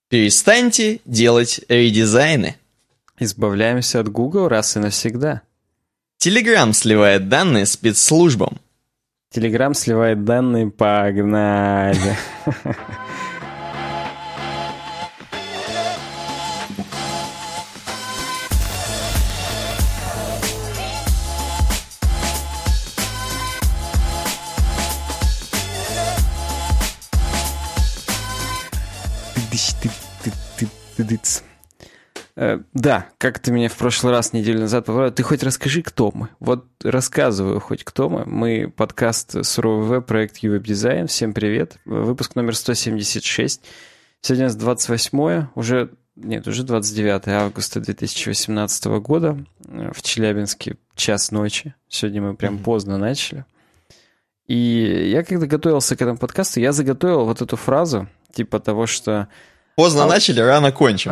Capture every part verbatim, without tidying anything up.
Перестаньте делать редизайны. Избавляемся от Google раз и навсегда. Telegram сливает данные спецслужбам. Telegram сливает данные, погнали. Да, как ты меня в прошлый раз, неделю назад, попросил, ты хоть расскажи, кто мы. Вот рассказываю хоть, кто мы. Мы подкаст «Суровый веб», проект «Ювеб-дизайн». Всем привет. Выпуск номер сто семьдесят шесть. Сегодня у нас двадцать восьмое, уже, нет, уже двадцать девятое августа две тысячи восемнадцатого года. В Челябинске час ночи. Сегодня мы прям mm-hmm. поздно начали. И я когда готовился к этому подкасту, я заготовил вот эту фразу, типа того, что... Поздно а... начали, рано кончим.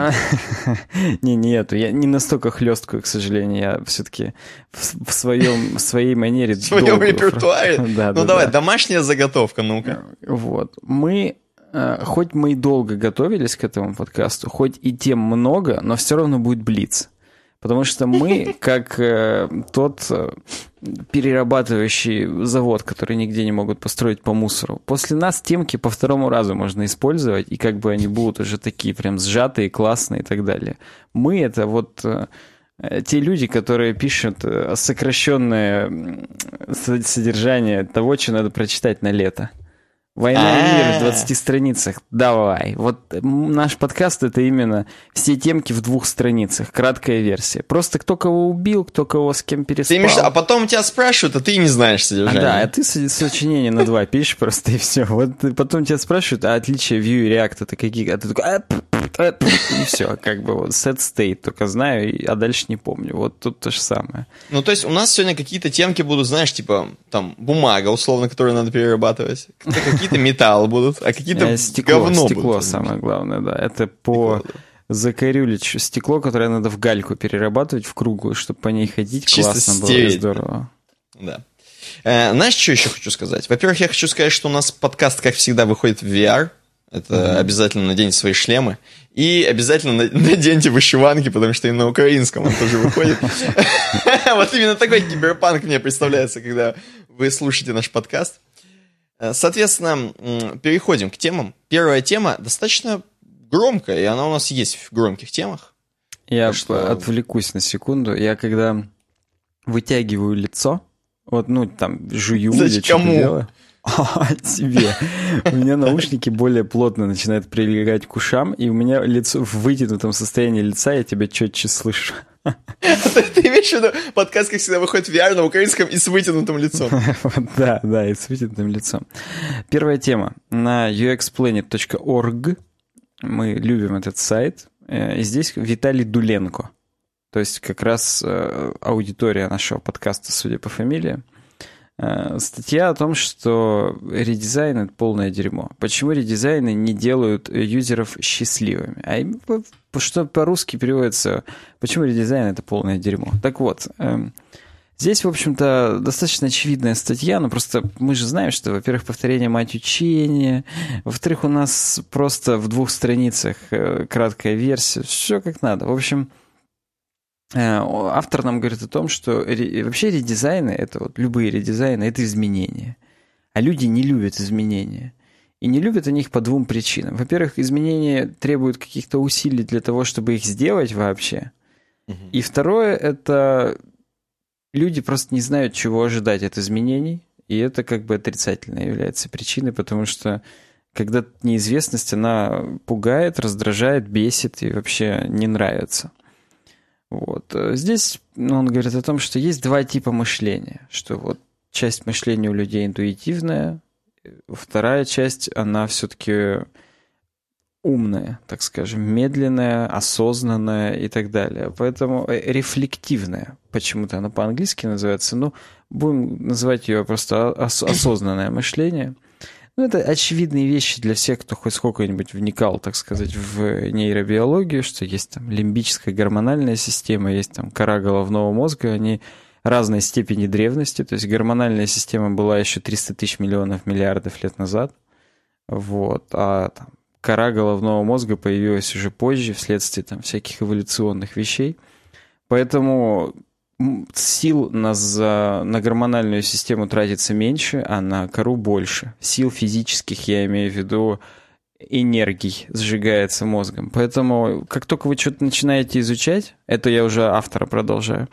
Не, не эту. Я не настолько хлесткую, к сожалению. Я все-таки в, в, своем, в своей манере... В своем репертуаре? Да, ну да, давай, да. Домашняя заготовка, ну-ка. Вот. Мы, хоть мы и долго готовились к этому подкасту, хоть и тем много, но все равно будет блиц. Потому что мы, как э, тот э, перерабатывающий завод, который нигде не могут построить по мусору, после нас темки по второму разу можно использовать, и как бы они будут уже такие прям сжатые, классные и так далее. Мы — это вот э, те люди, которые пишут сокращенное содержание того, что надо прочитать на лето. «Война и мир» в двадцати страницах. Давай. Вот наш подкаст — это именно все темки в двух страницах. Краткая версия. Просто кто кого убил, кто кого с кем переспал. Ты имеешь, а потом тебя спрашивают, а ты не знаешь содержание. А, да, а ты сочинение на два пишешь просто, и все. Вот потом тебя спрашивают, а отличия Vue и React это какие? А ты такой... И все, как бы вот set state только знаю, а дальше не помню. Вот тут то же самое. Ну, то есть у нас сегодня какие-то темки будут, знаешь, типа, там, бумага, условно, которую надо перерабатывать. Какие-то металлы будут, а какие-то стекло, говно стекло будут. Самое главное, да. Это по стекло, да. Закорюличу. Стекло, которое надо в гальку перерабатывать, в круглую, чтобы по ней ходить. Чисто классно стереть. Было и здорово. Да. Э, знаешь, что еще хочу сказать? Во-первых, я хочу сказать, что у нас подкаст, как всегда, выходит в ви ар. Это mm-hmm. обязательно наденьте свои шлемы. И обязательно наденьте вышиванки, потому что и на украинском он тоже выходит. Вот именно такой киберпанк мне представляется, когда вы слушаете наш подкаст. Соответственно, переходим к темам. Первая тема достаточно громкая, и она у нас есть в громких темах. Я что... отвлекусь на секунду. Я когда вытягиваю лицо, вот, ну, там, жую или что-то делаю. А, тебе. У меня наушники более плотно начинают прилегать к ушам, и у меня лицо в вытянутом состоянии лица, я тебя четче слышу. Ты имеешь в виду, подкаст, как всегда, выходит в ви ар на украинском и с вытянутым лицом. Да, да, и с вытянутым лицом. Первая тема. На ю экс планет точка орг мы любим этот сайт. И здесь Виталий Дуленко. То есть как раз аудитория нашего подкаста, судя по фамилии. Статья о том, что редизайн — это полное дерьмо. Почему редизайны не делают юзеров счастливыми? А что по-русски переводится, почему редизайн — это полное дерьмо? Так вот, здесь, в общем-то, достаточно очевидная статья, но просто мы же знаем, что, во-первых, повторение — мать учения, во-вторых, у нас просто в двух страницах краткая версия, все как надо. В общем... Автор нам говорит о том, что ре... вообще редизайны, это вот любые редизайны, это изменения. А люди не любят изменения. И не любят они их по двум причинам. Во-первых, изменения требуют каких-то усилий для того, чтобы их сделать вообще. Угу. И второе, это люди просто не знают, чего ожидать от изменений. И это как бы отрицательно является причиной, потому что когда неизвестность, она пугает, раздражает, бесит и вообще не нравится. Вот. Здесь он говорит о том, что есть два типа мышления, что вот часть мышления у людей интуитивная, вторая часть, она все-таки умная, так скажем, медленная, осознанная и так далее. Поэтому рефлективная, почему-то она по-английски называется, но будем называть ее просто ос- осознанное мышление. Ну, это очевидные вещи для всех, кто хоть сколько-нибудь вникал, так сказать, в нейробиологию, что есть там лимбическая гормональная система, есть там кора головного мозга, они разной степени древности, то есть гормональная система была еще триста тысяч миллионов миллиардов лет назад, вот, а там кора головного мозга появилась уже позже, вследствие там всяких эволюционных вещей. Поэтому сил на, за, на гормональную систему тратится меньше, а на кору больше. Сил физических, я имею в виду, энергий сжигается мозгом. Поэтому, как только вы что-то начинаете изучать, это я уже автора продолжаю,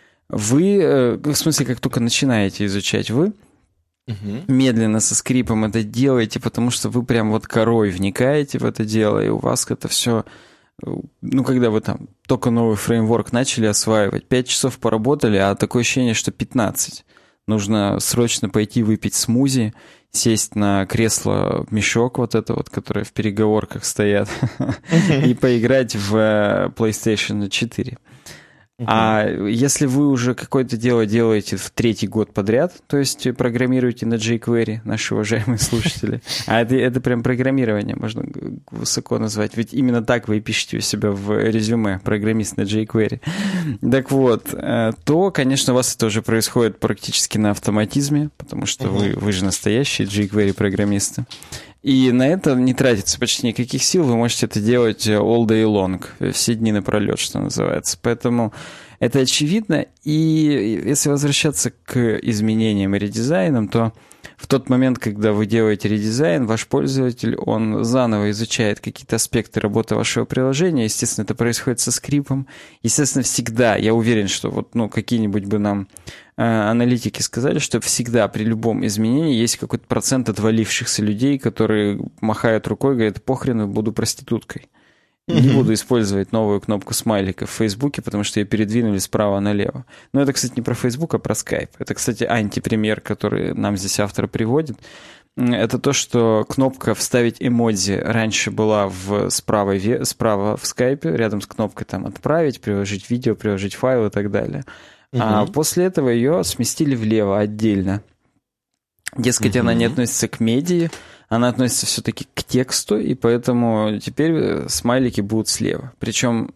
вы, в смысле, как только начинаете изучать вы, угу. медленно, со скрипом это делаете, потому что вы прям вот корой вникаете в это дело, и у вас это все... Ну, когда вы там только новый фреймворк начали осваивать, пять часов поработали, а такое ощущение, что пятнадцать. Нужно срочно пойти выпить смузи, сесть на кресло-мешок вот это вот, которое в переговорках стоят, и поиграть в PlayStation четыре. Uh-huh. А если вы уже какое-то дело делаете в третий год подряд, то есть программируете на jQuery, наши уважаемые слушатели, а это, это прям программирование можно высоко назвать, ведь именно так вы и пишете у себя в резюме, программист на jQuery. Так вот, то, конечно, у вас это уже происходит практически на автоматизме, потому что uh-huh. вы, вы же настоящие jQuery-программисты. И на это не тратится почти никаких сил, вы можете это делать all day long, все дни напролет, что называется. Поэтому это очевидно. И если возвращаться к изменениям и редизайнам, то в тот момент, когда вы делаете редизайн, ваш пользователь, он заново изучает какие-то аспекты работы вашего приложения. Естественно, это происходит со скрипом. Естественно, всегда, я уверен, что вот, ну, какие-нибудь бы нам э, аналитики сказали, что всегда при любом изменении есть какой-то процент отвалившихся людей, которые махают рукой и говорят: похрен, буду проституткой. Не буду использовать новую кнопку смайлика в Фейсбуке, потому что ее передвинули справа налево. Но это, кстати, не про Фейсбук, а про Skype. Это, кстати, антипример, который нам здесь автор приводит. Это то, что кнопка «Вставить эмодзи» раньше была в справа, справа в Skype, рядом с кнопкой там «Отправить», «Приложить видео», «Приложить файл» и так далее. Угу. А после этого ее сместили влево отдельно. Дескать, угу. она не относится к медии, она относится все-таки к тексту, и поэтому теперь смайлики будут слева. Причем,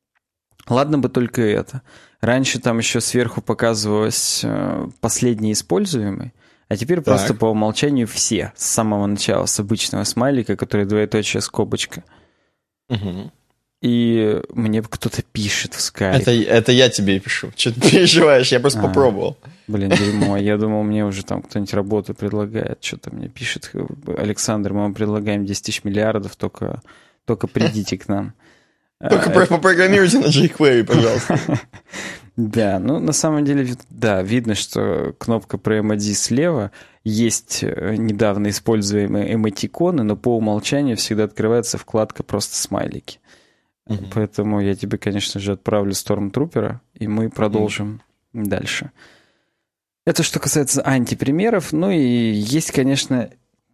ладно бы только это. Раньше там еще сверху показывалось последний используемый, а теперь так. просто по умолчанию все, с самого начала, с обычного смайлика, который двоеточие скобочка. Угу. И мне кто-то пишет в Skype. Это, это я тебе пишу. Что ты переживаешь? Я просто а, попробовал. Блин, дерьмо. Я думал, мне уже там кто-нибудь работу предлагает. Что-то мне пишет: Александр, мы вам предлагаем десять тысяч миллиардов, только, только придите к нам. Только а, попрограммируйте на jQuery, пожалуйста. Да, ну на самом деле, да, видно, что кнопка про эмодзи слева. Есть недавно используемые эмотиконы, но по умолчанию всегда открывается вкладка «Просто смайлики». Mm-hmm. Поэтому я тебе, конечно же, отправлю Stormtrooper, и мы продолжим mm-hmm. дальше. Это что касается антипримеров. Ну и есть, конечно,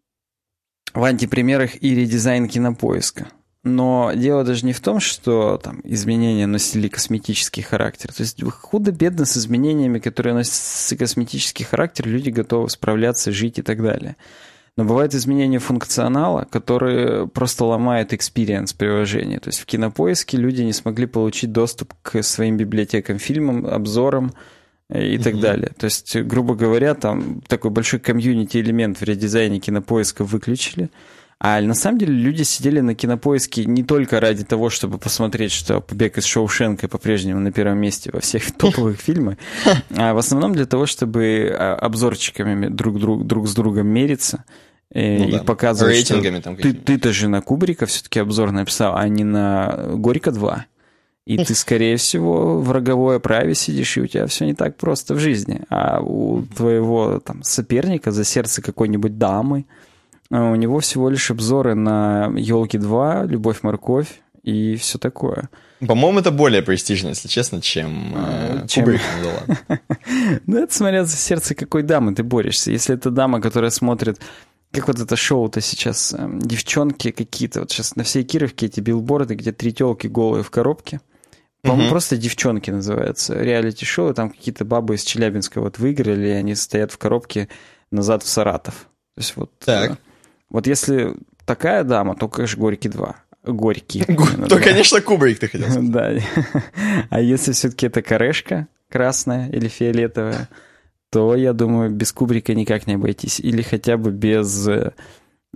в антипримерах и редизайн Кинопоиска. Но дело даже не в том, что там изменения носили косметический характер. То есть худо-бедно с изменениями, которые носят косметический характер, люди готовы справляться, жить и так далее. Но бывают изменения функционала, которые просто ломают экспириенс приложения. То есть в Кинопоиске люди не смогли получить доступ к своим библиотекам, фильмам, обзорам и mm-hmm. так далее. То есть, грубо говоря, там такой большой комьюнити-элемент в редизайне Кинопоиска выключили. А на самом деле люди сидели на Кинопоиске не только ради того, чтобы посмотреть, что «Побег из Шоушенка» по-прежнему на первом месте во всех топовых фильмах, а в основном для того, чтобы обзорчиками друг, друг, друг с другом мериться и, ну, да. и показывать, что ты, ты-то же на Кубрика все-таки обзор написал, а не на Горько два. И ты, скорее всего, в роговой оправе сидишь, и у тебя все не так просто в жизни. А у твоего там соперника за сердце какой-нибудь дамы у него всего лишь обзоры на «Елки два», «Любовь, морковь» и все такое. По-моему, это более престижно, если честно, чем, э, чем... Кубрик. Ну, это смотря за сердце какой дамы ты борешься. Если это дама, которая смотрит, как вот это шоу-то сейчас, девчонки какие-то, вот сейчас на всей Кировке эти билборды, где три тёлки голые в коробке. По-моему, угу. просто «Девчонки» называется. Реалити-шоу, там какие-то бабы из Челябинска вот выиграли, и они стоят в коробке назад в Саратов. То есть вот... Так. Вот если такая дама, то, конечно, Горький два. Горький. То, конечно, Кубрик ты хотел сказать. Да. А если все-таки это корешка красная или фиолетовая, то, я думаю, без Кубрика никак не обойтись. Или хотя бы без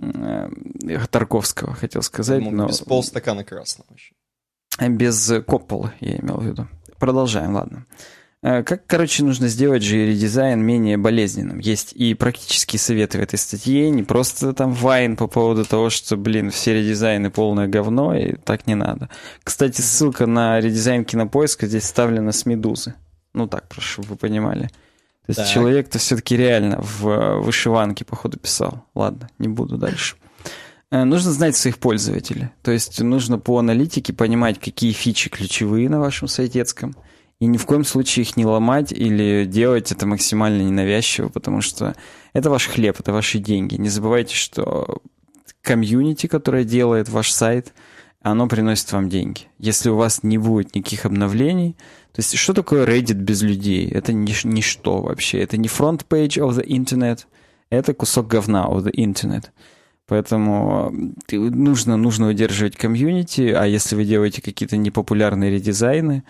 Тарковского, хотел сказать. Думал, но... без полстакана красного еще. Без Копполы, я имел в виду. Продолжаем, ладно. Как, короче, нужно сделать же редизайн менее болезненным? Есть и практические советы в этой статье, не просто там вайн по поводу того, что, блин, все редизайны полное говно, и так не надо. Кстати, ссылка на редизайн Кинопоиска здесь вставлена с Медузы. Ну так, прошу, чтобы вы понимали. То есть так. Человек-то все-таки реально в вышиванке, походу, писал. Ладно, не буду дальше. Нужно знать своих пользователей. То есть нужно по аналитике понимать, какие фичи ключевые на вашем сайтецком, и ни в коем случае их не ломать или делать это максимально ненавязчиво, потому что это ваш хлеб, это ваши деньги. Не забывайте, что комьюнити, которое делает ваш сайт, оно приносит вам деньги. Если у вас не будет никаких обновлений, то есть что такое Reddit без людей? Это нич- ничто вообще. Это не front page of the internet, это кусок говна of the internet. Поэтому нужно, нужно удерживать комьюнити, а если вы делаете какие-то непопулярные редизайны,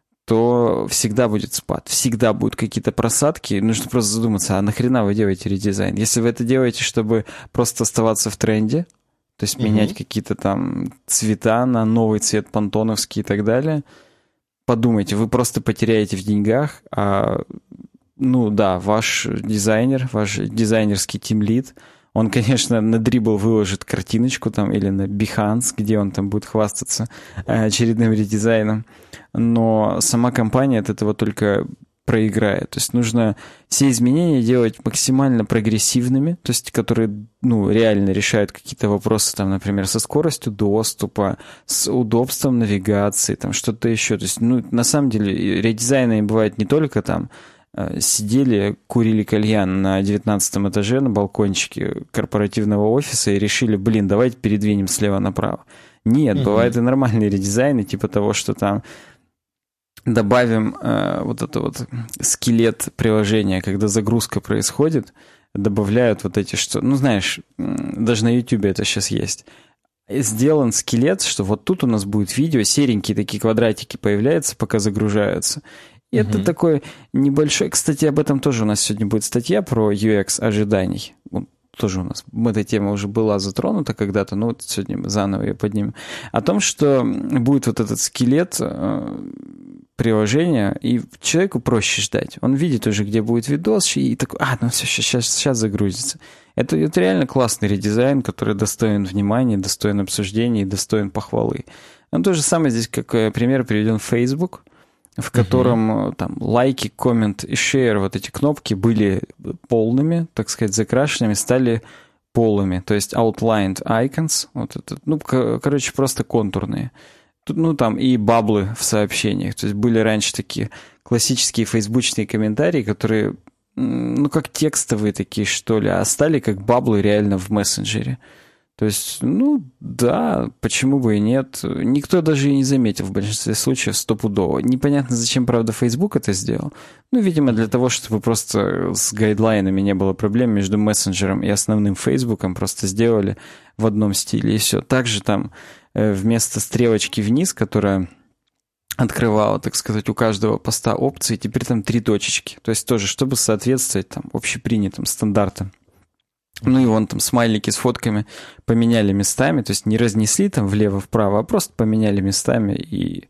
то всегда будет спад, всегда будут какие-то просадки. Нужно просто задуматься, а нахрена вы делаете редизайн? Если вы это делаете, чтобы просто оставаться в тренде, то есть mm-hmm. менять какие-то там цвета на новый цвет пантоновский и так далее, подумайте, вы просто потеряете в деньгах, а, ну да, ваш дизайнер, ваш дизайнерский тимлид, он, конечно, на Dribbble выложит картиночку там или на Behance, где он там будет хвастаться очередным редизайном, но сама компания от этого только проиграет. То есть нужно все изменения делать максимально прогрессивными, то есть которые, ну, реально решают какие-то вопросы, там, например, со скоростью доступа, с удобством навигации, там, что-то еще. То есть, ну, на самом деле, редизайны бывают не только там сидели, курили кальян на девятнадцатом этаже на балкончике корпоративного офиса и решили, блин, давайте передвинем слева направо. Нет, mm-hmm. бывают и нормальные редизайны, типа того, что там добавим э, вот это вот скелет приложения, когда загрузка происходит, добавляют вот эти, что, ну, знаешь, даже на YouTube это сейчас есть. Сделан скелет, что вот тут у нас будет видео, серенькие такие квадратики появляются, пока загружаются. И uh-huh. это такой небольшой... Кстати, об этом тоже у нас сегодня будет статья про ю экс ожиданий. Вот тоже у нас эта тема уже была затронута когда-то, но вот сегодня мы заново ее поднимем. О том, что будет вот этот скелет э, приложения, и человеку проще ждать. Он видит уже, где будет видос, и такой, а, ну все, сейчас, сейчас загрузится. Это, это реально классный редизайн, который достоин внимания, достоин обсуждения и достоин похвалы. Но то же самое здесь, как пример, приведен Facebook, в котором uh-huh. там лайки, коммент и share, вот эти кнопки были полными, так сказать, закрашенными, стали полыми, то есть outlined icons, вот это, ну, к- короче, просто контурные. Тут, ну, там и баблы в сообщениях, то есть были раньше такие классические фейсбучные комментарии, которые, ну, как текстовые такие, что ли, а стали как баблы реально в мессенджере. То есть, ну, да, почему бы и нет. Никто даже и не заметил в большинстве случаев стопудово. Непонятно, зачем, правда, Facebook это сделал. Ну, видимо, для того, чтобы просто с гайдлайнами не было проблем между мессенджером и основным Фейсбуком, просто сделали в одном стиле, и все. Также там вместо стрелочки вниз, которая открывала, так сказать, у каждого поста опции, теперь там три точечки. То есть тоже, чтобы соответствовать там общепринятым стандартам. Ну и вон там смайлики с фотками поменяли местами, то есть не разнесли там влево-вправо, а просто поменяли местами. И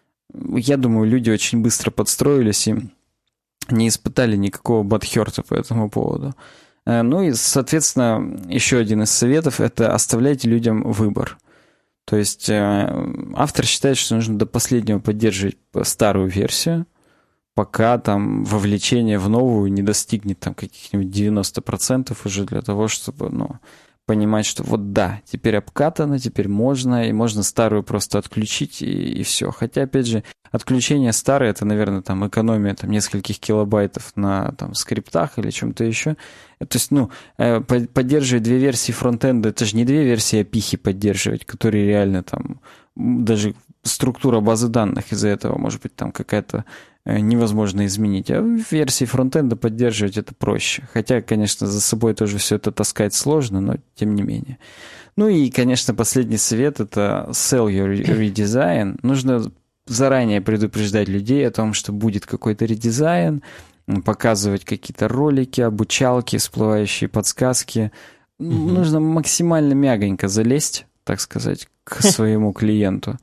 я думаю, люди очень быстро подстроились и не испытали никакого бадхерта по этому поводу. Ну и, соответственно, еще один из советов – это оставляйте людям выбор. То есть автор считает, что нужно до последнего поддерживать старую версию, пока там вовлечение в новую не достигнет там каких-нибудь девяносто процентов уже для того, чтобы, ну, понимать, что вот да, теперь обкатано, теперь можно, и можно старую просто отключить, и, и все. Хотя, опять же, отключение старой, это, наверное, там экономия там нескольких килобайтов на там скриптах или чем-то еще. То есть, ну, поддерживать две версии фронтенда, это же не две версии опихи поддерживать, которые реально там, даже структура базы данных из-за этого, может быть, там какая-то невозможно изменить. А в версии фронтенда поддерживать это проще. Хотя, конечно, за собой тоже все это таскать сложно, но тем не менее. Ну и, конечно, последний совет — это sell your redesign. Нужно заранее предупреждать людей о том, что будет какой-то редизайн, показывать какие-то ролики, обучалки, всплывающие подсказки, нужно максимально мягонько залезть, так сказать, к своему клиенту.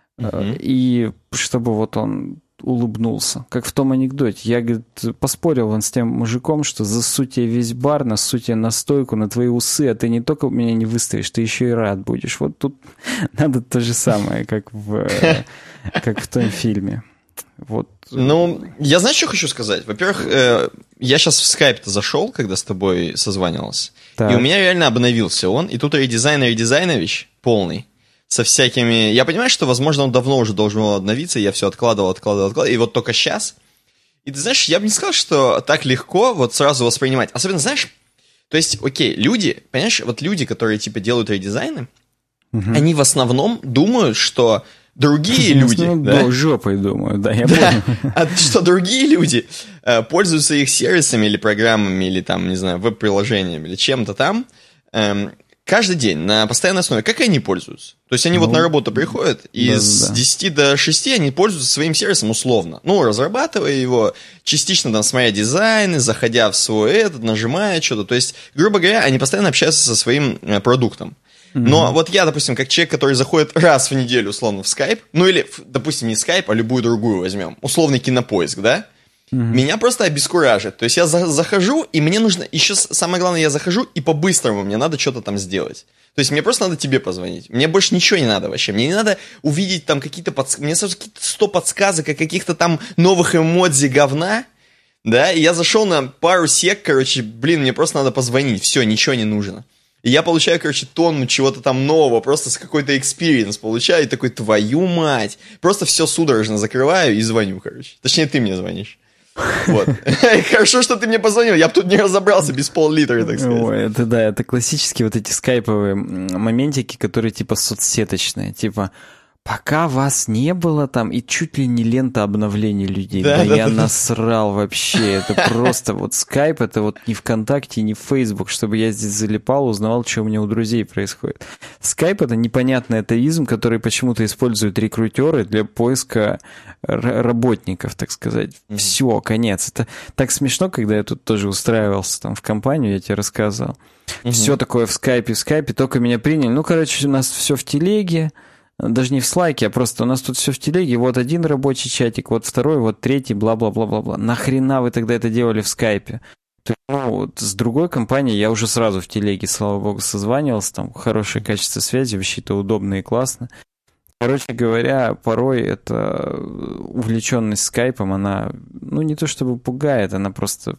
И чтобы вот он улыбнулся. Как в том анекдоте. Я, говорит, поспорил он с тем мужиком, что засу тебе весь бар, насу тебе настойку на твои усы, а ты не только меня не выставишь, ты еще и рад будешь. Вот тут надо то же самое, как в, как в том фильме. Вот. Ну, я знаешь, что хочу сказать? Во-первых, э, я сейчас в скайп-то зашел, когда с тобой созванивался, так. И у меня реально обновился он, и тут редизайн редизайнович полный. Со всякими... Я понимаю, что, возможно, он давно уже должен был обновиться, я все откладывал, откладывал, откладывал, и вот только сейчас. И ты знаешь, я бы не сказал, что так легко вот сразу воспринимать. Особенно, знаешь, то есть, окей, люди, понимаешь, вот люди, которые, типа, делают редизайны, угу. Они в основном думают, что другие люди... Ну, да? Жопой думают, да, я да, понял. А что другие люди э, пользуются их сервисами или программами, или там, не знаю, веб-приложениями, или чем-то там... Эм, каждый день, на постоянной основе. Как они пользуются? То есть они ну, вот на работу приходят, и да, с да. десяти до шести они пользуются своим сервисом условно. Ну, разрабатывая его, частично там смотря дизайны, заходя в свой этот, нажимая что-то. То есть, грубо говоря, они постоянно общаются со своим э, продуктом. Mm-hmm. Но вот я, допустим, как человек, который заходит раз в неделю условно в Skype, ну или, допустим, не Skype, а любую другую возьмем, условный Кинопоиск, да? Mm-hmm. Меня просто обескуражит. То есть я за- захожу, и мне нужно... Еще самое главное, я захожу, и по-быстрому мне надо что-то там сделать. То есть мне просто надо тебе позвонить. Мне больше ничего не надо вообще. Мне не надо увидеть там какие-то подсказки. Мне сразу какие-то сто подсказок о каких-то там новых эмодзи говна. Да, и я зашел на пару сек, короче, блин, мне просто надо позвонить. Все, ничего не нужно. И я получаю, короче, тонну чего-то там нового, просто с какой-то experience получаю, и такой, твою мать. Просто все судорожно закрываю и звоню, короче. Точнее, ты мне звонишь. Вот. Хорошо, что ты мне позвонил, я бы тут не разобрался без пол-литра, так сказать. Ой, это да, это классические вот эти скайповые моментики, которые типа соцсеточные, типа пока вас не было там, и чуть ли не лента обновлений людей. Да, да, да я да, насрал да. вообще. Это просто вот скайп, это вот не ВКонтакте, не Фейсбук, чтобы я здесь залипал, узнавал, что у меня у друзей происходит. Скайп — это непонятный атеизм, который почему-то используют рекрутеры для поиска р- работников, так сказать. Mm-hmm. Все, конец. Это так смешно, когда я тут тоже устраивался там в компанию, я тебе рассказывал. Mm-hmm. Все такое в скайпе, в скайпе, только меня приняли. Ну, короче, у нас все в телеге. Даже не в слайке, а просто у нас тут все в телеге. Вот один рабочий чатик, вот второй, вот третий, бла-бла-бла-бла-бла. Нахрена вы тогда это делали в скайпе? То есть, ну, вот с другой компанией я уже сразу в телеге, слава богу, созванивался. Там хорошее качество связи, вообще-то удобно и классно. Короче говоря, порой эта увлеченность скайпом, она, ну, не то чтобы пугает, она просто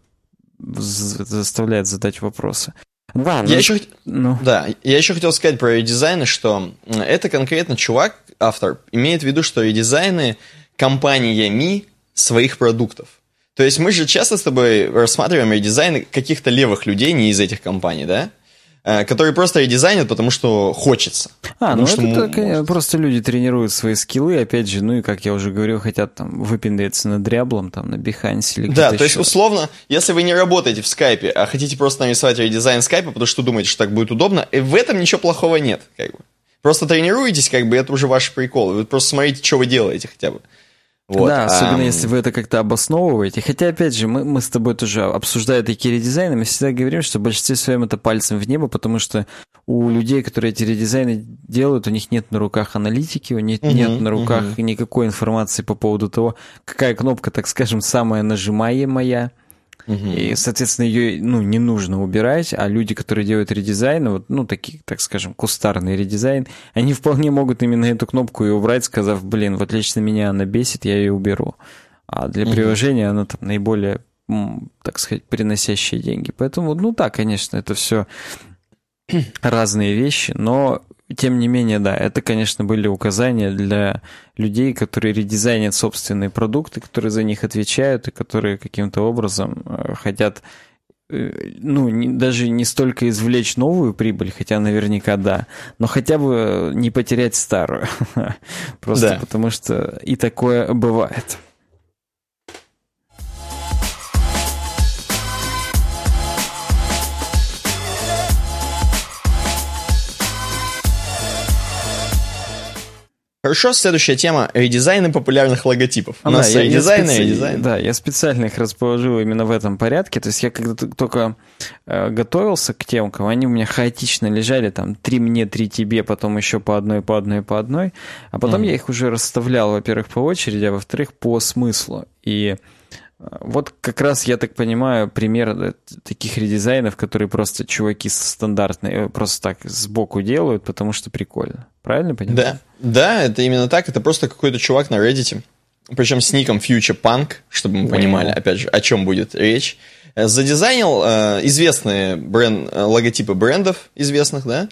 заставляет задать вопросы. Да, я, еще, ну. да, я еще хотел сказать про редизайны, что это конкретно чувак, автор, имеет в виду, что редизайны компаниями своих продуктов. То есть мы же часто с тобой рассматриваем редизайны каких-то левых людей, не из этих компаний, да? Которые просто редизайнят, потому что хочется. А, ну что это так, просто люди тренируют свои скиллы, опять же, ну и, как я уже говорил, хотят там выпендриться над Дряблом, там, на Behance или где-то Да, то еще. есть, условно, если вы не работаете в скайпе, а хотите просто нарисовать редизайн скайпа, потому что думаете, что так будет удобно, и в этом ничего плохого нет, как бы. Просто тренируетесь, как бы, это уже ваш прикол. Вы просто смотрите, что вы делаете хотя бы. Вот. Да, особенно а, если вы это как-то обосновываете. Хотя, опять же, мы, мы с тобой тоже, обсуждая такие редизайны, мы всегда говорим, что в большинстве своем это пальцем в небо, потому что у людей, которые эти редизайны делают, у них нет на руках аналитики, у них uh-huh, нет на руках uh-huh. никакой информации по поводу того, какая кнопка, так скажем, самая нажимаемая. Uh-huh. И, соответственно, ее, ну, не нужно убирать, а люди, которые делают редизайн, вот, ну, такие, так скажем, кустарный редизайн, они вполне могут именно эту кнопку и убрать, сказав, блин, вот лично меня она бесит, я ее уберу. А для uh-huh. приложения она там наиболее, так сказать, приносящая деньги. Поэтому, ну, да, конечно, это все разные вещи, но тем не менее, да, это, конечно, были указания для людей, которые редизайнят собственные продукты, которые за них отвечают и которые каким-то образом хотят, ну, не, даже не столько извлечь новую прибыль, хотя наверняка да, но хотя бы не потерять старую. Просто да. Потому что и такое бывает. Хорошо, следующая тема. Редизайны популярных логотипов. А, У нас да, редизайны, специ... редизайны. Да, я специально их расположил именно в этом порядке. То есть я когда только э, готовился к темкам, они у меня хаотично лежали, там, три мне, три тебе, потом еще по одной, по одной, по одной. А потом mm-hmm. я их уже расставлял, во-первых, по очереди, а во-вторых, по смыслу. И вот как раз, я так понимаю, пример таких редизайнов, которые просто чуваки стандартные просто так сбоку делают, потому что прикольно. Правильно понимаю? Да, да, это именно так. Это просто какой-то чувак на Reddit, причем с ником FuturePunk, чтобы мы wow. понимали, опять же, о чем будет речь. Задизайнил э, известные бренд, логотипы брендов известных, да,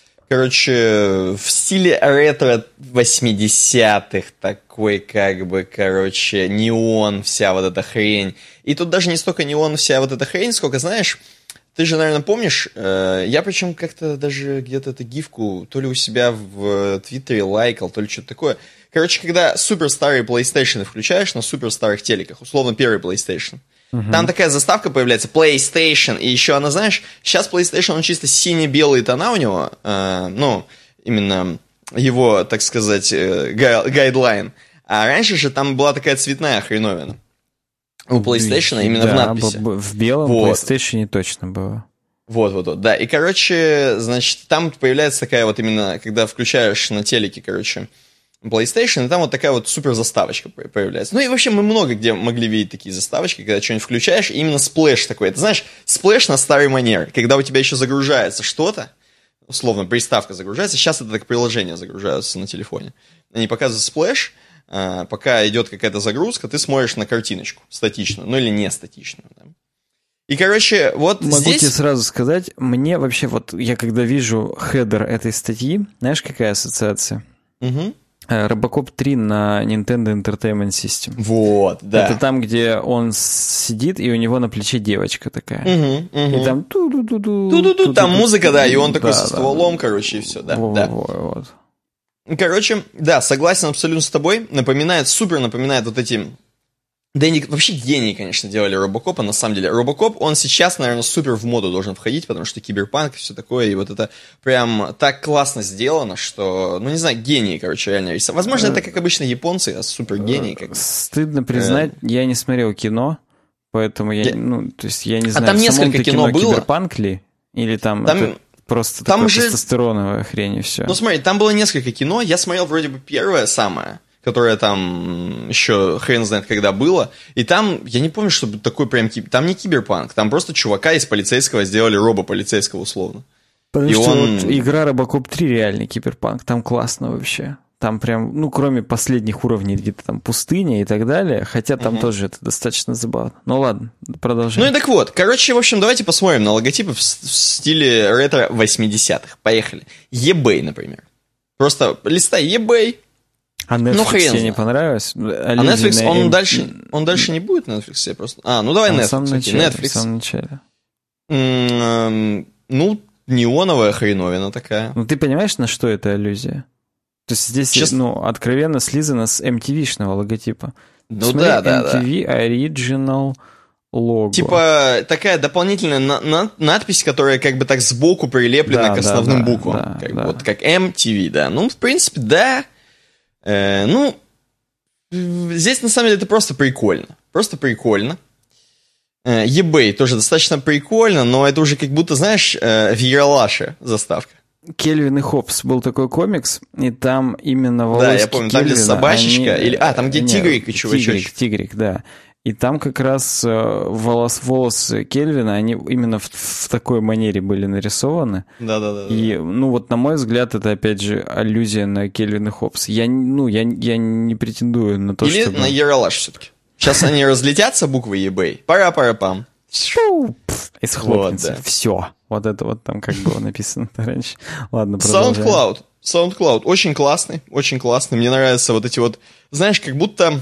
короче, в стиле ретро восьмидесятых, такой как бы, короче, неон, вся вот эта хрень. И тут даже не столько неон, вся вот эта хрень, сколько, знаешь, ты же, наверное, помнишь, э, я причем как-то даже где-то эту гифку то ли у себя в Твиттере лайкал, то ли что-то такое. Короче, когда супер старые PlayStation включаешь на супер старых телеках, условно первый PlayStation, Uh-huh. там такая заставка появляется, PlayStation, и еще она, знаешь, сейчас PlayStation, он чисто сине-белые тона у него, э, ну, именно его, так сказать, э, гайдлайн, а раньше же там была такая цветная хреновина у PlayStation, именно да, в надписи. В белом вот. PlayStation точно было. Вот-вот-вот, да, и, короче, значит, там появляется такая вот именно, когда включаешь на телеке, короче, PlayStation, и там вот такая вот супер заставочка появляется. Ну и вообще мы много где могли видеть такие заставочки, когда что-нибудь включаешь, и именно сплэш такой. Ты знаешь, сплэш на старый манер, когда у тебя еще загружается что-то, условно, приставка загружается, сейчас это так приложения загружаются на телефоне. Они показывают сплэш, пока идет какая-то загрузка, ты смотришь на картиночку статичную, ну или не статичную. Да? И, короче, вот Могу здесь... тебе сразу сказать, мне вообще вот, я когда вижу хедер этой статьи, знаешь, какая ассоциация? Угу. Робокоп три на Nintendo Entertainment System. Вот, да. Это там, где он сидит, и у него на плече девочка такая. Угу, угу. И там ту-ду-ду-ду. Ту-ду-ду, там музыка, да, и он такой со стволом, короче, и все, да. Вот. Короче, да, согласен абсолютно с тобой. Напоминает, супер напоминает вот эти... Да и вообще гении, конечно, делали Робокопа, на самом деле. Робокоп, он сейчас, наверное, супер в моду должен входить, потому что киберпанк и все такое, и вот это прям так классно сделано, что, ну, не знаю, гении, короче, реально рисовали. Возможно, это, как обычно, японцы, а супер гении. Как бы. Стыдно признать, я не смотрел кино, поэтому я, я... ну, то есть я не знаю, а там несколько кино, кино было? Киберпанк ли? Или там... там... Это... Просто там такая же... тестостероновая хрень и все. Ну, смотри, там было несколько кино, я смотрел вроде бы первое самое, которое там еще хрен знает когда было, и там, я не помню, чтобы такой прям, там не киберпанк, там просто чувака из полицейского сделали робо-полицейского условно. Потому и что он... вот игра Робокоп три реальный киберпанк, там классно вообще. Там прям, ну, кроме последних уровней, где-то там пустыня и так далее, хотя там uh-huh. тоже это достаточно забавно. Ну ладно, продолжаем. Ну и так вот, короче, в общем, давайте посмотрим на логотипы в, в стиле ретро восьмидесятых. Поехали. eBay, например. Просто листай eBay. А Netflix ну, тебе не понравилось? А, а Netflix, он, M... дальше, он дальше не будет на Netflix? Просто... А, ну давай он Netflix. В самом начале, Netflix. В самом начале. Mm, ну, неоновая хреновина такая. Ну ты понимаешь, на что это аллюзия? То есть здесь, Честно? ну, откровенно слизано с эм ти ви-шного логотипа. Ну Смотри, да, да, эм ти ви да. Original Logo. Типа такая дополнительная на- на- надпись, которая как бы так сбоку прилеплена да, к основным да, буквам. Да, как, да. Вот как эм ти ви, да. Ну, в принципе, да. Э, ну, здесь на самом деле это просто прикольно. Просто прикольно. Э, eBay тоже достаточно прикольно, но это уже как будто, знаешь, э, в Ералаше заставка. Кельвин и Хоббс был такой комикс, и там именно волоски Да, я помню, там Кельвина, где собачечка, они... или... А, там где Нет, тигрик и чувачочек. Тигрик, тигрик, да. И там как раз волос, волосы Кельвина, они именно в, в такой манере были нарисованы. Да-да-да. И, ну, вот, на мой взгляд, это, опять же, аллюзия на Кельвин и Хоббс. Я, ну, я, я не претендую на то, Или чтобы... на Ералаш все-таки. Сейчас они разлетятся, буквы eBay. Пара-пара-пам. И схлопнется. Вот, да. Все. Вот это вот там как было написано раньше. Ладно, продолжаем. SoundCloud. SoundCloud. Очень классный, очень классный. Мне нравятся вот эти вот... Знаешь, как будто...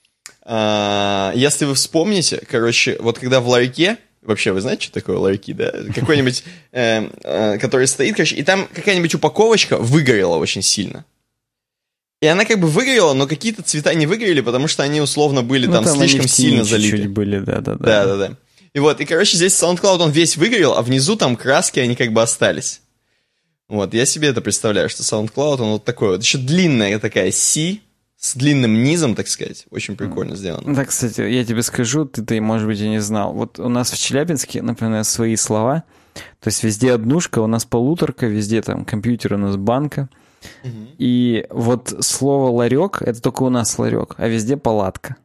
Э, если вы вспомните, короче, вот когда в ларьке... Вообще, вы знаете, что такое ларьки, да? Какой-нибудь, э, э, который стоит, короче, и там какая-нибудь упаковочка выгорела очень сильно. И она как бы выгорела, но какие-то цвета не выгорели, потому что они условно были ну, там, там слишком сильно залиты. Чуть-чуть были, да-да-да. Да-да-да. И вот, и, короче, здесь SoundCloud, он весь выгорел, а внизу там краски, они как бы остались. Вот, я себе это представляю, что SoundCloud, он вот такой вот, еще длинная такая C, с длинным низом, так сказать, очень прикольно сделано. Да, кстати, я тебе скажу, ты-то, может быть, и не знал. Вот у нас в Челябинске, например, свои слова, то есть везде однушка, у нас полуторка, везде там компьютер у нас банка. Угу. И вот слово «ларек» — это только у нас ларек, а везде палатка.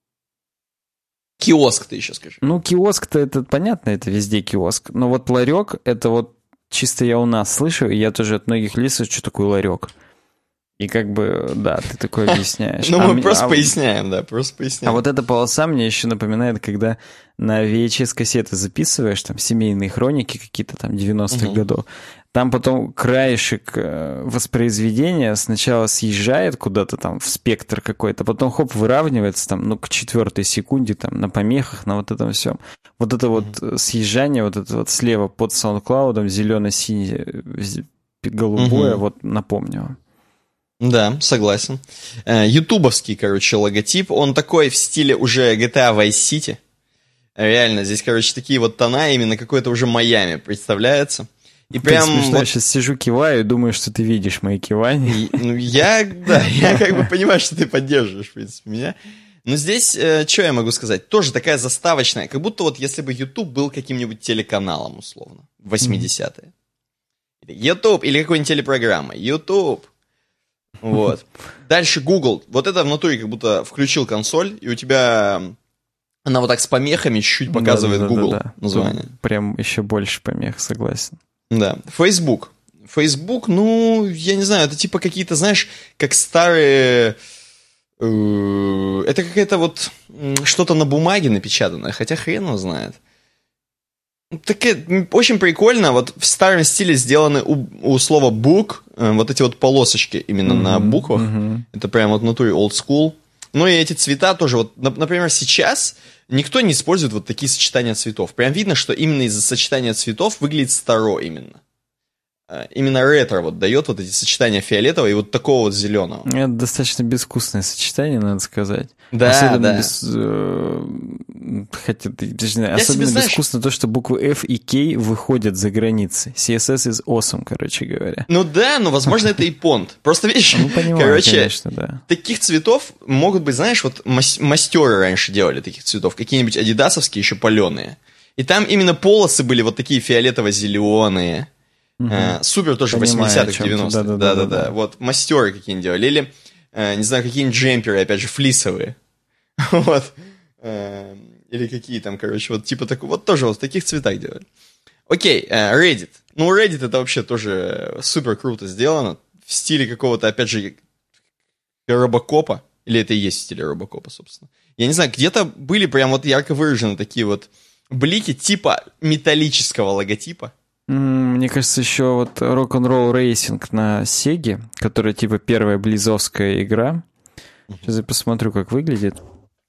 Киоск, ты еще скажи. Ну, киоск-то это понятно, это везде киоск. Но вот ларек — это вот чисто я у нас слышу, и я тоже от многих лиц, что такое ларек. И как бы, да, ты такое объясняешь. Ну, мы просто поясняем, да, просто поясняем. А вот эта полоса мне еще напоминает, когда на ви эйч эс-кассеты записываешь, там, семейные хроники какие-то там девяностых годов, там потом краешек воспроизведения сначала съезжает куда-то там в спектр какой-то, потом хоп, выравнивается там, ну, к четвертой секунде там на помехах, на вот этом всем. Вот это вот съезжание, вот это вот слева под SoundCloud, зелено-синее, голубое, uh-huh. вот напомню. Да, согласен. Ютубовский, короче, логотип, он такой в стиле уже джи ти эй Vice City. Реально, здесь, короче, такие вот тона, именно какое-то уже Майами представляется. И прям... Смешно, вот... я сейчас сижу, киваю и думаю, что ты видишь мои кивания. Ну, я, да, я как бы понимаю, что ты поддерживаешь, в принципе, меня. Но здесь, э, что я могу сказать, тоже такая заставочная, как будто вот если бы YouTube был каким-нибудь телеканалом, условно, в восьмидесятые. YouTube или какой-нибудь телепрограммой. YouTube. Вот. Дальше Google. Вот это в натуре как будто включил консоль, и у тебя она вот так с помехами чуть-чуть показывает да, да, Google да, да. название. Тут прям еще больше помех, согласен. Да. Facebook. Facebook, ну, я не знаю, это типа какие-то, знаешь, как старые... Э, это какая-то вот что-то на бумаге напечатанное, хотя хрен его знает. Так, очень прикольно, вот в старом стиле сделаны у, у слова book, э, вот эти вот полосочки именно mm-hmm, на буквах, mm-hmm. это прям вот в натуре old school. Ну и эти цвета тоже, вот, например, сейчас никто не использует вот такие сочетания цветов. Прям видно, что именно из-за сочетания цветов выглядит старо именно. Именно ретро вот дает вот эти сочетания фиолетового и вот такого вот зеленого. Это достаточно безвкусное сочетание, надо сказать. Да, особенно да. Без, э, хотя, особенно себе, знаешь, безвкусно то, что буквы F и K выходят за границы. си эс эс is awesome, короче говоря. Ну да, но возможно это и понт. Просто видишь, ну, понимаю, короче, конечно, да. таких цветов могут быть, знаешь, вот мастеры раньше делали таких цветов, какие-нибудь адидасовские еще паленые. И там именно полосы были вот такие фиолетово-зеленые. Угу. Uh, супер тоже восьмидесятых, девяностых. Да-да-да. Вот мастеры какие-нибудь делали. Или, uh, не знаю, какие-нибудь джемперы, опять же, флисовые. вот. Uh, или какие там, короче, вот типа такого. Вот тоже вот в таких цветах делали. Окей, uh, Reddit. Ну, Reddit это вообще тоже супер круто сделано. В стиле какого-то, опять же, робокопа. Или это и есть в стиле робокопа, собственно. Я не знаю, где-то были прям вот ярко выражены такие вот блики типа металлического логотипа. Мне кажется, еще вот Rock'n'Roll Racing на Сеге, которая типа первая близовская игра. Сейчас я посмотрю, как выглядит.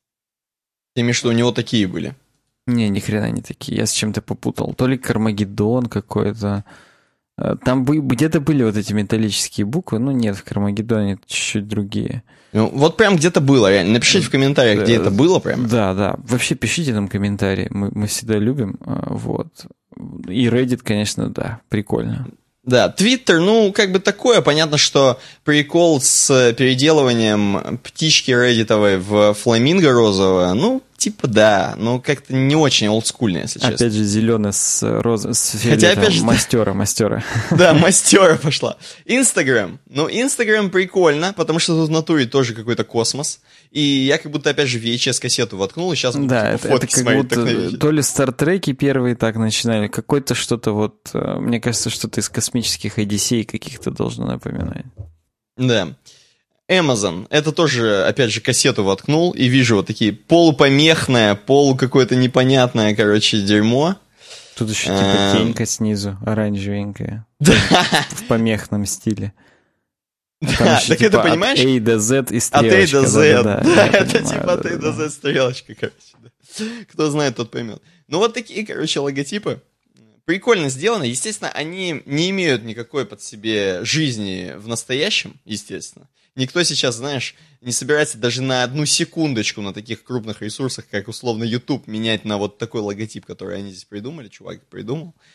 Ты имеешь в виду, у него такие были? Не, ни хрена не такие. Я с чем-то попутал. То ли Кармагеддон какой-то. Там где-то были вот эти металлические буквы. Ну нет, в Кармагеддоне чуть-чуть другие. Ну, вот прям где-то было, реально. Напишите в комментариях, где это было прям. Да, да. Вообще пишите нам комментарии. Мы, мы всегда любим. Вот. И Reddit, конечно, да, прикольно. Да, Twitter, ну, как бы такое. Понятно, что прикол с переделыванием птички реддитовой в фламинго розовое, ну, типа да, но как-то не очень олдскульно, если честно. Опять же, зеленый с розовым, с фиолетовым. Хотя, опять же, мастера, мастера. Да, мастера пошла. Инстаграм. Ну, Инстаграм прикольно, потому что тут в натуре тоже какой-то космос. И я как будто, опять же, ви эйч эс-кассету воткнул, и сейчас буду да, типа, это, фотки это как смотреть. будто Так то ли Стартреки первые так начинали, какой-то что-то вот, мне кажется, что-то из космических Одиссей каких-то должно напоминать. Да. Amazon. Это тоже, опять же, кассету воткнул, и вижу вот такие полупомехное, полу какое-то непонятное, короче, дерьмо. Тут еще типа тенька снизу, оранжевенькая. Да. В помехном стиле. А да, так типа, это, понимаешь? От A до Z и стрелочка. От A до Z, да, да, да, да, да это понимаю, типа да, от A да, до Z стрелочка, короче. Да. Кто знает, тот поймет. Ну вот такие, короче, логотипы. Прикольно сделано. Естественно, они не имеют никакой под себе жизни в настоящем, естественно. Никто сейчас, знаешь, не собирается даже на одну секундочку на таких крупных ресурсах, как условно YouTube, менять на вот такой логотип, который они здесь придумали, чувак придумал.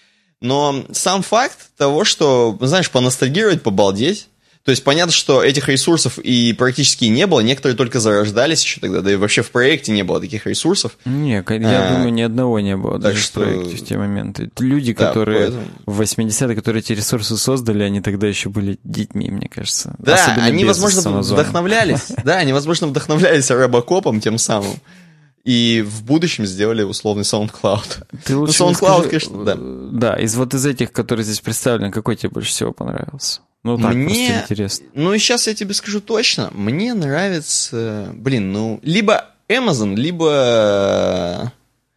Но сам факт того, что, знаешь, поностальгировать, побалдеть. То есть понятно, что этих ресурсов и практически не было, некоторые только зарождались еще тогда, да и вообще в проекте не было таких ресурсов. Не, я а, думаю, ни одного не было даже что... в проекте в те моменты. Люди, да, которые поэтому... в восьмидесятых, которые эти ресурсы создали, они тогда еще были детьми, мне кажется. Да, особенно они, возможно, вдохновлялись. Да, они, возможно, вдохновлялись Робокопом тем самым. И в будущем сделали условный SoundCloud. Ты лучше ну, SoundCloud, скажи, конечно, да. Да, из вот из этих, которые здесь представлены, какой тебе больше всего понравился? Ну, так, мне, просто интересно. Ну, и сейчас я тебе скажу точно. Мне нравится, блин, ну, либо Amazon, либо...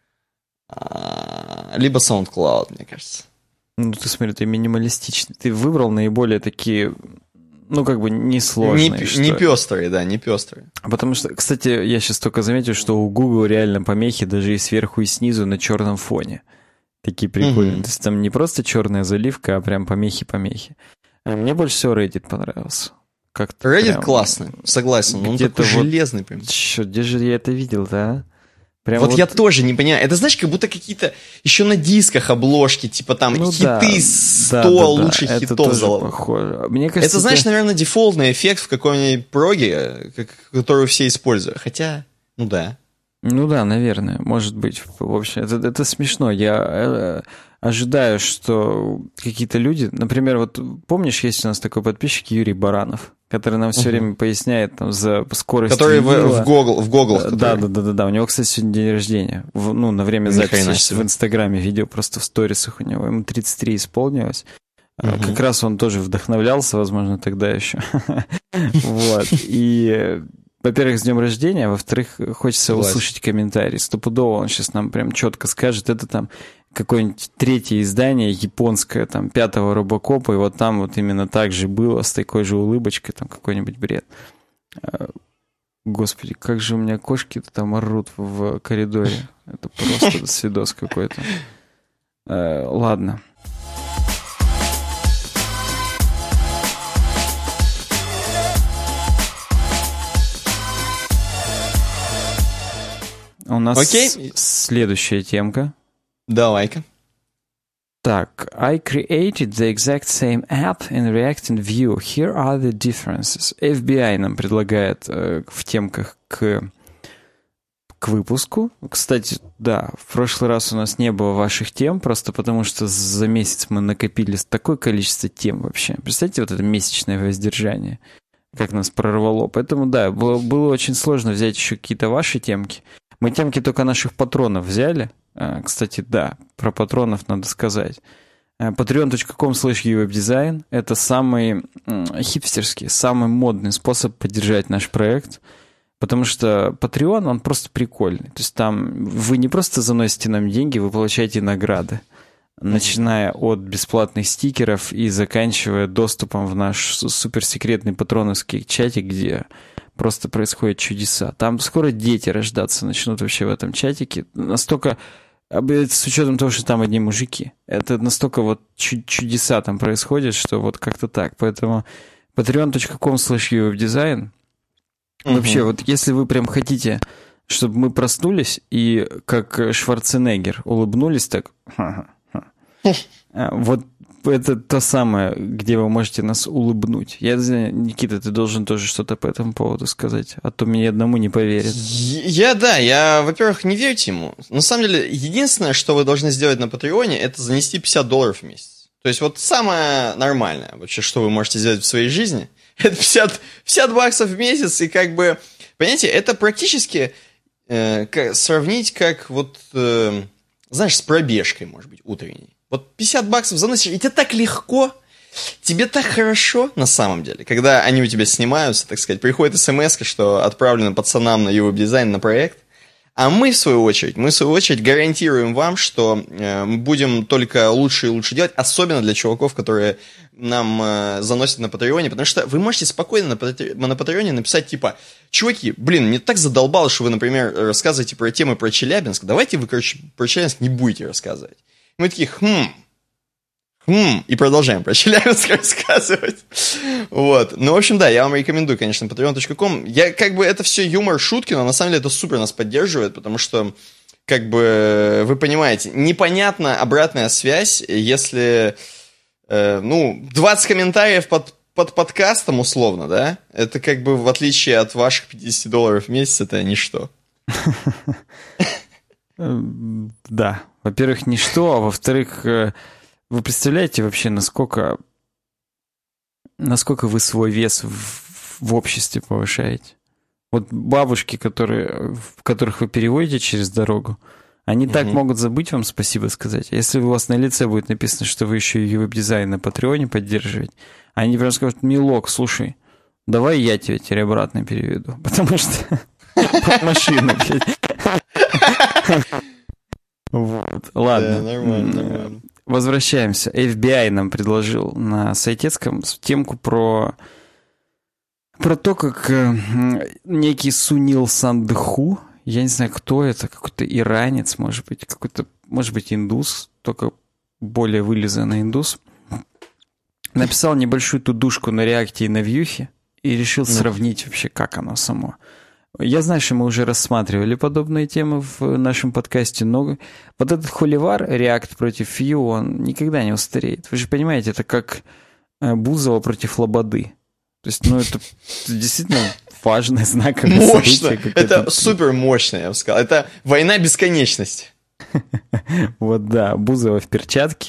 Либо SoundCloud, мне кажется. Ну, ты смотри, ты минималистичный. Ты выбрал наиболее такие... Ну, как бы несложные. Не, не пестрые, да, не пестрые. Потому что, кстати, я сейчас только заметил, что у Google реально помехи даже и сверху, и снизу на черном фоне. Такие прикольные. Mm-hmm. То есть там не просто черная заливка, а прям помехи-помехи. Мне больше всего Reddit понравился. Как-то Reddit прям... классный, согласен. Он такой вот... железный прям. Черт, где же я это видел-то, а? Прям вот, вот я тоже не понимаю. Это, знаешь, как будто какие-то еще на дисках обложки, типа там ну, хиты, да, сто да, да, лучших да, хитов золотых. Мне кажется, это, знаешь, это... наверное, дефолтный эффект в каком-нибудь проге, который все используют. Хотя, ну да. Ну да, наверное, может быть. В общем, это, это смешно. Я ожидаю, что какие-то люди... Например, вот помнишь, есть у нас такой подписчик Юрий Баранов, который нам все uh-huh. время поясняет там, за скорость который в, в Google, в Google. Да, да, да, да, да. У него, кстати, сегодня день рождения. В, ну, на время записи в Инстаграме видео, просто в сторисах у него. Ему тридцать три исполнилось. Uh-huh. Как раз он тоже вдохновлялся, возможно, тогда еще. Вот. И... Во-первых, с днем рождения, во-вторых, хочется Согласен. услышать комментарий. Стопудово он сейчас нам прям четко скажет, это там какое-нибудь третье издание японское, там, пятого Робокопа, и вот там вот именно так же было, с такой же улыбочкой, там какой-нибудь бред. Господи, как же у меня кошки-то там орут в коридоре. Это просто свидос какой-то. Ладно. У нас okay. следующая темка. Давай-ка. Так, I created the exact same app in React and Vue. Here are the differences. эф би ай нам предлагает э, в темках к, к выпуску. Кстати, да, в прошлый раз у нас не было ваших тем, просто потому что за месяц мы накопили такое количество тем вообще. Представьте, вот это месячное воздержание, как нас прорвало. Поэтому, да, было, было очень сложно взять еще какие-то ваши темки. Мы темки только наших патронов взяли. Кстати, да, про патронов надо сказать. patreon точка ком слэш uwebdesign — это самый хипстерский, самый модный способ поддержать наш проект, потому что Patreon, он просто прикольный. То есть там вы не просто заносите нам деньги, вы получаете награды, начиная от бесплатных стикеров и заканчивая доступом в наш суперсекретный патроновский чатик, где просто происходят чудеса. Там скоро дети рождаться начнут вообще в этом чатике. Настолько, с учетом того, что там одни мужики, это настолько вот чудеса там происходят, что вот как-то так. Поэтому patreon точка ком слэш uwebdesign. Вообще, вот если вы прям хотите, чтобы мы проснулись и как Шварценеггер улыбнулись так... Вот это то самое, где вы можете нас улыбнуть. Я знаю, Никита, ты должен тоже что-то по этому поводу сказать, а то мне одному не поверят. Я, да, я, во-первых, не верьте ему. На самом деле, единственное, что вы должны сделать на Патреоне, это занести пятьдесят долларов в месяц. То есть вот самое нормальное вообще, что вы можете сделать в своей жизни, это пятьдесят, пятьдесят баксов в месяц, и как бы, понимаете, это практически э, как, сравнить как вот, э, знаешь, с пробежкой, может быть, утренней. Вот пятьдесят баксов заносишь, и тебе так легко, тебе так хорошо на самом деле, когда они у тебя снимаются, так сказать, приходит смс, что отправлено пацанам на UWebDesign на проект, а мы, в свою очередь, мы, в свою очередь, гарантируем вам, что э, мы будем только лучше и лучше делать, особенно для чуваков, которые нам э, заносят на Патреоне, потому что вы можете спокойно на, Патре- на Патреоне написать, типа, чуваки, блин, мне так задолбало, что вы, например, рассказываете про темы про Челябинск, давайте вы, короче, про Челябинск не будете рассказывать. Мы такие, хм, хм, и продолжаем про Челябинск рассказывать. Вот. Ну, в общем, да, я вам рекомендую, конечно, patreon точка ком. Я, как бы, это все юмор, шутки, но на самом деле это супер нас поддерживает, потому что как бы, вы понимаете, непонятна обратная связь, если, э, ну, двадцать комментариев под, под подкастом, условно, да, это как бы в отличие от ваших пятьдесят долларов в месяц, это ничто. Да, во-первых, ничто, а во-вторых, вы представляете вообще, насколько, насколько вы свой вес в, в обществе повышаете? Вот бабушки, которые, которых вы переводите через дорогу, они mm-hmm. так могут забыть вам спасибо сказать. Если у вас на лице будет написано, что вы еще и веб-дизайн на Патреоне поддерживаете, они прям скажут: «Милок, слушай, давай я тебя теперь обратно переведу». Потому что машина, блядь. Вот, ладно. Нормально, нормально. Возвращаемся. эф би ай нам предложил на Сайтецком темку про... Про то, как э, некий Сунил Сандху, я не знаю, кто это, какой-то иранец, может быть, какой-то, может быть, индус, только более вылизанный индус, написал небольшую тудушку на реакте и на вьюхе и решил mm. сравнить вообще, как оно само. Я знаю, что мы уже рассматривали подобные темы в нашем подкасте, но вот этот холивар, React против Vue, он никогда не устареет. Вы же понимаете, это как Бузова против Лободы. То есть, ну, это действительно важное, знаковое мощно. событие. Это, это супер мощно, я бы сказал. Это война бесконечности. Вот да, Бузова в перчатке,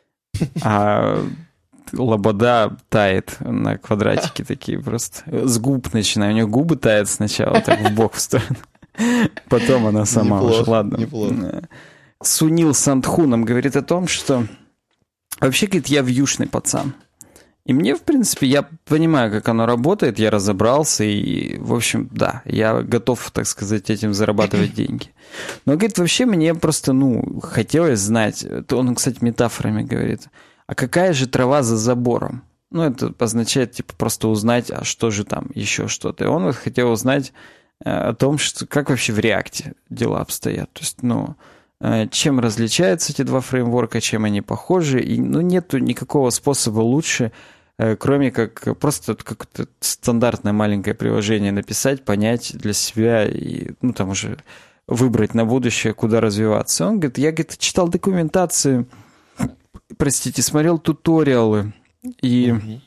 а Лобода тает на квадратике такие просто. С губ начинаю. У нее губы тают сначала, так в бок в сторону. Потом она сама неплохо, уже. Ладно. Неплохо. Сунил Сандху нам говорит о том, что вообще, говорит, я вьюшный пацан. И мне, в принципе, я понимаю, как оно работает, я разобрался, и, в общем, да, я готов, так сказать, этим зарабатывать деньги. Но, говорит, вообще мне просто, ну, хотелось знать, он, кстати, метафорами говорит, а какая же трава за забором? Ну, это означает, типа, просто узнать, а что же там, еще что-то. И он вот хотел узнать о том, что, как вообще в React дела обстоят. То есть, ну, чем различаются эти два фреймворка, чем они похожи, и, ну, нету никакого способа лучше, кроме как просто какое-то стандартное маленькое приложение написать, понять для себя и, ну, там уже выбрать на будущее, куда развиваться. Он говорит, я, говорит, читал документацию, простите, смотрел туториалы, и mm-hmm.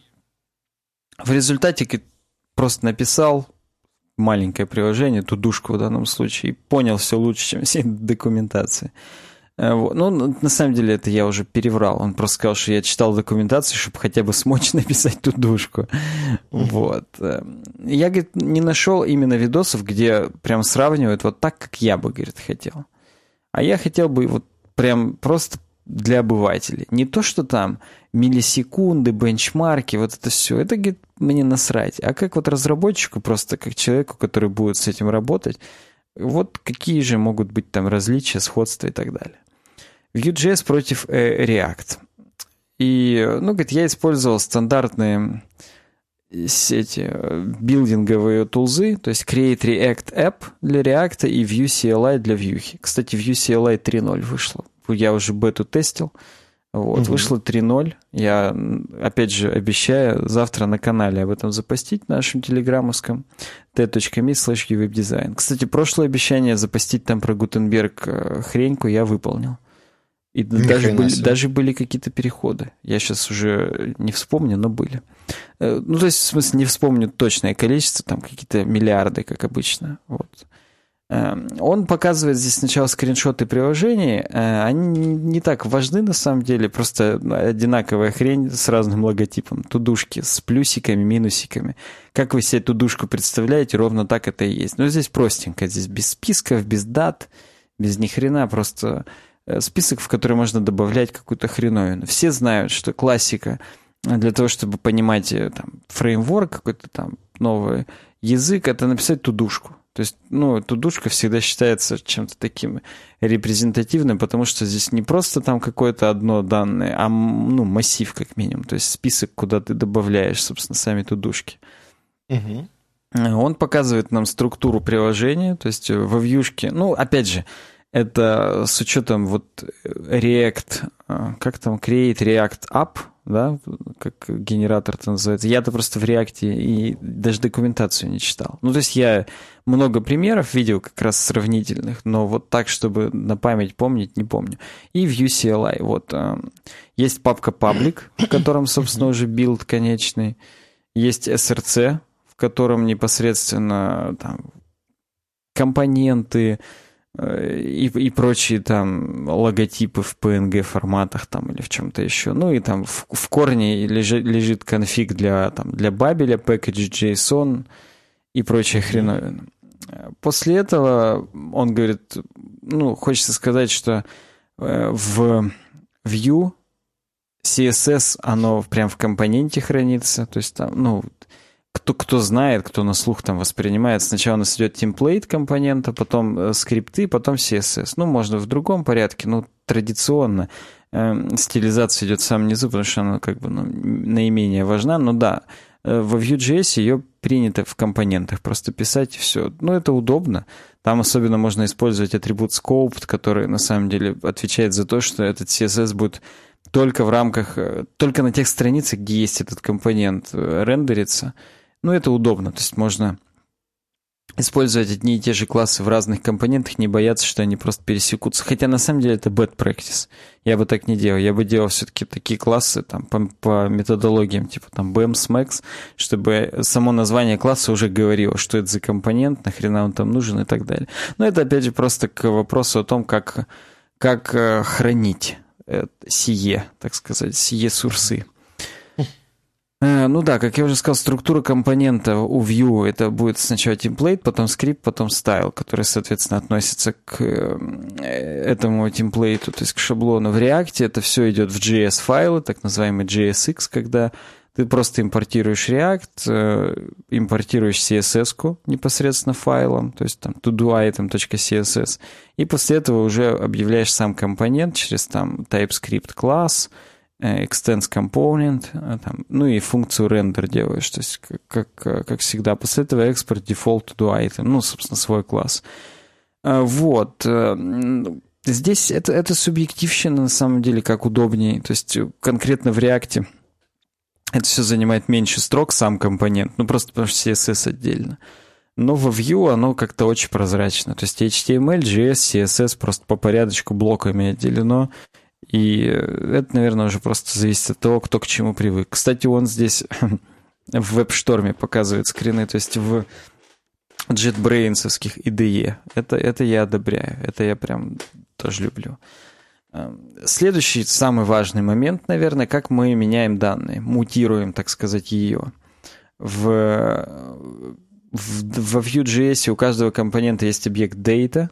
в результате, говорит, просто написал маленькое приложение, тудушку в данном случае, и понял все лучше, чем все документации. Вот. Ну, на самом деле, это я уже переврал. Он просто сказал, что я читал документацию, чтобы хотя бы смочь написать тудушку. Mm-hmm. Вот. Я, говорит, не нашел именно видосов, где прям сравнивают вот так, как я бы, говорит, хотел. А я хотел бы вот прям просто для обывателей. Не то, что там миллисекунды, бенчмарки, вот это все. Это, говорит, мне насрать. А как вот разработчику, просто как человеку, который будет с этим работать, вот какие же могут быть там различия, сходства и так далее. Vue.js против э, React. И, ну, говорит, я использовал стандартные эти билдинговые тулзы, то есть Create React App для React и Vue си эл ай для Vue. Кстати, Vue си эл ай три ноль вышло. Я уже бету тестил. Вот, угу. Вышло три ноль. Я, опять же, обещаю завтра на канале об этом запостить, в нашем телеграммовском t.me slash uwebdesign. Кстати, прошлое обещание запостить там про Гутенберг хреньку я выполнил. И даже были, даже были какие-то переходы. Я сейчас уже не вспомню, но были. Ну, то есть, в смысле, не вспомню точное количество, там какие-то миллиарды, как обычно. Вот. Он показывает здесь сначала скриншоты приложений. Они не так важны на самом деле, просто одинаковая хрень с разным логотипом. Тудушки с плюсиками, минусиками. Как вы себе тудушку представляете, ровно так это и есть. Но здесь простенько, здесь без списков, без дат, без ни хрена, просто список, в который можно добавлять какую-то хреновину. Все знают, что классика для того, чтобы понимать там, фреймворк, какой-то там новый язык, это написать тудушку. То есть, ну, тудушка всегда считается чем-то таким репрезентативным, потому что здесь не просто там какое-то одно данное, а, ну, массив как минимум. То есть список, куда ты добавляешь, собственно, сами тудушки. Угу. Он показывает нам структуру приложения, то есть во вьюшке, ну, опять же, это с учетом вот React, как там, Create React App, да, как генератор это называется. Я-то просто в React и даже документацию не читал. Ну, то есть я много примеров видел как раз сравнительных, но вот так, чтобы на память помнить, не помню. И Vue си эл ай. Вот. Есть папка public, в котором, собственно, уже билд конечный. Есть эс эр си, в котором непосредственно там компоненты и, и прочие там логотипы в пи эн джи форматах там или в чем-то еще. Ну и там в, в корне лежит, лежит конфиг для, там, для бабеля, package.json и прочая хреновина. После этого он говорит, ну, хочется сказать, что в Vue си эс эс, оно прям в компоненте хранится, то есть там, ну, Кто, кто знает, кто на слух там воспринимает, сначала у нас идет темплейт компонента, потом э, скрипты, потом си эс эс. Ну, можно в другом порядке, но традиционно э, стилизация идет в самом низу, потому что она как бы ну, наименее важна. Но да, э, во Vue.js ее принято в компонентах просто писать, и все. Ну, это удобно. Там особенно можно использовать атрибут scoped, который на самом деле отвечает за то, что этот си эс эс будет только в рамках, только на тех страницах, где есть этот компонент, рендериться. Ну, это удобно, то есть можно использовать одни и те же классы в разных компонентах, не бояться, что они просто пересекутся. Хотя на самом деле это bad practice. Я бы так не делал. Я бы делал все-таки такие классы там, по, по методологиям, типа там би и эм эс Max, чтобы само название класса уже говорило, что это за компонент, нахрена он там нужен и так далее. Но это, опять же, просто к вопросу о том, как, как хранить сие, так сказать, сие сурсы. Ну да, как я уже сказал, структура компонента у Vue это будет сначала темплейт, потом скрипт, потом style, который, соответственно, относится к этому темплейту, то есть к шаблону. В React это все идет в джей эс-файлы, так называемый джей эс икс, когда ты просто импортируешь React, импортируешь си эс эс-ку непосредственно файлом, то есть там todoitem.css, и после этого уже объявляешь сам компонент через там TypeScript класс, extends component, там, ну и функцию render делаешь, то есть как, как, как всегда. После этого экспорт default to item, ну, собственно, свой класс. Вот. Здесь это, это субъективщина, на самом деле, как удобнее. То есть конкретно в React это все занимает меньше строк, сам компонент, ну, просто потому что си эс эс отдельно. Но во Vue оно как-то очень прозрачно. То есть эйч ти эм эль, джей эс, си эс эс просто по порядочку блоками отделено. И это, наверное, уже просто зависит от того, кто к чему привык. Кстати, он здесь в WebStorm показывает скрины, то есть в JetBrains-овских ай ди и. Это, это я одобряю, это я прям тоже люблю. Следующий, самый важный момент, наверное, как мы меняем данные, мутируем, так сказать, ее. В, в, во Vue.js у каждого компонента есть объект data,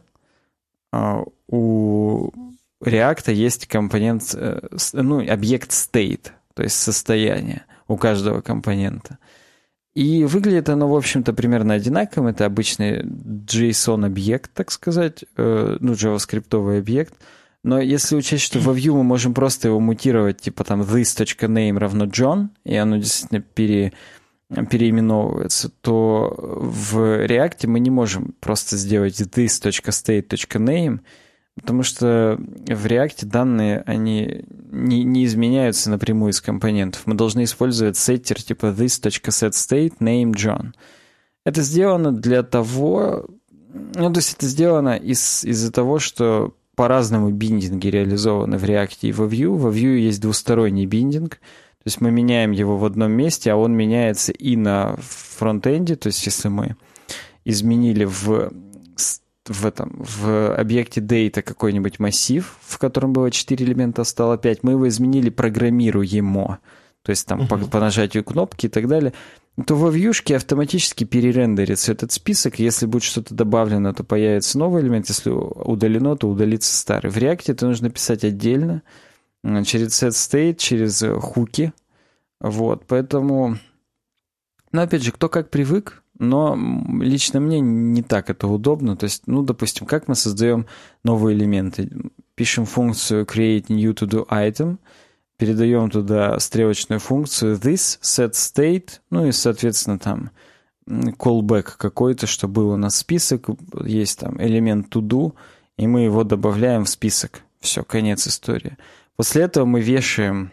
у React есть компонент, ну, объект state, то есть состояние у каждого компонента. И выглядит оно, в общем-то, примерно одинаковым. Это обычный JSON-объект, так сказать, ну, JavaScript-овый объект. Но если учесть, что во Vue мы можем просто его мутировать, типа там this.name равно John, и оно действительно пере, переименовывается, то в React мы не можем просто сделать this.state.name, потому что в React данные, они не, не изменяются напрямую из компонентов. Мы должны использовать сеттер типа this.setState name John. Это сделано для того... Ну, то есть это сделано из, из-за того, что по-разному биндинги реализованы в React и во Vue. Во Vue есть двусторонний биндинг. То есть мы меняем его в одном месте, а он меняется и на фронтенде. То есть если мы изменили в... в этом, в объекте data какой-нибудь массив, в котором было четыре элемента, стало пять, мы его изменили программируемо, то есть там uh-huh. по, по нажатию кнопки и так далее, то во вьюшке автоматически перерендерится этот список, если будет что-то добавлено, то появится новый элемент, если удалено, то удалится старый. В React это нужно писать отдельно, через setState, через хуки, вот, поэтому, но опять же, кто как привык, но лично мне не так это удобно. То есть, ну, допустим, как мы создаем новые элементы? Пишем функцию create new to do item, передаем туда стрелочную функцию this, set state, ну и, соответственно, там callback какой-то, что был у нас список, есть там элемент to do, и мы его добавляем в список. Все, конец истории. После этого мы вешаем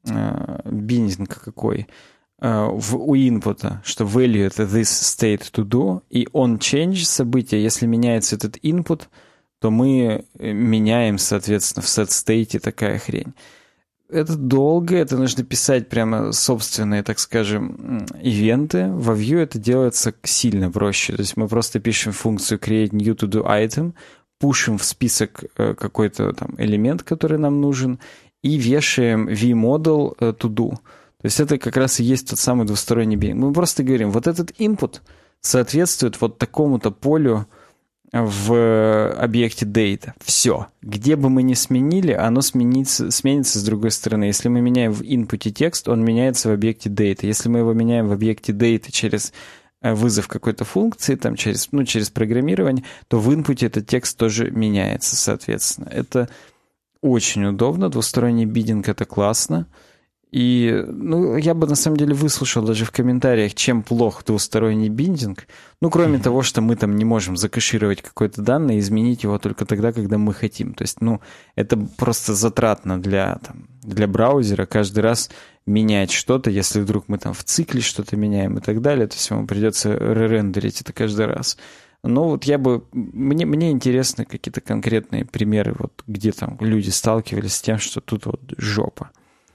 биндинг какой, в, у инпута, что value это this state to do, и on change событие, если меняется этот input, то мы меняем, соответственно, в set state такая хрень. Это долго, это нужно писать прямо собственные, так скажем, ивенты. Во Vue это делается сильно проще. То есть мы просто пишем функцию create new to do item, пушим в список какой-то там элемент, который нам нужен, и вешаем vModel to do. То есть это как раз и есть тот самый двусторонний биндинг. Мы просто говорим, вот этот input соответствует вот такому-то полю в объекте data. Все. Где бы мы ни сменили, оно сменится, сменится с другой стороны. Если мы меняем в инпуте текст, он меняется в объекте data. Если мы его меняем в объекте data через вызов какой-то функции, там, через, ну, через программирование, то в инпуте этот текст тоже меняется, соответственно. Это очень удобно. Двусторонний биддинг — это классно. И, ну, я бы, на самом деле, выслушал даже в комментариях, чем плох двусторонний биндинг. Ну, кроме mm-hmm. того, что мы там не можем закэшировать какое-то данное и изменить его только тогда, когда мы хотим. То есть, ну, это просто затратно для, там, для браузера каждый раз менять что-то, если вдруг мы там в цикле что-то меняем и так далее. То есть, ему придется ререндерить это каждый раз. Ну, вот я бы... Мне, мне интересны какие-то конкретные примеры, вот где там люди сталкивались с тем, что тут вот жопа.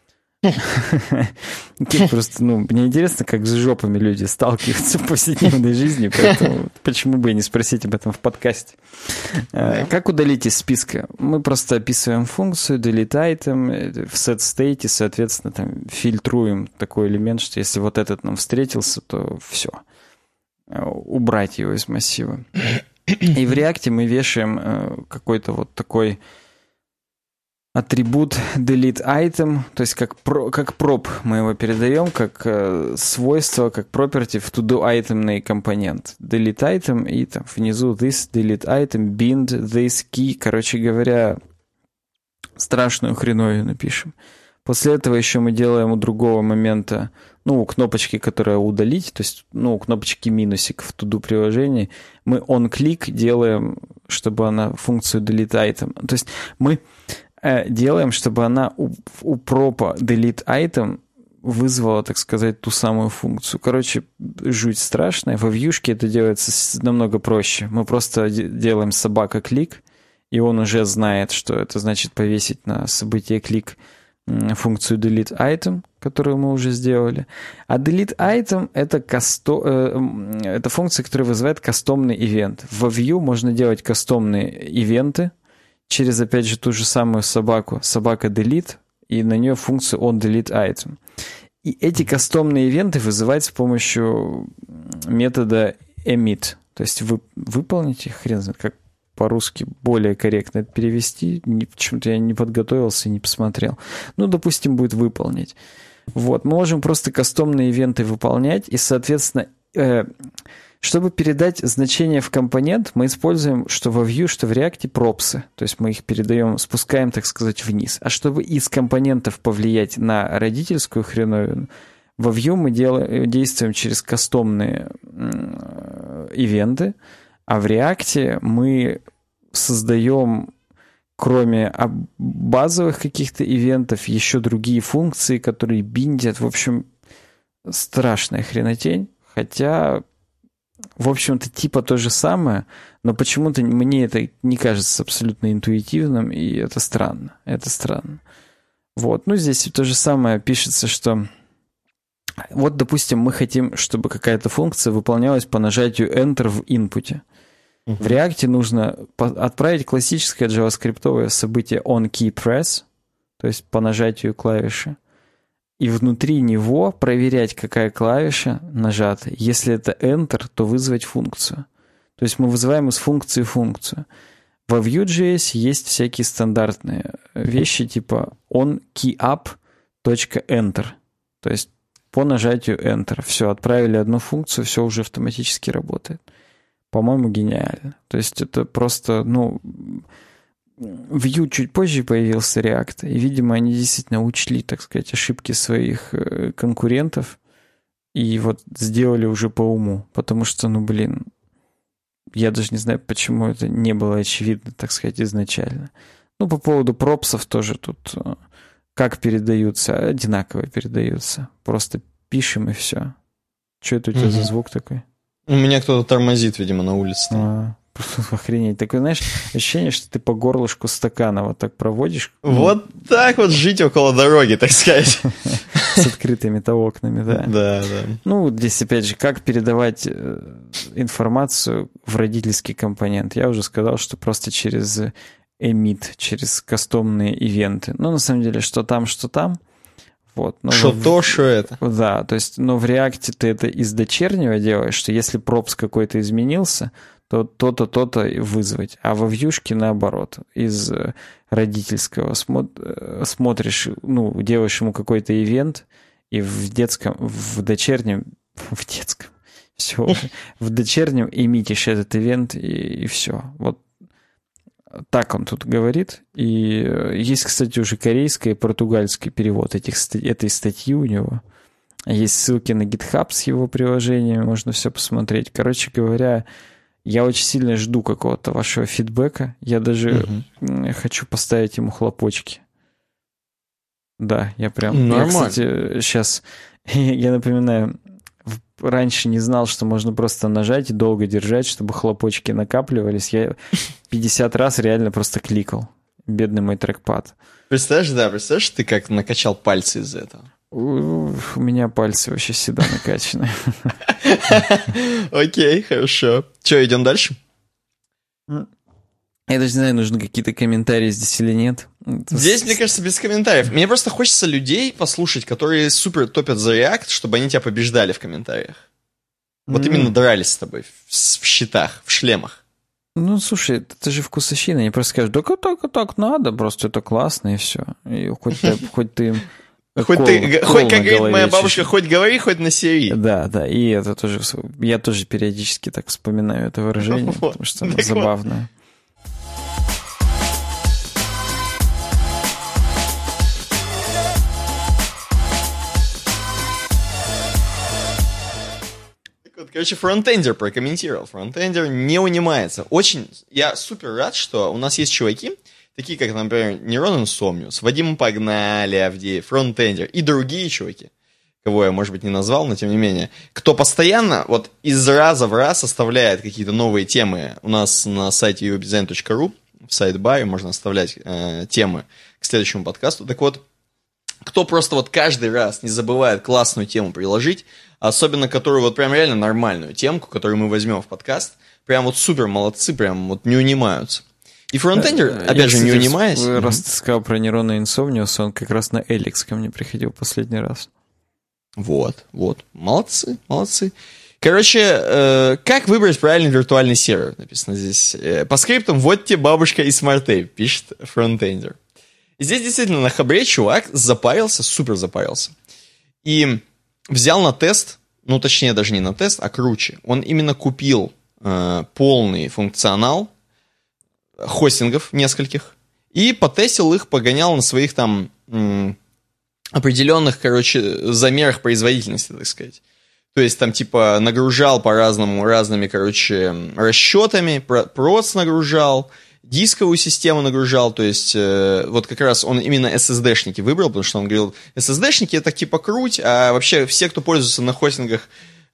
Просто, ну, мне интересно, как с жопами люди сталкиваются в повседневной жизни, поэтому почему бы и не спросить об этом в подкасте. Как удалить из списка? Мы просто описываем функцию delete item в set state, соответственно, там фильтруем такой элемент, что если вот этот нам встретился, то все. Убрать его из массива. И в React мы вешаем какой-то вот такой атрибут delete item, то есть как, про, как prop мы его передаем, как э, свойство, как property в to-do-айтемный компонент. Delete item и там внизу this delete item, bind this key. Короче говоря, страшную хреновину напишем. После этого еще мы делаем у другого момента, ну, у кнопочки, которая удалить, то есть, ну, у кнопочки минусик в to-do приложении, мы on-click делаем, чтобы она функцию delete item. То есть мы делаем, чтобы она у, у пропа delete item вызвала, так сказать, ту самую функцию. Короче, жуть страшная. Во вьюшке это делается намного проще. Мы просто делаем собака клик, и он уже знает, что это значит повесить на событие клик функцию delete item, которую мы уже сделали. А delete item — это, касто... это функция, которая вызывает кастомный ивент. Во Vue можно делать кастомные ивенты через, опять же, ту же самую собаку, собака delete, и на нее функцию onDeleteItem. И эти кастомные ивенты вызывать с помощью метода emit. То есть вы выполните, хрен знает, как по-русски более корректно это перевести. Почему-то я не подготовился и не посмотрел. Ну, допустим, будет выполнить. Вот. Мы можем просто кастомные ивенты выполнять, и, соответственно, э, чтобы передать значение в компонент, мы используем что во Vue, что в React пропсы. То есть мы их передаем, спускаем, так сказать, вниз. А чтобы из компонентов повлиять на родительскую хреновину, во Vue мы делаем, действуем через кастомные э, ивенты, а в React мы создаем, кроме базовых каких-то ивентов, еще другие функции, которые биндят. В общем, страшная хренотень. Хотя, в общем-то, типа то же самое, но почему-то мне это не кажется абсолютно интуитивным, и это странно. Это странно. Вот. Ну, здесь то же самое пишется, что... Вот, допустим, мы хотим, чтобы какая-то функция выполнялась по нажатию Enter в инпуте. Uh-huh. В React нужно отправить классическое джаваскриптовое событие onKeyPress, то есть по нажатию клавиши, и внутри него проверять, какая клавиша нажата. Если это Enter, то вызвать функцию. То есть мы вызываем из функции функцию. Во Vue.js есть всякие стандартные вещи типа onKeyUp.Enter. То есть по нажатию Enter. Все, отправили одну функцию, все уже автоматически работает. По-моему, гениально. То есть это просто, ну... В Vue чуть позже появился React, и, видимо, они действительно учли, так сказать, ошибки своих конкурентов и вот сделали уже по уму. Потому что, ну, блин, я даже не знаю, почему это не было очевидно, так сказать, изначально. Ну, по поводу пропсов тоже тут как передаются? Одинаково передаются. Просто пишем и все. Что это у тебя угу. за звук такой? У меня кто-то тормозит, видимо, на улице. А, охренеть. Такое, знаешь, ощущение, что ты по горлышку стакана вот так проводишь. Вот ну. так вот жить около дороги, так сказать. С открытыми-то окнами, да. Да, да. Ну, здесь, опять же, как передавать информацию в родительский компонент. Я уже сказал, что просто через эмит, через кастомные ивенты. Ну, на самом деле, что там, что там. Вот. Но что в... то, что это. Да, то есть, но в React ты это из дочернего делаешь, что если пропс какой-то изменился, то то-то, то-то вызвать. А во вьюшке наоборот. Из родительского смо- смотришь, ну, делаешь ему какой-то ивент, и в детском, в дочернем, в детском, все, в дочернем эмитишь этот ивент, и, и все. Вот так он тут говорит. И есть, кстати, уже корейский и португальский перевод этих, этой статьи у него. Есть ссылки на GitHub с его приложениями, можно все посмотреть. Короче говоря, я очень сильно жду какого-то вашего фидбэка. Я даже угу. хочу поставить ему хлопочки. Да, я прям... Нормально. Я, кстати, сейчас... Я напоминаю, раньше не знал, что можно просто нажать и долго держать, чтобы хлопочки накапливались. Я пятьдесят раз реально просто кликал. Бедный мой трекпад. Представляешь, да, представляешь, ты как накачал пальцы из этого? У, у меня пальцы вообще всегда накачаны. Окей, хорошо. Че, идем дальше? Я даже не знаю, нужны какие-то комментарии здесь или нет. Здесь, мне кажется, без комментариев. Мне просто хочется людей послушать, которые супер топят за React, чтобы они тебя побеждали в комментариях. Вот mm-hmm. именно дрались с тобой в, в щитах, в шлемах. Ну, слушай, это же вкусовщина. Они просто скажут, да так, так надо, просто это классно и все. И хоть ты, хоть ты... Хоть кол, ты, кол хоть, как говорит моя бабушка, чуть-чуть. Хоть говори, хоть на сери. Да, да, и это тоже... Я тоже периодически так вспоминаю это выражение, вот. Потому что оно забавное. Короче, фронтендер прокомментировал. Фронтендер не унимается. Очень, я супер рад, что у нас есть чуваки, такие как, например, Нейрон Insomnius, Вадим Погнали, Авдеев, фронтендер и другие чуваки, кого я, может быть, не назвал, но тем не менее, кто постоянно вот из раза в раз оставляет какие-то новые темы. У нас на сайте ю ай дизайн точка ру в сайт-баре можно оставлять э, темы к следующему подкасту. Так вот, кто просто вот каждый раз не забывает классную тему приложить, особенно которую вот прям реально нормальную темку, которую мы возьмем в подкаст, прям вот супер молодцы, прям вот не унимаются. И фронтендер, я, опять я, же, кстати, не унимаясь... Раз mm-hmm. ты сказал про Нейрона Инсомниуса, он как раз на Эликс ко мне приходил последний раз. Вот, вот, молодцы, молодцы. Короче, э, как выбрать правильный виртуальный сервер, написано здесь. Э, по скриптам, вот тебе бабушка и SmartTape, пишет фронтендер. И здесь действительно на хабре чувак запарился, супер запарился. И взял на тест, ну точнее даже не на тест, а круче. Он именно купил э, полный функционал хостингов нескольких и потестил их, погонял на своих там м, определенных, короче, замерах производительности, так сказать. То есть там типа нагружал по-разному, разными, короче, расчетами, проц нагружал, дисковую систему нагружал, то есть э, вот как раз он именно эс эс ди-шники выбрал, потому что он говорил, эс эс ди-шники это типа круть, а вообще все, кто пользуется на хостингах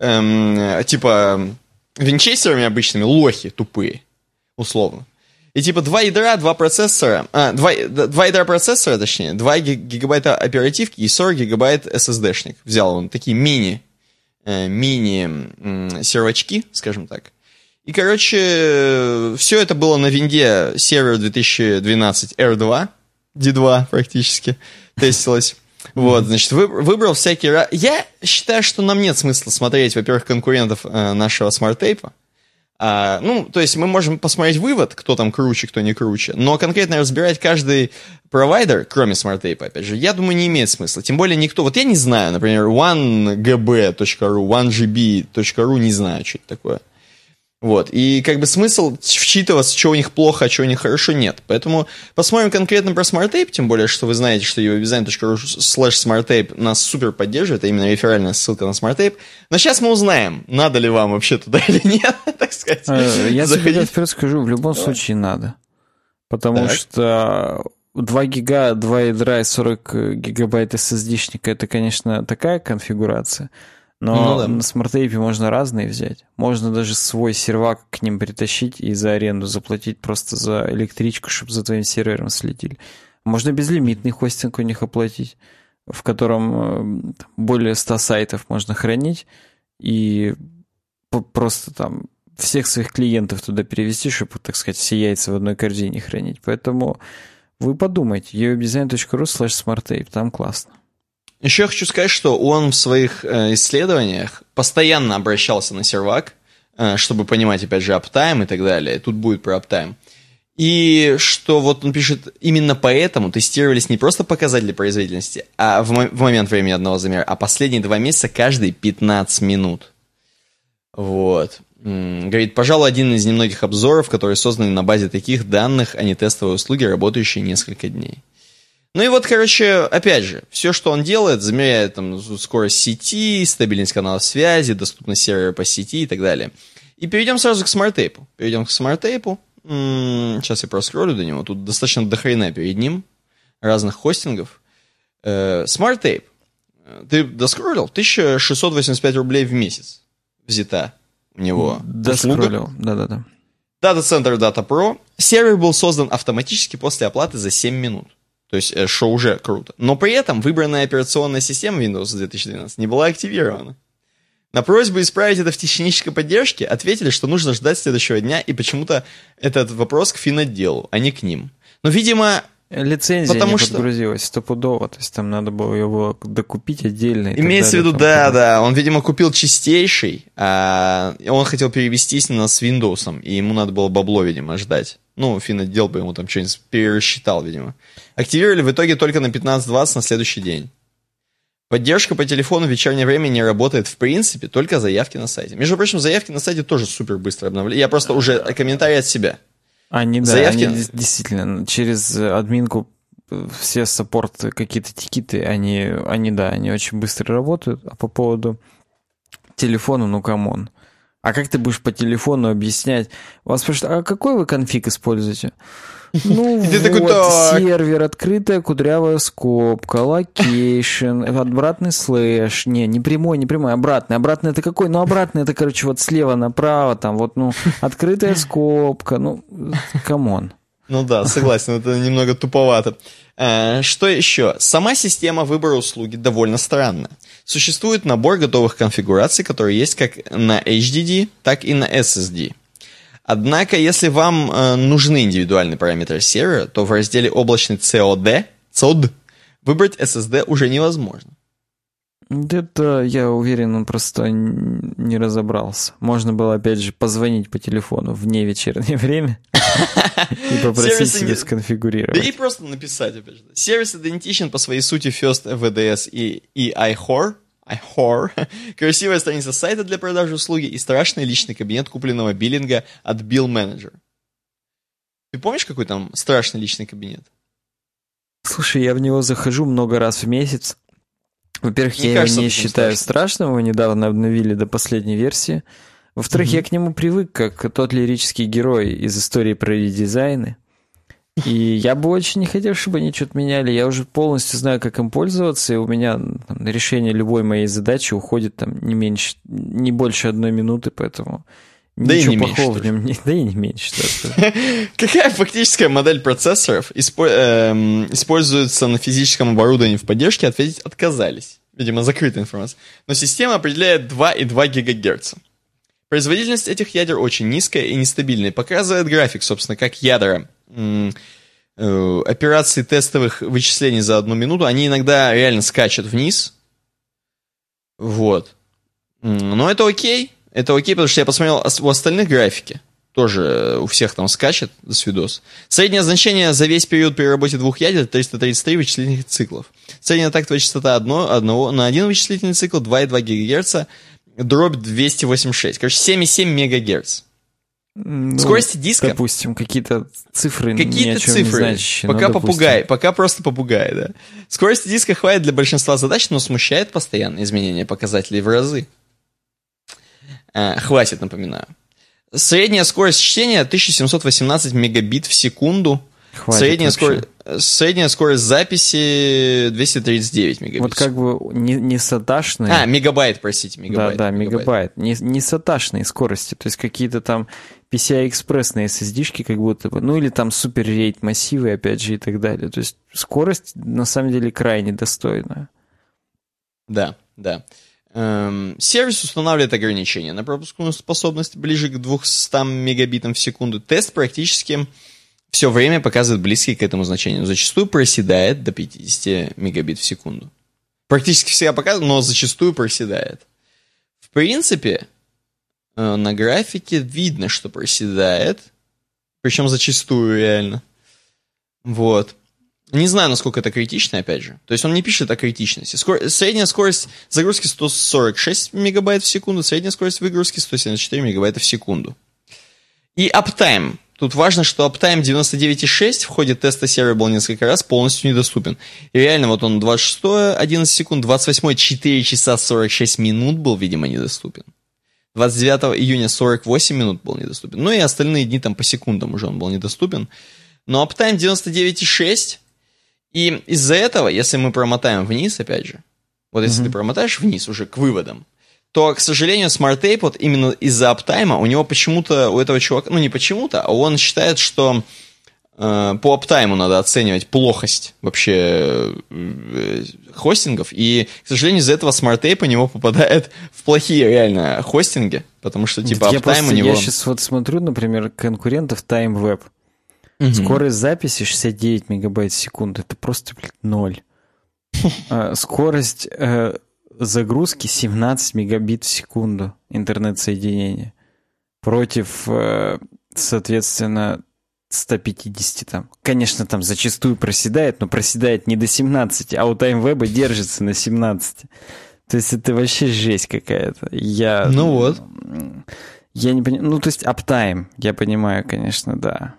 эм, типа винчестерами обычными, лохи тупые, условно. И типа два ядра, два процессора, а, два, два ядра процессора, точнее, два гигабайта оперативки и сорок гигабайт эс эс ди-шник. Взял он такие мини, э, мини э, сервачки, скажем так. И, короче, все это было на винде сервер две тысячи двенадцать эр два, ди два практически, тестилось. Вот, значит, вы, выбрал всякие... Я считаю, что нам нет смысла смотреть, во-первых, конкурентов э, нашего SmartTape. А, ну, то есть мы можем посмотреть вывод, кто там круче, кто не круче, но конкретно разбирать каждый провайдер, кроме SmartTape, опять же, я думаю, не имеет смысла. Тем более никто... Вот я не знаю, например, one g b точка ru, one g b точка ru, не знаю, что это такое. Вот, и как бы смысл вчитываться, что у них плохо, а что у них хорошо, нет. Поэтому посмотрим конкретно про SmartTape, тем более, что вы знаете, что ю ай дизайн точка ру слэш SmartTape нас супер поддерживает, а именно реферальная ссылка на SmartTape. Но сейчас мы узнаем, надо ли вам вообще туда или нет, так сказать. Я тебе вперед скажу, в любом случае надо. Потому так. что два гига, два ядра и сорок гигабайт эс эс ди-шника, это, конечно, такая конфигурация, но ну, да. на смарт-тейпе можно разные взять. Можно даже свой сервак к ним притащить и за аренду заплатить просто за электричку, чтобы за твоим сервером следили. Можно безлимитный хостинг у них оплатить, в котором более ста сайтов можно хранить и просто там всех своих клиентов туда перевести, чтобы, так сказать, все яйца в одной корзине хранить. Поэтому вы подумайте, uwebdesign.ru слэш smarttape, там классно. Еще я хочу сказать, что он в своих э, исследованиях постоянно обращался на сервак, э, чтобы понимать, опять же, аптайм и так далее. Тут будет про аптайм. И что вот он пишет, именно поэтому тестировались не просто показатели производительности, а в, мо- в момент времени одного замера, а последние два месяца каждые пятнадцать минут. Вот. М-м, говорит, пожалуй, один из немногих обзоров, которые созданы на базе таких данных, а не тестовые услуги, работающие несколько дней. Ну и вот, короче, опять же, все, что он делает, замеряет там скорость сети, стабильность каналов связи, доступность сервера по сети и так далее. И перейдем сразу к смарт-тейпу. Перейдем к смарт-тейпу. М-м, сейчас я проскроллю до него. Тут достаточно дохрена перед ним разных хостингов. Э, смарт-тейп. Ты доскроллил? тысяча шестьсот восемьдесят пять рублей в месяц взята у него. Доскроллил, да-да-да. Дата-центр Data Pro. Сервер был создан автоматически после оплаты за семь минут. То есть, что уже круто. Но при этом выбранная операционная система Windows две тысячи двенадцать не была активирована. На просьбу исправить это в технической поддержке ответили, что нужно ждать следующего дня, и почему-то этот вопрос к финотделу, а не к ним. Но, видимо... Лицензия потому не что... подгрузилась стопудово, то есть там надо было его докупить отдельно. Имеется в виду, да, да, он, видимо, купил чистейший, а он хотел перевестись на с Windows, и ему надо было бабло, видимо, ждать. Ну, финотдел бы ему там что-нибудь пересчитал, видимо. Активировали в итоге только на пятнадцать двадцать на следующий день. Поддержка по телефону в вечернее время не работает в принципе, только заявки на сайте. Между прочим, заявки на сайте тоже супер быстро обновляют. Я просто уже комментарий от себя. Они, да, заявки... они действительно через админку все саппорт, какие-то тикеты, они, они, да, они очень быстро работают. А по поводу телефона, ну, камон. А как ты будешь по телефону объяснять? Вас спрашивают, а какой вы конфиг используете? Ну, вот, сервер, открытая кудрявая скобка, локейшн, обратный слэш. Не, не прямой, не прямой, обратный. Обратный это какой? Ну, обратный это, короче, вот слева направо, там вот, ну, открытая скобка, ну, камон. Ну да, согласен, это немного туповато. Что еще? Сама система выбора услуги довольно странная. Существует набор готовых конфигураций, которые есть как на эйч ди ди, так и на эс эс ди. Однако, если вам э, нужны индивидуальные параметры сервера, то в разделе облачный си о ди, си о ди выбрать эс эс ди уже невозможно. Это, я уверен, он просто не разобрался. Можно было, опять же, позвонить по телефону в невечернее время и попросить себе сконфигурировать. Да и просто написать, опять же. Сервис идентичен по своей сути First эф ви ди эс и iHor. iHor. Красивая страница сайта для продажи услуги и страшный личный кабинет купленного биллинга от Bill Manager. Ты помнишь, какой там страшный личный кабинет? Слушай, я в него захожу много раз в месяц. Во-первых, Мне я кажется, его не считаю страшным, его недавно обновили до последней версии. Во-вторых, mm-hmm. я к нему привык, как тот лирический герой из истории про редизайны. И я бы очень не хотел, чтобы они что-то меняли. Я уже полностью знаю, как им пользоваться, и у меня там, на решение любой моей задачи уходит там не меньше, не больше одной минуты, поэтому да ничего и не плохого меньше, в нем нет. Да и не меньше. Да, какая фактическая модель процессоров используется на физическом оборудовании в поддержке, ответить отказались. Видимо, закрытая информация. Но система определяет два и два гигагерца. Производительность этих ядер очень низкая и нестабильная. Показывает график, собственно, как ядра м- э- операций тестовых вычислений за одну минуту, они иногда реально скачут вниз. Вот. Но это окей. Это окей, потому что я посмотрел у остальных графики. Тоже у всех там скачет, до свидос. Среднее значение за весь период при работе двух ядер триста тридцать три вычислительных циклов. Средняя тактовая частота одно, одного, на один вычислительный цикл два и два гигагерца. Дробь двести восемьдесят шесть. Короче, семь и семь мегагерц. Ну, скорость диска... Допустим, какие-то цифры Какие-то ни о чем цифры. Не значащие, пока ну, попугай. Пока просто попугай, да. Скорости диска хватит для большинства задач, но смущает постоянное изменение показателей в разы. А, хватит, напоминаю. Средняя скорость чтения тысяча семьсот восемнадцать мегабит в секунду. Хватит Средняя, скор... средняя скорость записи двести тридцать девять мегабит. Вот как бы не, не саташные. А, мегабайт, простите, мегабайт. Да, да, мегабайт. Не, не саташные скорости, то есть какие-то там пи си ай-экспрессные эс эс ди-шки как будто бы, ну или там супер-рейд массивы, опять же, и так далее. То есть скорость на самом деле крайне достойная. Да, да. Эм, сервис устанавливает ограничения на пропускную способность ближе к двухстам мегабитам в секунду. Тест практически все время показывает близкий к этому значению. Зачастую проседает до пятьдесят мегабит в секунду. Практически всегда показывает, но зачастую проседает. В принципе, на графике видно, что проседает. Причем зачастую реально. Вот. Не знаю, насколько это критично, опять же. То есть он не пишет о критичности. Скор... Средняя скорость загрузки сто сорок шесть мегабайт в секунду, средняя скорость выгрузки сто семьдесят четыре мегабайта в секунду. И аптайм. Тут важно, что аптайм девяносто девять и шесть в ходе теста сервера был несколько раз полностью недоступен. И реально вот он двадцать шестое одиннадцать секунд, двадцать восьмое четыре часа сорок шесть минут был, видимо, недоступен. двадцать девятого июня сорок восемь минут был недоступен. Ну и остальные дни там по секундам уже он был недоступен. Но аптайм девяносто девять и шесть. И из-за этого, если мы промотаем вниз, опять же, вот если mm-hmm. ты промотаешь вниз уже к выводам, то, к сожалению, Smart Tape вот именно из-за аптайма у него почему-то, у этого чувака, ну не почему-то, а он считает, что э, по аптайму надо оценивать плохость вообще э, хостингов, и, к сожалению, из-за этого Smart Tape у него попадает в плохие реально хостинги, потому что типа аптайм у него... Я сейчас вот смотрю, например, конкурентов TimeWeb. Угу. Скорость записи шестьдесят девять мегабайт в секунду. Это просто, блин, ноль. Скорость загрузки семнадцать мегабит в секунду интернет-соединения. Против, соответственно, сто пятьдесят там. Конечно, там зачастую проседает, но проседает не до семнадцати, а у TimeWeb держится на семнадцати. То есть это вообще жесть какая-то. Я... Ну вот. Я не понимаю. Ну, то есть аптайм, я понимаю, конечно, да.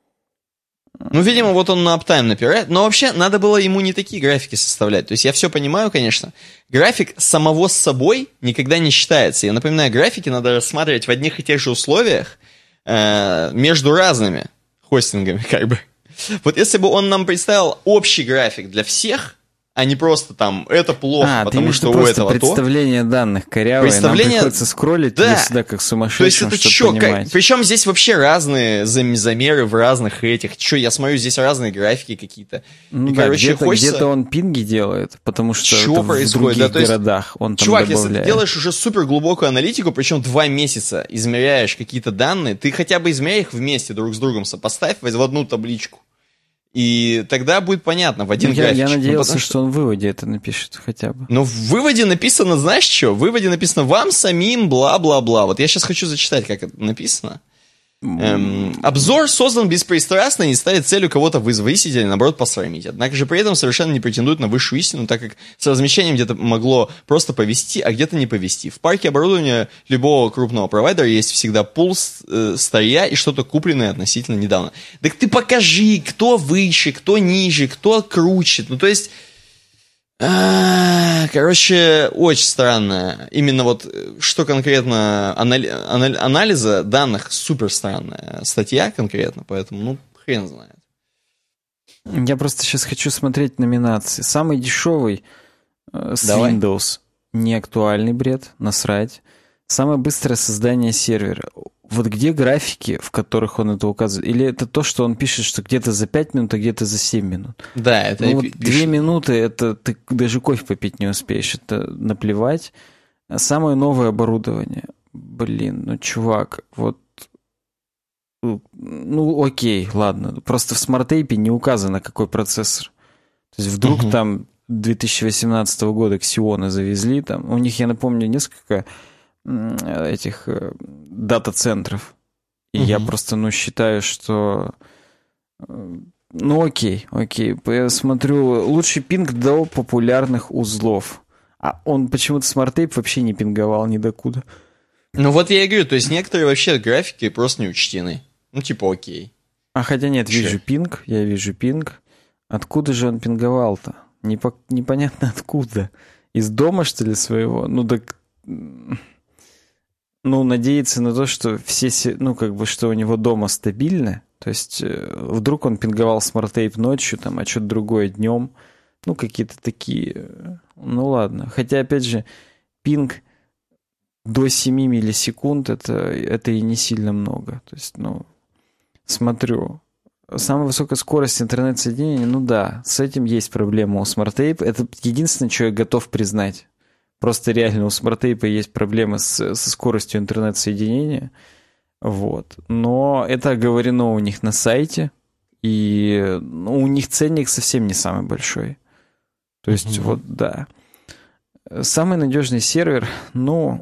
Ну, видимо, вот он на аптайм напирает. Но вообще, надо было ему не такие графики составлять. То есть я все понимаю, конечно. График самого с собой никогда не считается. Я напоминаю, графики надо рассматривать в одних и тех же условиях э, между разными хостингами, как бы. Вот если бы он нам представил общий график для всех, а не просто там это плохо, а, потому что у этого представление то... данных корявое, представление... нам приходится скроллить да. туда-сюда как сумасшедшим, то есть это чтобы чё, понимать. Как... Причем здесь вообще разные замеры в разных этих. Че, я смотрю, здесь разные графики какие-то. Ну и, да, короче, где-то, хочется... где-то он пинги делает, потому что Чё это происходит? в других да, то есть, городах он там чувак, добавляет. если ты делаешь уже супер глубокую аналитику, причем два месяца измеряешь какие-то данные, ты хотя бы измеряй их вместе друг с другом, сопоставь в одну табличку. И тогда будет понятно в один я, график. Я надеялся, ну, что... что он в выводе это напишет хотя бы. Но в выводе написано, знаешь что? В выводе написано «вам самим бла-бла-бла». Вот я сейчас хочу зачитать, как это написано. Эм, обзор создан беспристрастно и не ставит целью кого-то возвысить или, наоборот, посрамить. Однако же при этом совершенно не претендует на высшую истину, так как с размещением где-то могло просто повести, а где-то не повести. В парке оборудования любого крупного провайдера есть всегда пул э, старья и что-то купленное относительно недавно. Так ты покажи, кто выше, кто ниже, кто круче. Ну, то есть... А, короче, очень странно. Именно вот, что конкретно анали- анали- анализа данных, супер странная статья конкретно, поэтому, ну, хрен знает. Я просто сейчас хочу смотреть номинации. Самый дешевый э, с Давай. Windows. Неактуальный бред, насрать. Самое быстрое создание сервера. Вот где графики, в которых он это указывает? Или это то, что он пишет, что где-то за пять минут, а где-то за семь минут? Да, это ну, и вот пишет. Две минуты, это ты даже кофе попить не успеешь. Это наплевать. Самое новое оборудование. Блин, ну, чувак, вот... Ну, окей, ладно. Просто в смарт-тейпе не указано, какой процессор. То есть вдруг uh-huh. там две тысячи восемнадцатого года Xeon завезли. Там, у них, я напомню, несколько... этих э, дата-центров. И угу. я просто, ну, считаю, что... Э, ну, окей, окей. Я смотрю, лучший пинг до популярных узлов. А он почему-то смарт-тейп вообще не пинговал ни докуда. Ну, вот я и говорю, то есть некоторые вообще графики просто не учтены. Ну, типа, окей. А хотя нет, Че? вижу пинг, я вижу пинг. Откуда же он пинговал-то? Непо- непонятно откуда. Из дома, что ли, своего? Ну, так... Ну, надеяться на то, что все, ну, как бы, что у него дома стабильно, То есть вдруг он пинговал смарт-тейп ночью, там, а что-то другое днем. Ну, какие-то такие... Ну, ладно. Хотя, опять же, пинг до семь миллисекунд это, это и не сильно много. То есть, ну, смотрю. Самая высокая скорость интернет-соединения, ну да, с этим есть проблема у смарт-тейп. Это единственное, что я готов признать. Просто реально у смарт-тейпа есть проблемы с, со скоростью интернет-соединения. Вот. Но это оговорено у них на сайте. И ну, у них ценник совсем не самый большой. То есть, mm-hmm. вот, да. Самый надежный сервер, ну,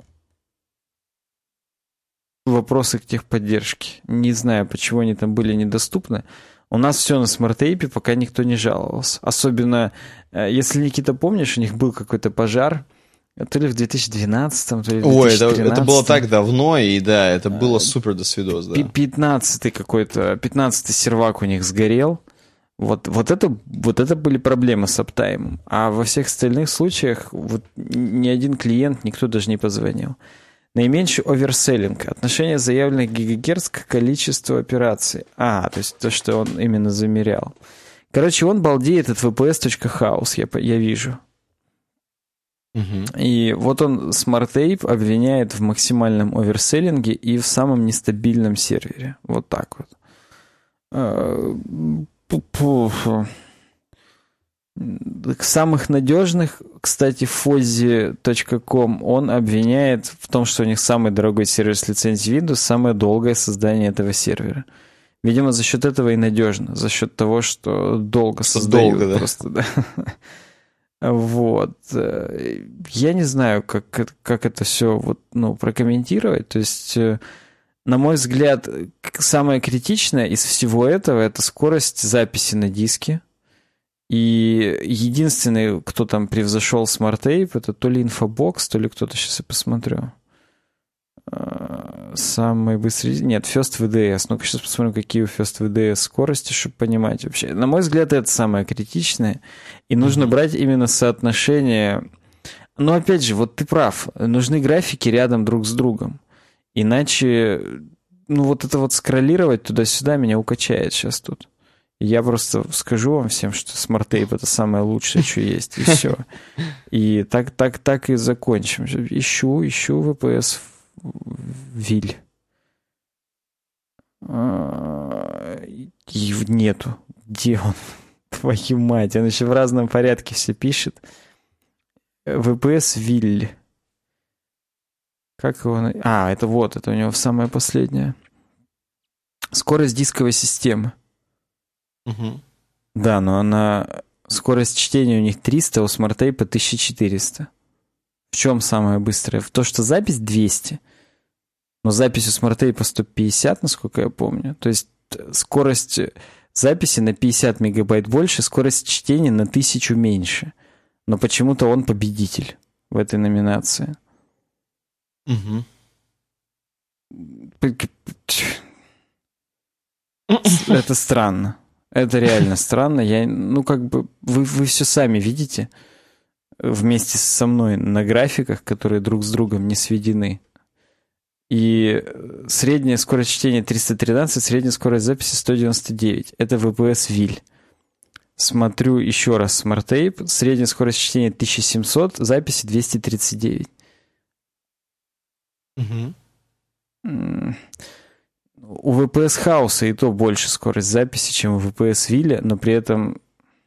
вопросы к техподдержке. Не знаю, почему они там были недоступны. У нас все на смарт-тейпе, пока никто не жаловался. Особенно, если, Никита, помнишь, у них был какой-то пожар, то ли в две тысячи двенадцатом, то ли в две тысячи тринадцатом. Ой, это, это было так давно, и да, это было супер до свидос, да. пятнадцатый какой-то, пятнадцатый сервак у них сгорел. Вот, вот, это, вот это были проблемы с аптаймом. А во всех остальных случаях вот, ни один клиент, никто даже не позвонил. Наименьший оверселлинг. Отношение заявленных гигагерц к количеству операций. А, то есть то, что он именно замерял. Короче, он балдеет от ви пи эс точка хаус, я, я вижу. Угу. И вот он смарт-тейп обвиняет в максимальном оверселлинге и в самом нестабильном сервере. Вот так вот. Самых надежных, кстати, фоззи точка ком, он обвиняет в том, что у них самый дорогой сервер с лицензией Windows, самое долгое создание этого сервера. Видимо, за счет этого и надежно, за счет того, что долго создают. Долго, да. Просто, да. Вот. Я не знаю, как, как это все вот, ну, прокомментировать. То есть, на мой взгляд, самое критичное из всего этого — это скорость записи на диске. И единственный, кто там превзошел смарт-тейп, это то ли Infobox, то ли кто-то, сейчас я посмотрю. Самый быстрый... Нет, First ви ди эс. Ну-ка сейчас посмотрим, какие у First ви ди эс скорости, чтобы понимать вообще. На мой взгляд, это самое критичное. И нужно mm-hmm. брать именно соотношение... Но опять же, вот ты прав. Нужны графики рядом друг с другом. Иначе, ну вот это вот скроллировать туда-сюда меня укачает сейчас тут. Я просто скажу вам всем, что смарт-тейп — это самое лучшее, что есть, и все. И так, так, так и закончим. Ищу, ищу ви пи эс Виль. И нету. Где он? Твою мать, он еще в разном порядке все пишет. ви пи эс Виль. Как его... А, это вот, это у него самое последнее. Скорость дисковой системы. Угу. Да, но она... Скорость чтения у них триста, у смарт-тейпа тысяча четыреста. В чем самое быстрое? В то, что запись двести. Но запись у смарт-тейпа сто пятьдесят, насколько я помню. То есть скорость записи на пятьдесят мегабайт больше, скорость чтения на тысячу меньше. Но почему-то он победитель в этой номинации. Угу. Это странно. Это реально странно. Я, ну, как бы, вы, вы все сами видите вместе со мной на графиках, которые друг с другом не сведены. И средняя скорость чтения триста тринадцать, средняя скорость записи сто девяносто девять. Это ви пи эс Виль. Смотрю еще раз смарт-тейп. Средняя скорость чтения тысяча семьсот, записи двести тридцать девять. Угу. У ви пи эс Хауса и то больше скорость записи, чем у ви пи эс Вилля, но при этом...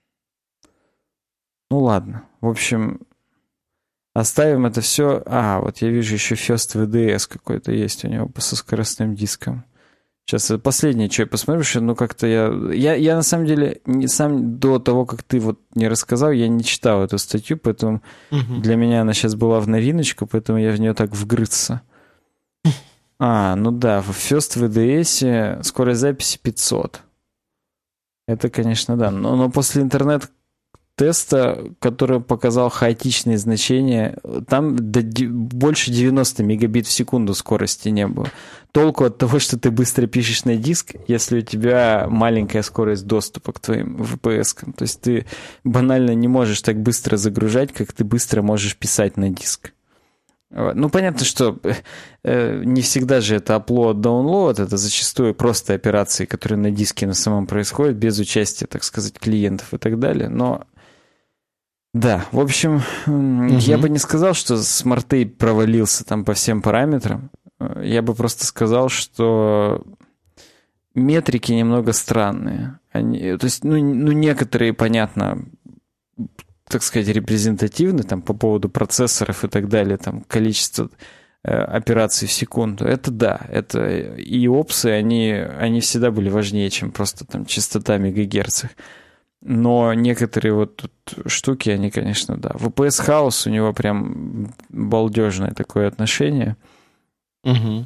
Ну ладно. В общем, оставим это все. А, вот я вижу еще First ви ди эс какой-то есть у него со скоростным диском. Сейчас это последнее, что я посмотрю, что ну как-то я... Я, я на самом деле не сам до того, как ты вот не рассказал, я не читал эту статью, поэтому угу. для меня она сейчас была в новиночку, поэтому я в нее так вгрызся. А, ну да, в First ви ди эс скорость записи пятьсот. Это, конечно, да. Но, но после интернет-теста, который показал хаотичные значения, там до, больше девяносто мегабит в секунду скорости не было. Толку от того, что ты быстро пишешь на диск, если у тебя маленькая скорость доступа к твоим ви пи эс-кам. То есть ты банально не можешь так быстро загружать, как ты быстро можешь писать на диск. Ну, понятно, что э, не всегда же это upload-download, это зачастую просто операции, которые на диске на самом происходят, без участия, так сказать, клиентов и так далее. Но да, в общем, угу. я бы не сказал, что Smart Tape провалился там по всем параметрам. Я бы просто сказал, что метрики немного странные. Они, то есть, ну, ну, некоторые, понятно, так сказать, репрезентативны там, по поводу процессоров и так далее, там, количество э, операций в секунду. Это да, это и опсы, они, они всегда были важнее, чем просто там частота мегагерц. Но некоторые вот тут штуки, они, конечно, да. ви пи эс House, у него прям балдежное такое отношение. Угу.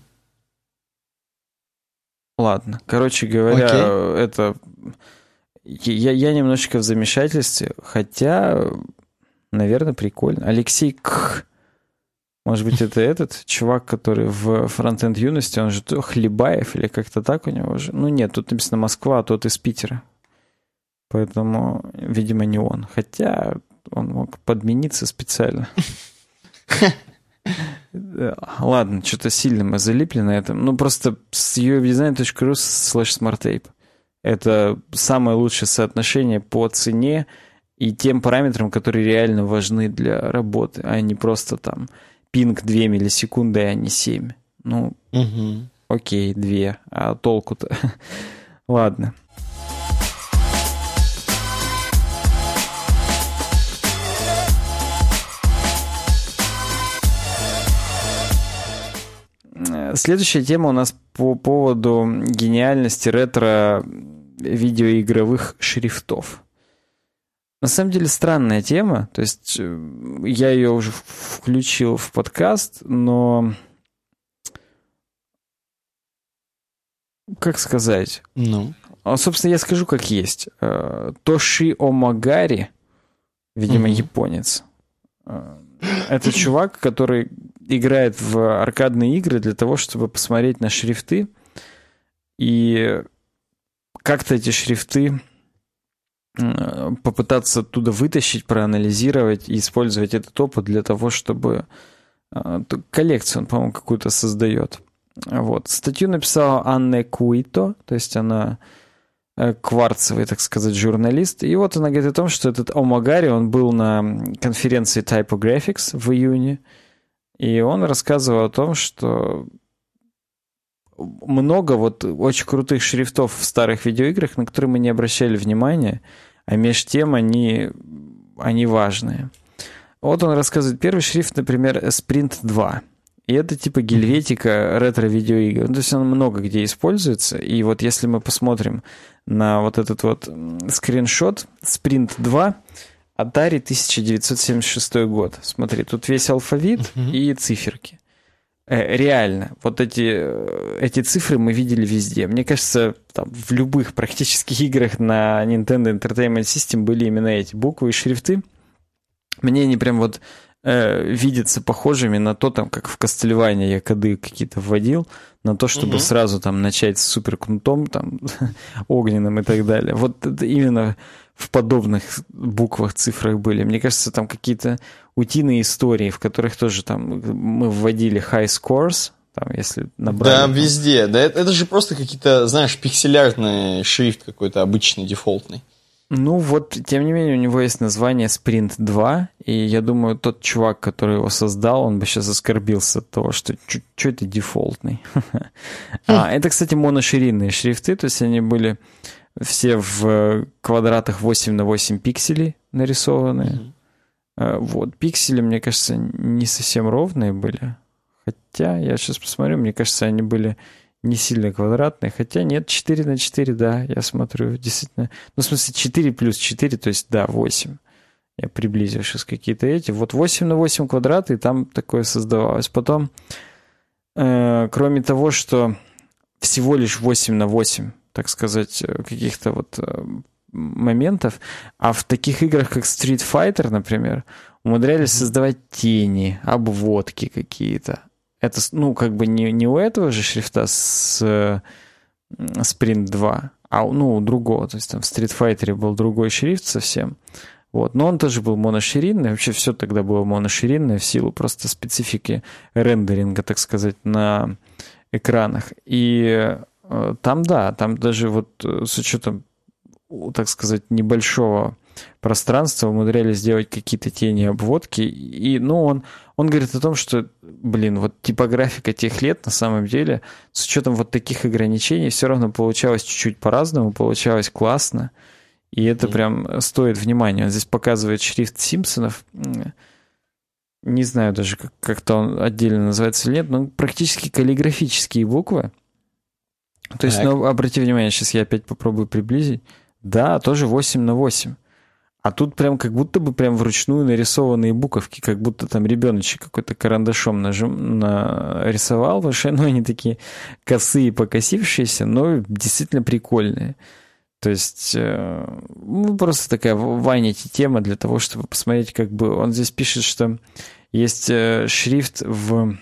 Ладно, короче говоря, Окей. это... Я, я немножечко в замешательстве, хотя, наверное, прикольно. Алексей К. Может быть, это этот чувак, который в фронтенд юности, он же Хлебаев или как-то так у него же. Ну нет, тут написано Москва, а тот из Питера. Поэтому, видимо, не он. Хотя он мог подмениться специально. Ладно, что-то сильно мы залипли на этом. Ну, просто с ю ай design точка ру слэш smarttape. Это самое лучшее соотношение по цене и тем параметрам, которые реально важны для работы, а не просто там пинг две миллисекунды, а не семь. Ну, угу. Окей, две, а толку-то? Ладно. Следующая тема у нас по поводу гениальности ретро-видеоигровых шрифтов. На самом деле странная тема, то есть я ее уже включил в подкаст, но как сказать? Ну. Собственно, я скажу как есть. Тоши Омагари, видимо, угу. японец. Это чувак, который играет в аркадные игры для того, чтобы посмотреть на шрифты и как-то эти шрифты попытаться оттуда вытащить, проанализировать и использовать этот опыт для того, чтобы... Коллекцию он, по-моему, какую-то создает. Вот. Статью написала Анна Куито, то есть она кварцевый, так сказать, журналист. И вот она говорит о том, что этот Омагари, он был на конференции Typographics в июне, и он рассказывал о том, что много вот очень крутых шрифтов в старых видеоиграх, на которые мы не обращали внимания, а между тем они, они важные. Вот он рассказывает, первый шрифт, например, Sprint два. И это типа гельветика ретро-видеоигр. Ну, то есть он много где используется. И вот если мы посмотрим на вот этот вот скриншот Sprint два, Atari тысяча девятьсот семьдесят шестой год. Смотри, тут весь алфавит uh-huh. и циферки. Э, реально, вот эти, эти цифры мы видели везде. Мне кажется, там, в любых практически играх на Nintendo Entertainment System были именно эти буквы и шрифты. Мне они прям вот э, видятся похожими на то, там, как в Castlevania я коды какие-то вводил, на то, чтобы uh-huh. сразу там начать с суперкнутом, там, огненным и так далее. Вот это именно в подобных буквах, цифрах были. Мне кажется, там какие-то утиные истории, в которых тоже там мы вводили high scores, там, если набрали... Да, там... везде. Да, это, это же просто какие-то, знаешь, пикселярный шрифт какой-то обычный, дефолтный. Ну вот, тем не менее, у него есть название Sprint два, и я думаю, тот чувак, который его создал, он бы сейчас оскорбился от того, что что это дефолтный. а, это, кстати, моноширинные шрифты, то есть они были все в квадратах восемь на восемь пикселей нарисованные. Mm-hmm. Вот, пиксели, мне кажется, не совсем ровные были. Хотя, я сейчас посмотрю, мне кажется, они были не сильно квадратные. Хотя нет, четыре на четыре, да, я смотрю, действительно. Ну, в смысле, четыре плюс четыре, то есть, да, восемь. Я приблизил сейчас какие-то эти. Вот восемь на восемь квадраты, и там такое создавалось. Потом, э, кроме того, что всего лишь восемь на восемь, так сказать, каких-то вот моментов, а в таких играх, как Street Fighter, например, умудрялись mm-hmm. создавать тени, обводки какие-то. Это, ну, как бы не, не у этого же шрифта с Sprint два, а ну, у другого. То есть там в Street Fighter был другой шрифт совсем. Вот. Но он тоже был моноширинный. Вообще все тогда было моноширинное в силу просто специфики рендеринга, так сказать, на экранах. И э, там, да, там даже вот с учетом, так сказать, небольшого пространства умудрялись сделать какие-то тени, обводки. И, ну, он, он говорит о том, что, блин, вот типографика тех лет, на самом деле, с учетом вот таких ограничений, все равно получалось чуть-чуть по-разному, получалось классно. И это прям стоит внимания. Он здесь показывает шрифт Симпсонов. Не знаю даже, как, как-то он отдельно называется или нет, но практически каллиграфические буквы. То есть, ну, обрати внимание, сейчас я опять попробую приблизить. Да, тоже восемь на восемь. А тут прям как будто бы прям вручную нарисованные буковки, как будто там ребеночек какой-то карандашом нажим, нарисовал. Вообще, ну, они такие косые, покосившиеся, но действительно прикольные. То есть, ну, просто такая вайнити тема для того, чтобы посмотреть, как бы... Он здесь пишет, что есть шрифт в...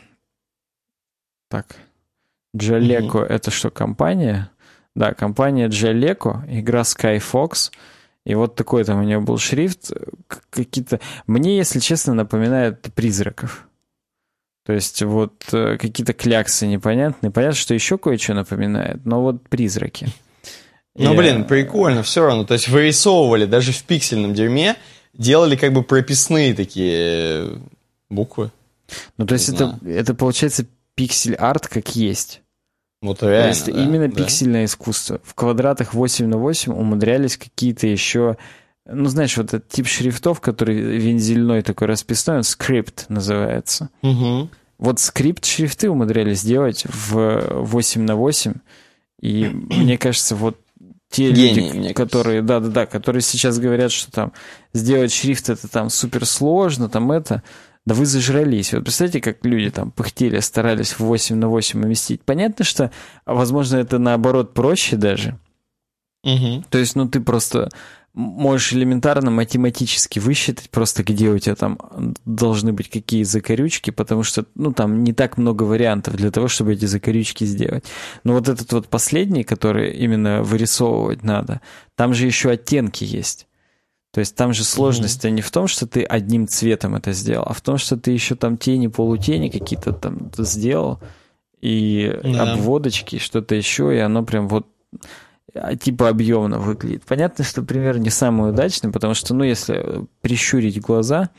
Так, Jaleco, mm-hmm. это что, компания? Да, компания Jaleco, игра Skyfox. И вот такой там у нее был шрифт. Какие-то... Мне, если честно, напоминает призраков. То есть вот какие-то кляксы непонятные. Понятно, что еще кое-что напоминает, но вот призраки. Ну, блин, прикольно, все равно. То есть вырисовывали даже в пиксельном дерьме, делали как бы прописные такие буквы. Ну, то есть это, это получается пиксель-арт как есть. Вот реально, то есть да, именно да. пиксельное искусство. В квадратах восемь на восемь умудрялись какие-то еще... Ну, знаешь, вот этот тип шрифтов, который вензельной такой расписной, он скрипт называется. Угу. Вот скрипт-шрифты умудрялись делать в восемь на восемь. И мне кажется, вот те Гений, люди, которые, да-да-да, которые сейчас говорят, что там сделать шрифт это там супер сложно, там это, да вы зажрались. Вот представляете, как люди там пыхтели, старались в восемь на восемь уместить. Понятно, что, возможно, это наоборот проще даже. Угу. То есть, ну, ты просто можешь элементарно математически высчитать просто, где у тебя там должны быть какие закорючки, потому что, ну, там не так много вариантов для того, чтобы эти закорючки сделать. Но вот этот вот последний, который именно вырисовывать надо, там же еще оттенки есть. То есть там же сложность-то mm-hmm. не в том, что ты одним цветом это сделал, а в том, что ты еще там тени, полутени какие-то там сделал, и yeah. обводочки, что-то еще, и оно прям вот типа объемно выглядит. Понятно, что пример не самый удачный, потому что, ну, если прищурить глаза,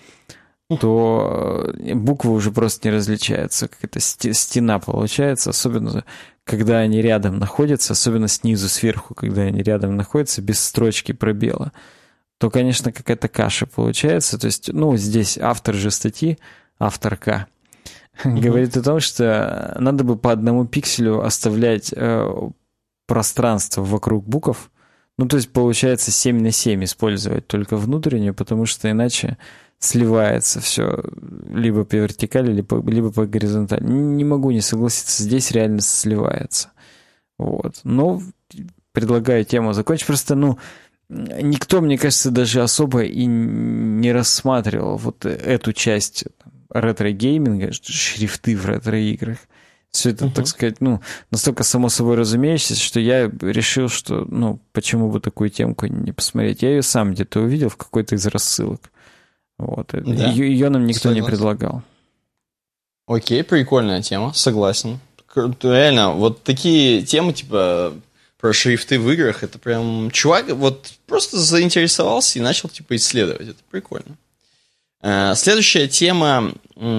то буквы уже просто не различаются. Какая-то стена получается, особенно когда они рядом находятся, особенно снизу, сверху, когда они рядом находятся, без строчки пробела, то, конечно, какая-то каша получается. То есть, ну, здесь автор же статьи, авторка, uh-huh. говорит о том, что надо бы по одному пикселю оставлять пространство вокруг букв. Ну, то есть, получается, семь на семь использовать только внутреннюю, потому что иначе сливается все либо по вертикали, либо, либо по горизонтали. Не могу не согласиться, здесь реально сливается. Вот. Но предлагаю тему закончить. Просто, ну, никто, мне кажется, даже особо и не рассматривал вот эту часть ретро-гейминга, шрифты в ретро-играх. Все это, uh-huh. так сказать, ну, настолько само собой разумеющееся, что я решил, что, ну, почему бы такую темку не посмотреть. Я ее сам где-то увидел в какой-то из рассылок. Вот. Да. Ее, ее нам никто Согласен. не предлагал. Окей, прикольная тема, согласен. Реально, вот такие темы, типа, про шрифты в играх, это прям чувак вот просто заинтересовался и начал, типа, исследовать. Это прикольно. Следующая тема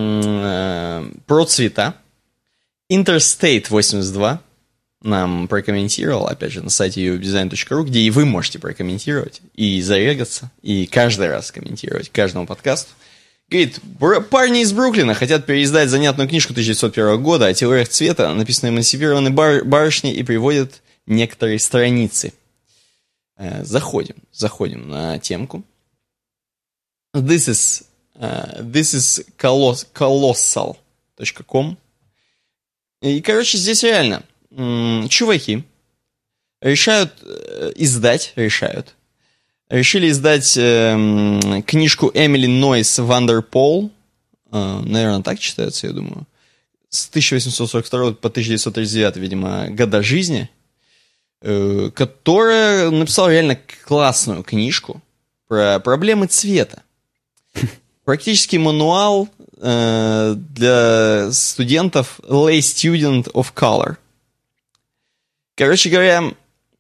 про цвета. Interstate восемьдесят два нам прокомментировал, опять же, на сайте ю дизайн точка ру, где и вы можете прокомментировать, и зарегаться, и каждый раз комментировать к каждому подкасту. Говорит, парни из Бруклина хотят переиздать занятную книжку тысяча девятьсот первого года о теориях цвета, написанной эмансипированной бар- барышней, и приводят некоторые страницы. Заходим, заходим на темку. This is, uh, this is coloss- colossal точка ком. И, короче, здесь реально м- чуваки решают э, издать, решают, решили издать э, книжку Эмили Нойс Вандерпол, э, наверное, так читается, я думаю, с тысяча восемьсот сорок второго по тысяча девятьсот тридцать девятый, видимо, года жизни, э, которая написала реально классную книжку про проблемы цвета. Практически мануал э, для студентов Lay Student of Color. Короче говоря,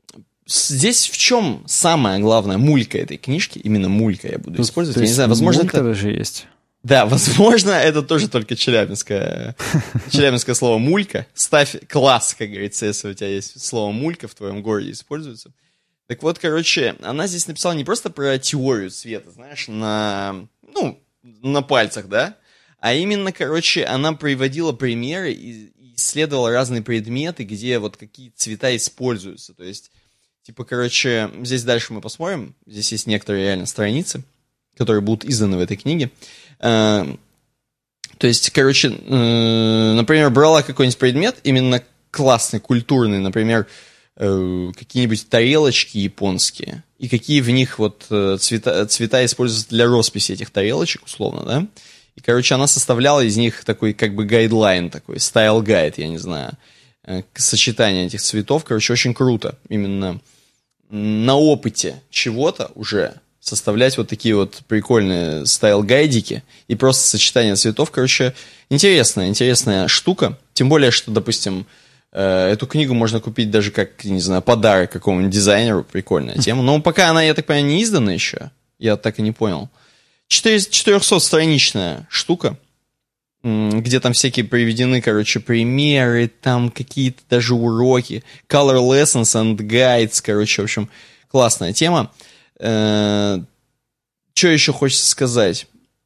здесь в чем самая главная мулька этой книжки? Именно мулька я буду использовать. Я не знаю, возможно, мулька это... даже есть. Да, возможно, это тоже только челябинское, челябинское слово «мулька». Ставь класс, как говорится, если у тебя есть слово «мулька» в твоем городе используется. Так вот, короче, она здесь написала не просто про теорию цвета, знаешь, на, ну, на пальцах, да, а именно, короче, она приводила примеры и исследовала разные предметы, где вот какие цвета используются. То есть, типа, короче, здесь дальше мы посмотрим, здесь есть некоторые реально страницы, которые будут изданы в этой книге. То есть, короче, например, брала какой-нибудь предмет, именно классный, культурный, например, какие-нибудь тарелочки японские, и какие в них вот цвета, цвета используются для росписи этих тарелочек, условно, да? И, короче, она составляла из них такой, как бы, гайдлайн такой, стайл-гайд, я не знаю, сочетание этих цветов, короче, очень круто. Именно на опыте чего-то уже составлять вот такие вот прикольные стайл-гайдики и просто сочетание цветов, короче, интересная, интересная штука. Тем более, что, допустим, э, эту книгу можно купить даже как, не знаю, подарок какому-нибудь дизайнеру, прикольная тема. Но пока она, я так понимаю, не издана еще, я так и не понял. четырехсотстраничная штука, где там всякие приведены, короче, примеры, там какие-то даже уроки, color lessons and guides, короче, в общем, классная тема. Что еще хочется сказать?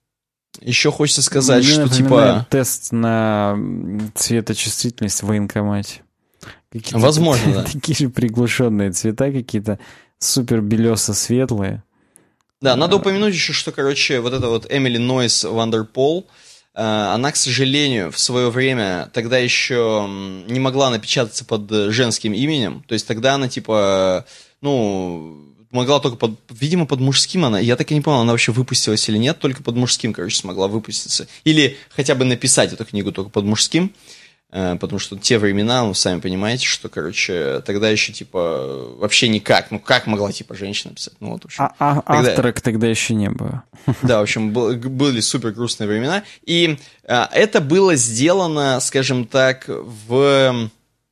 Еще хочется сказать, Мне что типа... тест на цветочувствительность в военкомате. Какие-то возможно, да. Такие же приглушенные цвета, какие-то супер белесо-светлые. Да, надо упомянуть еще, что, короче, вот эта вот Эмили Нойс Вандерпол, она, к сожалению, в свое время тогда еще не могла напечататься под женским именем. То есть тогда она, типа, ну... могла только под, видимо, под мужским она, я так и не понял, она вообще выпустилась или нет, только под мужским, короче, смогла выпуститься. Или хотя бы написать эту книгу только под мужским, э, потому что те времена, ну, сами понимаете, что, короче, тогда еще, типа, вообще никак, ну, как могла, типа, женщина писать, ну, вот, в общем. А, а тогда... авторок тогда еще не было. Да, в общем, был, были супер грустные времена, и э, это было сделано, скажем так, в,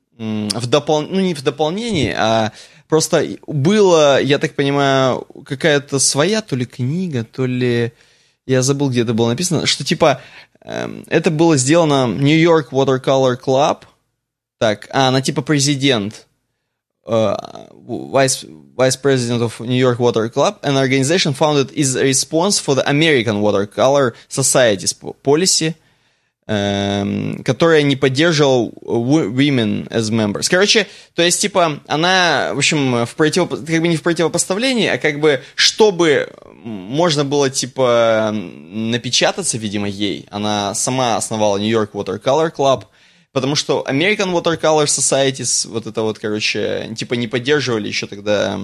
в допол... ну, не в дополнении, а просто было, я так понимаю, какая-то своя то ли книга, то ли... Я забыл, где это было написано, что типа э, это было сделано New York Watercolor Club. Так, а, она типа президент. Uh, vice, vice President of New York Water Club, an organization founded is a response for the American Watercolor Society's policy, Um, которая не поддерживала women as members. Короче, то есть, типа, она, в общем, в против... как бы не в противопоставлении, а как бы, чтобы можно было, типа, напечататься, видимо, ей, она сама основала New York Watercolor Club, потому что American Watercolor Societies, вот это вот, короче, типа, не поддерживали еще тогда...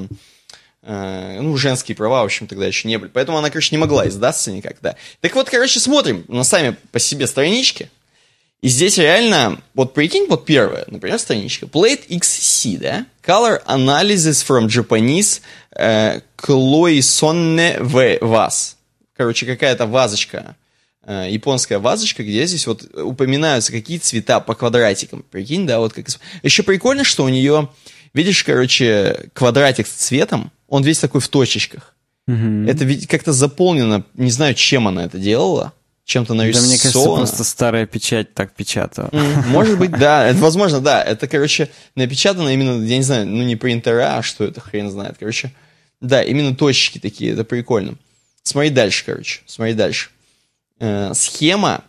ну, женские права, в общем, тогда еще не были. Поэтому она, короче, не могла издаться никак, да. Так вот, короче, смотрим на сами по себе странички. И здесь реально, вот прикинь, вот первая, например, страничка. Plate икс си, да? Color Analysis from Japanese э, Cloisonne Vase. Короче, какая-то вазочка, э, японская вазочка, где здесь вот упоминаются какие цвета по квадратикам. Прикинь, да, вот как... Еще прикольно, что у нее, видишь, короче, квадратик с цветом, он весь такой в точечках. Mm-hmm. Это ведь как-то заполнено, не знаю, чем она это делала, чем-то нарисовано. Да, мне кажется, просто старая печать так печатала. Mm, может быть, да, это возможно, да. Это, короче, напечатано именно, я не знаю, ну не принтера, а что это, хрен знает. Короче, да, именно точечки такие, это прикольно. Смотри дальше, короче, смотри дальше. Э, схема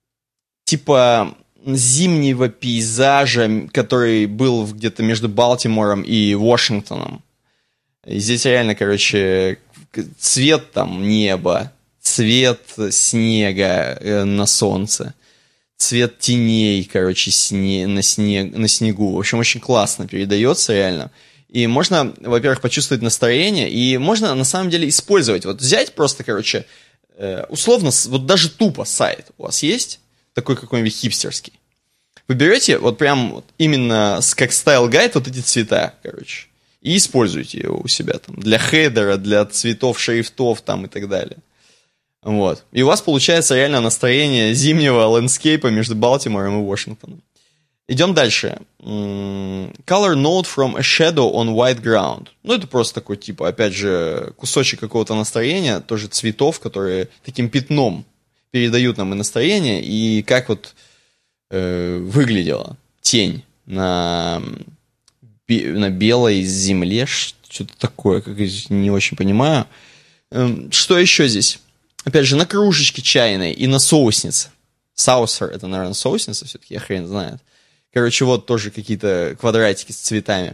типа зимнего пейзажа, который был где-то между Балтимором и Вашингтоном. И здесь реально, короче, цвет там неба, цвет снега э, на солнце, цвет теней, короче, сне, на, снег, на снегу. В общем, очень классно передается реально. И можно, во-первых, почувствовать настроение, и можно, на самом деле, использовать. Вот взять просто, короче, э, условно, вот даже тупо сайт у вас есть, такой какой-нибудь хипстерский. Вы берете вот прям вот именно как стайл-гайд вот эти цвета, короче. И и используйте его у себя там для хедера, для цветов, шрифтов там и так далее. Вот. И у вас получается реально настроение зимнего ландскейпа между Балтимором и Вашингтоном. Идем дальше. Color note from a shadow on white ground. Ну, это просто такой, типа, опять же, кусочек какого-то настроения, тоже цветов, которые таким пятном передают нам и настроение, и как вот э, выглядела тень на, на белой земле, что-то такое, как я не очень понимаю. Что еще здесь? Опять же, на кружечке чайной и на соуснице. Саусер, это, наверное, соусница все-таки, я хрен знает. Короче, вот тоже какие-то квадратики с цветами.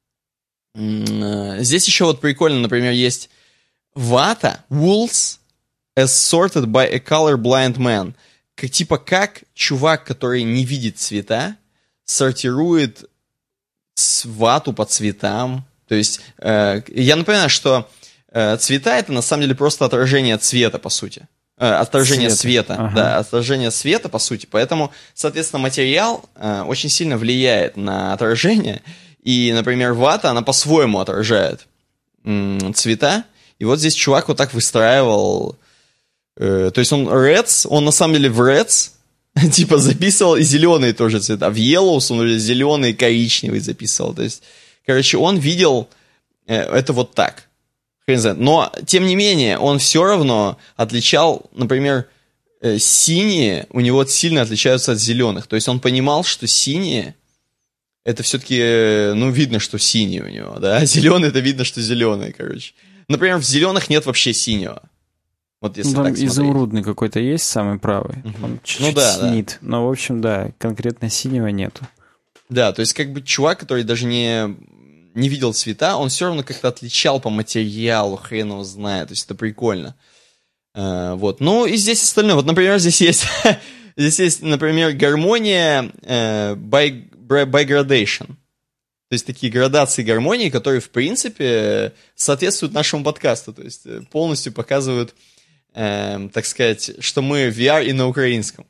Здесь еще вот прикольно, например, есть вата, wools, as sorted by a colorblind man. Как, типа как чувак, который не видит цвета, сортирует вату по цветам. То есть, э, я напоминаю, что э, цвета — это на самом деле просто отражение цвета, по сути. Э, отражение света, ага. да, отражение света, по сути. Поэтому, соответственно, материал э, очень сильно влияет на отражение. И, например, вата, она по-своему отражает м- цвета. И вот здесь чувак вот так выстраивал... Э, то есть он Reds, он на самом деле в Reds типа записывал и зеленые тоже цвета. В Yellows он уже зеленый и коричневый записывал. То есть, короче, он видел э, это вот так. Хрен знает. Но, тем не менее, он все равно отличал, например, э, синие у него сильно отличаются от зеленых. То есть он понимал, что синие это все-таки, э, ну, видно, что синие у него, да, а зеленые это видно, что зеленые, короче. Например, в зеленых нет вообще синего. Вот если ну, там так смотреть. Изумрудный какой-то есть, самый правый. Uh-huh. Он чуть-чуть ну, да, синит. Да. Но, в общем, да, конкретно синего нету. Да, то есть как бы чувак, который даже не, не видел цвета, он все равно как-то отличал по материалу, хрен его знает. То есть это прикольно. А, вот. Ну и здесь остальное. Вот, например, здесь есть, здесь есть, например, гармония uh, by, by gradation. То есть такие градации гармонии, которые, в принципе, соответствуют нашему подкасту. То есть полностью показывают, э, так сказать, что мы в ви ар и на украинском.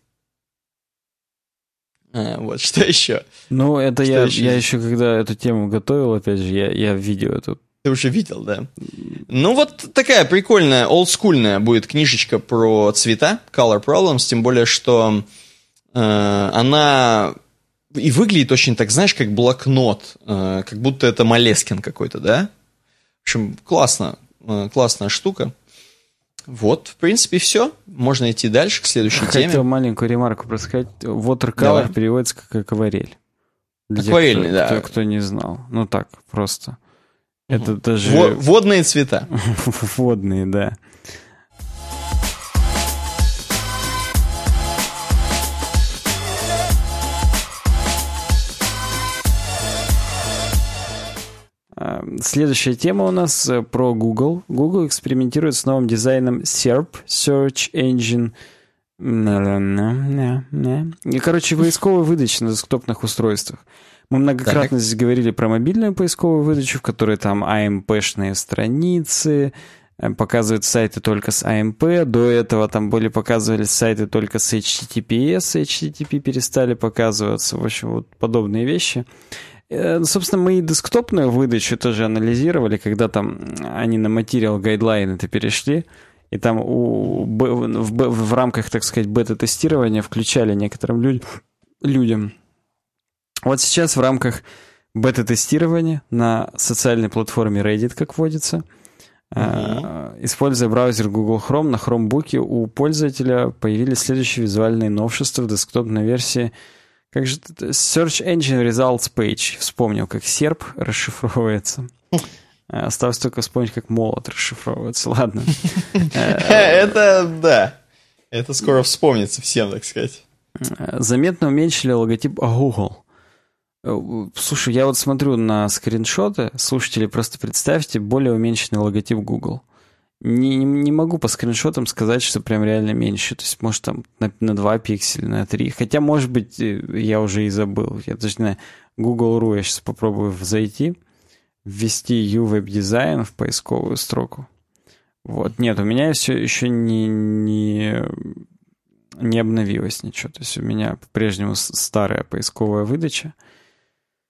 А, вот, что еще? Ну, это что я еще? я еще, когда эту тему готовил, опять же, я, я видел эту. Ты уже видел, да? Ну, вот такая прикольная, олдскульная будет книжечка про цвета, Color Problems, тем более, что э, она... И выглядит очень так, знаешь, как блокнот, э, как будто это Молескин какой-то, да? В общем, классно, э, классная штука. Вот, в принципе, все. Можно идти дальше к следующей Хотел теме. Хотел маленькую ремарку просто сказать. Watercolor переводится как акварель. Для Акварельный, тех, кто, да. Кто, кто не знал. Ну так, просто. Угу. Это даже... Во- водные цвета. Водные, да. Следующая тема у нас про Google. Google экспериментирует с новым дизайном серп, Search Engine. И, короче, поисковая выдача на десктопных устройствах. Мы многократно так. здесь говорили про мобильную поисковую выдачу, в которой там эй эм пи-шные страницы, показывают сайты только с эй эм пи. До этого там были показывались сайты только с эйч ти ти пи эс, эйч ти ти пи перестали показываться. В общем, вот подобные вещи. Собственно, мы и десктопную выдачу тоже анализировали, когда там они на Material Guideline это перешли, и там у, в, в, в рамках, так сказать, бета-тестирования включали некоторым люд, людям. Вот сейчас в рамках бета-тестирования на социальной платформе Reddit, как водится, uh-huh. э, используя браузер Google Chrome, на Chromebook у пользователя появились следующие визуальные новшества в десктопной версии. Как же это? Search Engine Results Page. Вспомнил, как серп расшифровывается. Осталось только вспомнить, как молот расшифровывается. Ладно. Это, да. Это скоро вспомнится всем, так сказать. Заметно уменьшили логотип Google. Слушай, я вот смотрю на скриншоты. Слушатели, просто представьте более уменьшенный логотип Google. Не, не, не могу по скриншотам сказать, что прям реально меньше. То есть, может, там на, на два пикселя, на три. Хотя, может быть, я уже и забыл. Я даже не знаю. Google точка ру я сейчас попробую зайти, ввести U-Web-Design в поисковую строку. Вот. Нет, у меня все еще не, не, не обновилось ничего. То есть, у меня по-прежнему старая поисковая выдача.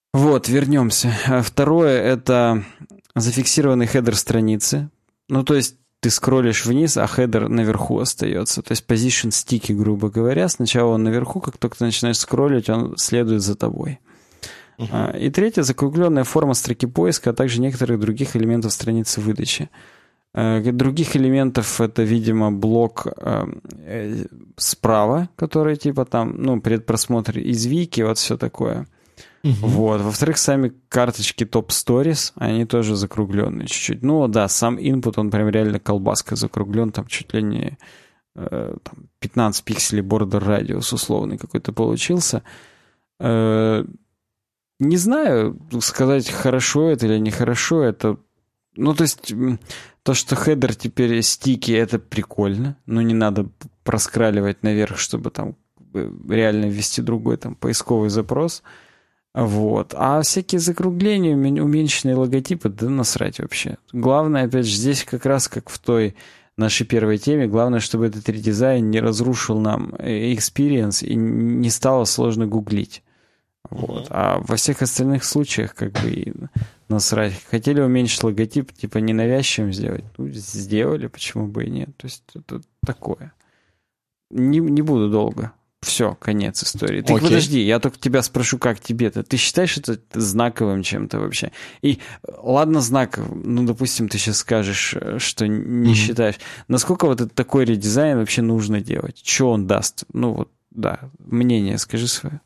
Вот, вернемся. Второе — это зафиксированный хедер страницы. Ну, то есть ты скроллишь вниз, а хедер наверху остается. То есть position sticky, грубо говоря. Сначала он наверху, как только ты начинаешь скроллить, он следует за тобой. Uh-huh. И третье — закругленная форма строки поиска, а также некоторых других элементов страницы выдачи. Других элементов — это, видимо, блок э, справа, который типа там, ну, предпросмотр из вики, вот все такое. Uh-huh. Вот. Во-вторых, сами карточки Top Stories, они тоже закругленные чуть-чуть. Ну да, сам input, он прям реально колбаской закруглен, там чуть ли не э, там, пятнадцать пикселей border radius условный какой-то получился. Э, не знаю, сказать, хорошо это или нехорошо, это... Ну, то есть, то, что хедер теперь стики, это прикольно, но не надо проскраливать наверх, чтобы там реально ввести другой там поисковый запрос. Вот. А всякие закругления, уменьшенные логотипы, да насрать вообще. Главное, опять же, здесь как раз как в той нашей первой теме, главное, чтобы этот редизайн не разрушил нам experience и не стало сложно гуглить. Вот. А во всех остальных случаях как бы и насрать. Хотели уменьшить логотип, типа ненавязчивым сделать? Ну, сделали, почему бы и нет. То есть это такое. Не, не буду долго. Все, конец истории. Ты подожди, я только тебя спрошу, как тебе-то? Ты считаешь это знаковым чем-то вообще? И ладно, знаковым, ну, допустим, ты сейчас скажешь, что не mm-hmm. считаешь. Насколько вот этот такой редизайн вообще нужно делать? Что он даст? Ну, вот, да, мнение скажи свое.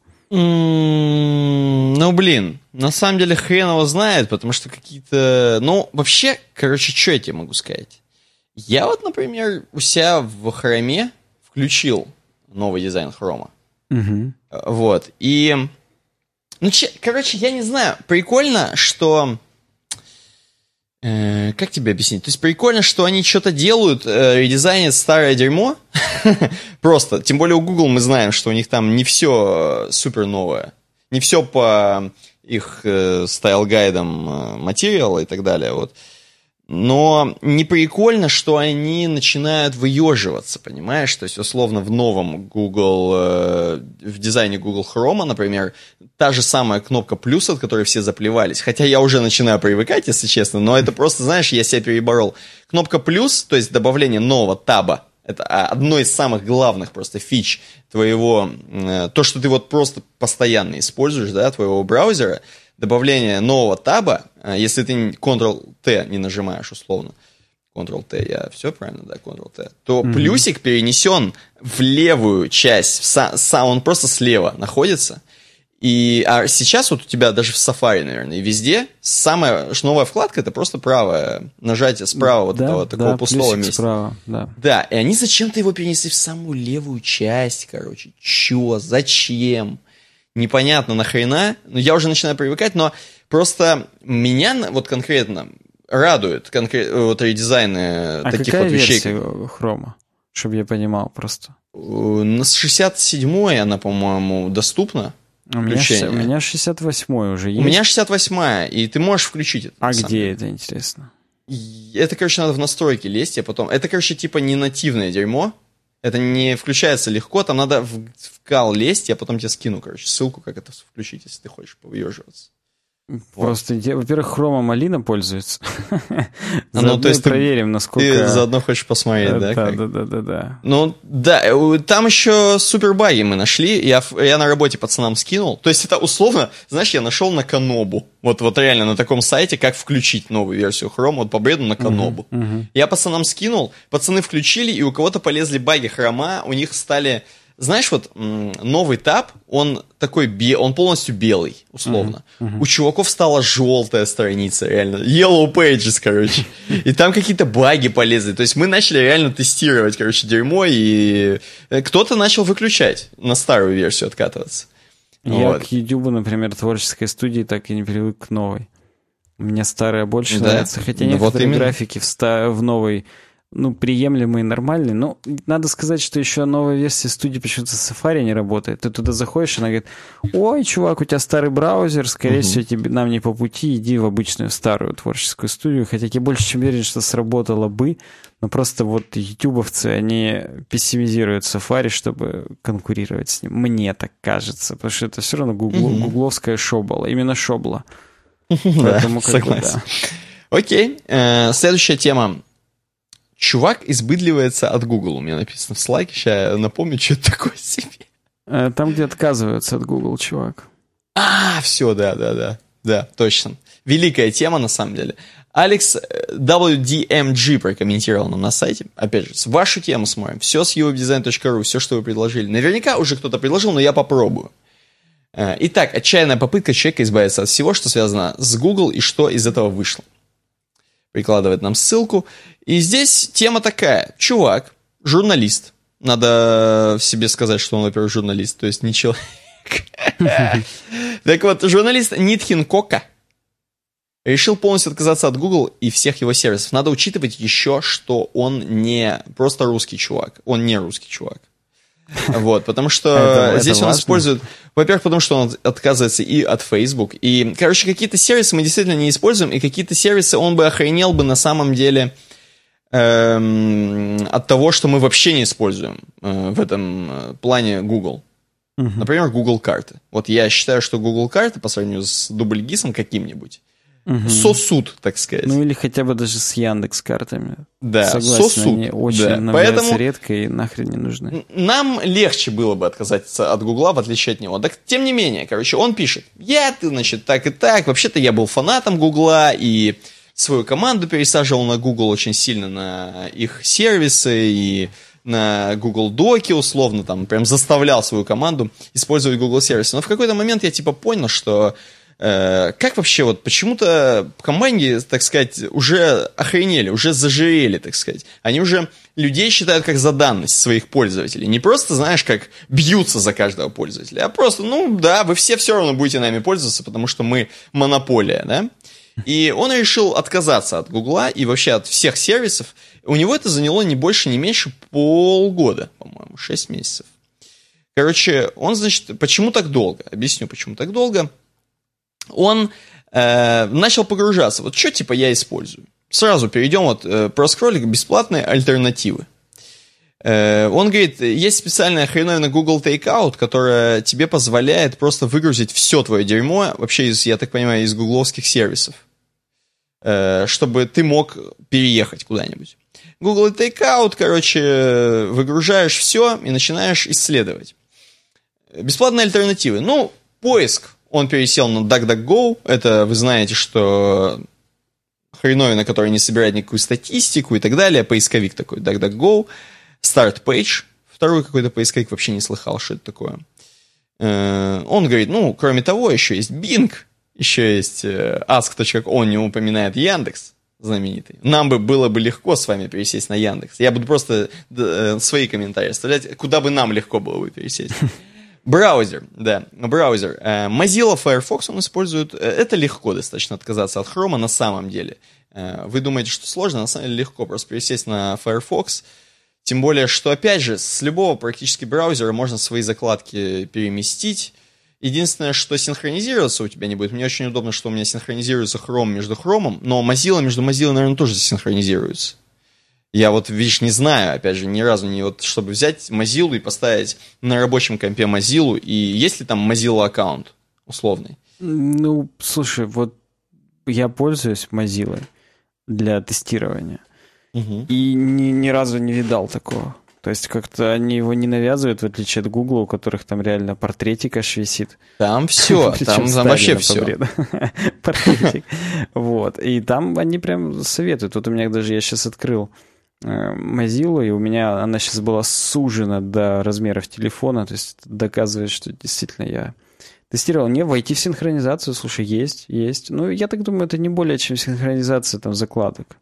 Mm, ну, блин, на самом деле хрен его знает, потому что какие-то... Ну, вообще, короче, что я тебе могу сказать? Я вот, например, у себя в Хроме включил новый дизайн Хрома. Uh-huh. Вот. И, ну, че, короче, я не знаю, прикольно, что... Э, как тебе объяснить? То есть прикольно, что они что-то делают, э, редизайнят старое дерьмо. Просто. Тем более у Google мы знаем, что у них там не все супер новое. Не все по их э, стайл-гайдам э, материала и так далее. Вот. Но не прикольно, что они начинают выеживаться, понимаешь? То есть, условно, в новом Google, э, в дизайне Google Chrome, например, та же самая кнопка плюс, от которой все заплевались. Хотя я уже начинаю привыкать, если честно, но это просто, знаешь, я себя переборол. Кнопка плюс, то есть добавление нового таба, это одно из самых главных просто фич твоего, э, то, что ты вот просто постоянно используешь, да, твоего браузера, добавление нового таба, если ты контрол-Т не нажимаешь условно, контрол-Т, я все правильно, да, контрол-Т, то mm-hmm. плюсик перенесен в левую часть, в са- са- он просто слева находится. И, а сейчас вот у тебя даже в Safari, наверное, и везде самая новая вкладка — это просто правое нажатие справа вот да, этого такого да, пустого места. Справа, да. Да, и они зачем-то его перенесли в самую левую часть, короче. Чё? Зачем? Непонятно нахрена, но я уже начинаю привыкать, но просто меня вот конкретно радует конкрет, вот редизайны а таких какая вот вещей. Версия Хрома, чтобы я понимал просто? На шестьдесят седьмой она, по-моему, доступна. У меня, у меня шестьдесят восьмой уже есть. У меня шестьдесят восьмая, и ты можешь включить это. А где это, интересно? Это, короче, надо в настройки лезть, а потом... Это, короче, типа не нативное дерьмо. Это не включается легко, там надо в, в кал лезть, я потом тебе скину, короче, ссылку, как это включить, если ты хочешь повыеживаться. Просто, вот. Во-первых, Хрома Малина пользуется. Ну, то есть проверим, насколько... Ты заодно хочешь посмотреть, да? Да, да, да, да, да. Ну, да, там еще супер баги мы нашли, я, я на работе пацанам скинул. То есть это условно, знаешь, я нашел на Канобу. Вот, вот реально на таком сайте, как включить новую версию Chrome, вот по бреду на Канобу. Uh-huh, uh-huh. Я пацанам скинул, пацаны включили, и у кого-то полезли баги Хрома, у них стали... Знаешь, вот новый таб, он такой, бе- он полностью белый, условно. Uh-huh, uh-huh. У чуваков стала желтая страница, реально. Yellow Pages, короче. И там какие-то баги полезли. То есть мы начали реально тестировать, короче, дерьмо, и кто-то начал выключать, на старую версию откатываться. Я вот. К YouTube, например, творческой студии так и не привык к новой. Мне старая больше да? нравится. Хотя ну, некоторые вот графики в, ста- в новой... ну, приемлемый и нормальный. Но надо сказать, что еще новая версия студии почему-то с Safari не работает. Ты туда заходишь, она говорит, ой, чувак, у тебя старый браузер, скорее uh-huh. всего, тебе, нам не по пути, иди в обычную старую творческую студию. Хотя я больше чем уверен, что сработало бы, но просто вот ютубовцы, они пессимизируют Safari, чтобы конкурировать с ним. Мне так кажется, потому что это все равно гугло, uh-huh. гугловская шобла, именно шобла. Поэтому, да, согласен. Бы, да. Окей, э, следующая тема. Чувак избыдливается от Google. У меня написано в слайке. Сейчас я напомню, что это такое себе. Там, где отказываются от Google, чувак. А, все, да, да, да. Да, точно. Великая тема, на самом деле. Алекс дабл ю ди эм джи прокомментировал нам на сайте. Опять же, вашу тему смотрим. Все с ю ай дизайн точка ру, все, что вы предложили. Наверняка уже кто-то предложил, но я попробую. Итак, отчаянная попытка человека избавиться от всего, что связано с Google и что из этого вышло. Прикладывает нам ссылку. И здесь тема такая. Чувак, журналист. Надо в себе сказать, что он, во-первых, журналист, то есть не человек. Так вот, журналист Нитхин Кока решил полностью отказаться от Google и всех его сервисов. Надо учитывать еще, что он не просто русский чувак. Он не русский чувак. Вот, потому что это, здесь это он важно. Использует... Во-первых, потому что он отказывается и от Facebook. И, короче, какие-то сервисы мы действительно не используем, и какие-то сервисы он бы охренел бы на самом деле эм, от того, что мы вообще не используем э, в этом плане Google. Uh-huh. Например, Google карты. Вот я считаю, что Google карты по сравнению с дубльгисом каким-нибудь Uh-huh. сосуд, так сказать. Ну или хотя бы даже с Яндекс.Картами. Да, согласен, сосуд. Они очень да. набираются Поэтому редко и нахрен не нужны. Нам легче было бы отказаться от Гугла, в отличие от него. Так, тем не менее, короче, он пишет, я, ты, значит, так и так, вообще-то я был фанатом Гугла и свою команду пересаживал на Google очень сильно, на их сервисы и на Google Доки, условно, там, прям заставлял свою команду использовать Google сервисы. Но в какой-то момент я, типа, понял, что как вообще вот почему-то компании, так сказать, уже охренели, уже зажирели, так сказать. Они уже людей считают как за данность своих пользователей. Не просто, знаешь, как бьются за каждого пользователя, а просто, ну да, вы все все равно будете нами пользоваться, потому что мы монополия, да? И он решил отказаться от Гугла и вообще от всех сервисов. У него это заняло не больше, не меньше полгода, по-моему, шесть месяцев. Короче, он, значит, почему так долго? Объясню, почему так долго. Он э, начал погружаться. Вот что, типа, я использую? Сразу перейдем, вот, э, проскроллик, бесплатные альтернативы. Э, он говорит, есть специальная хреновина Google Takeout, которая тебе позволяет просто выгрузить все твое дерьмо, вообще, из, я так понимаю, из гугловских сервисов, э, чтобы ты мог переехать куда-нибудь. Google Takeout, короче, выгружаешь все и начинаешь исследовать. Бесплатные альтернативы. Ну, поиск. Он пересел на DuckDuckGo. Это вы знаете, что хреновина, которая не собирает никакую статистику и так далее. Поисковик такой, DuckDuckGo. StartPage. Второй какой-то поисковик, вообще не слыхал, что это такое. Он говорит, ну, кроме того, еще есть Bing, еще есть ask точка com, он не упоминает Яндекс знаменитый. Нам бы было бы легко с вами пересесть на Яндекс. Я буду просто свои комментарии оставлять, куда бы нам легко было бы пересесть. Браузер, да, браузер. Mozilla Firefox он использует. Это легко достаточно отказаться от Chrome на самом деле. Вы думаете, что сложно? На самом деле легко просто пересесть на Firefox. Тем более, что, опять же, с любого практически браузера можно свои закладки переместить. Единственное, что синхронизироваться у тебя не будет. Мне очень удобно, что у меня синхронизируется Chrome между Chrome, но Mozilla между Mozilla, наверное, тоже синхронизируется. Я вот, видишь, не знаю, опять же, ни разу не вот, чтобы взять Mozilla и поставить на рабочем компе Mozilla, и есть ли там Mozilla аккаунт условный? Ну, слушай, вот я пользуюсь Mozilla для тестирования, угу. и ни, ни разу не видал такого. То есть как-то они его не навязывают, в отличие от Google, у которых там реально портретик аж висит. Там все, там, там вообще все. Портретик. Вот. И там они прям советуют. Вот у меня даже я сейчас открыл Mozilla, и у меня она сейчас была сужена до размеров телефона, то есть доказывает, что действительно я тестировал. Не, войти в синхронизацию, слушай, есть, есть. Ну, я так думаю, это не более чем синхронизация там закладок.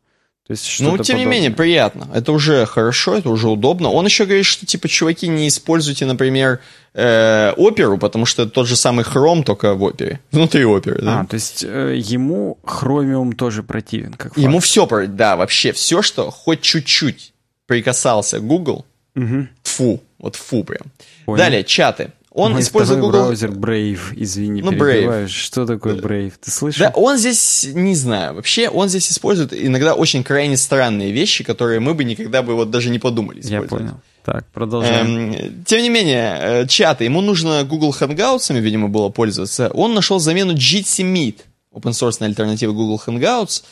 То есть ну, тем подобное. не менее, приятно. Это уже хорошо, это уже удобно. Он еще говорит, что, типа, чуваки, не используйте, например, э, оперу, потому что это тот же самый Chrome, только в опере. Внутри оперы, да? А, то есть э, ему Chromium тоже противен, как факт. Ему все, да, вообще, все, что хоть чуть-чуть прикасался Google, угу. фу, вот фу прям. Понял. Далее, чаты. Он Мой использует второй Google... браузер Brave, извини, ну, перебиваю. Что такое Brave? Ты слышал? Да, он здесь, не знаю, вообще он здесь использует иногда очень крайне странные вещи, которые мы бы никогда бы вот даже не подумали использовать. Я понял. Так, продолжаем. Эм, тем не менее, чаты, ему нужно Google Hangouts, видимо, было пользоваться. Он нашел замену джи ти Meet, open-source альтернатива Google Hangouts.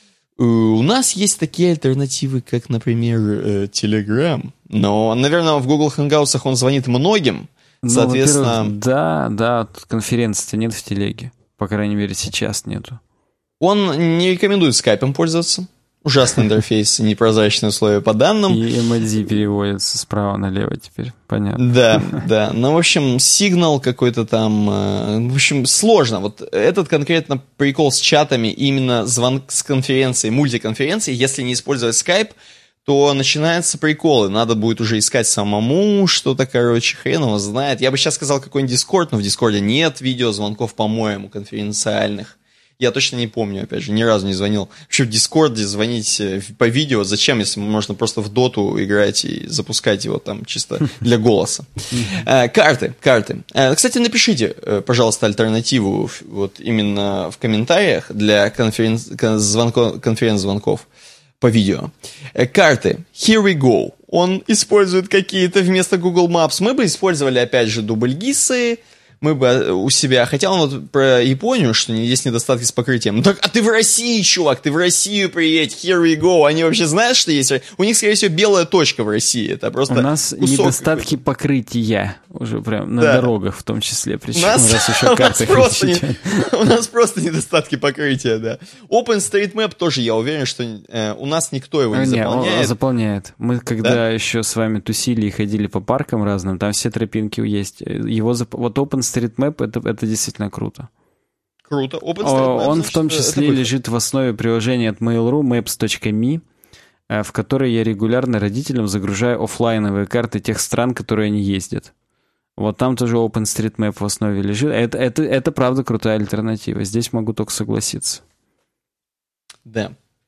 У нас есть такие альтернативы, как, например, Telegram. Но, наверное, в Google Hangouts он звонит многим. Ну, соответственно... Да, да, конференции-то нет в телеге. По крайней мере, сейчас нету. Он не рекомендует скайпом пользоваться. Ужасный интерфейс, непрозрачные условия по данным. И эм эл ди переводится справа налево теперь, понятно. Да, да. Ну, в общем, сигнал какой-то там... В общем, сложно. Вот этот конкретно прикол с чатами, именно звонок с конференцией, мультиконференцией, если не использовать скайп, то начинаются приколы. Надо будет уже искать самому что-то, короче, хрен его знает. Я бы сейчас сказал какой-нибудь Discord, но в Discord нет видеозвонков, по-моему, конференциальных. Я точно не помню, опять же, ни разу не звонил. Вообще в Дискорде звонить по видео зачем, если можно просто в доту играть и запускать его там чисто для голоса. Карты, карты. Кстати, напишите, пожалуйста, альтернативу вот именно в комментариях для конференц-звонков по видео. Карты. Here we go. Он использует какие-то вместо Google Maps. Мы бы использовали, опять же, дубль-гисы, мы бы у себя... Хотя он вот про Японию, что есть недостатки с покрытием. Ну так, а ты в России, чувак, ты в Россию приедь, here we go. Они вообще знают, что есть? У них, скорее всего, белая точка в России. Это просто у нас кусок недостатки какой-то покрытия уже прям на да. дорогах в том числе. Причем у нас, раз еще карты у, нас не, у нас просто недостатки покрытия, да. OpenStreetMap тоже, я уверен, что э, у нас никто его не, не заполняет. Он заполняет. Мы когда да? еще с вами тусили и ходили по паркам разным, там все тропинки есть. Его зап... Вот OpenStreetMap это, это действительно круто. Круто. OpenStreetMap, он значит, в том числе лежит в основе приложения от Mail.ru maps точка me, в которой я регулярно родителям загружаю офлайновые карты тех стран, которые они ездят. Вот там тоже OpenStreetMap в основе лежит. Это, это, это правда крутая альтернатива. Здесь могу только согласиться. Да.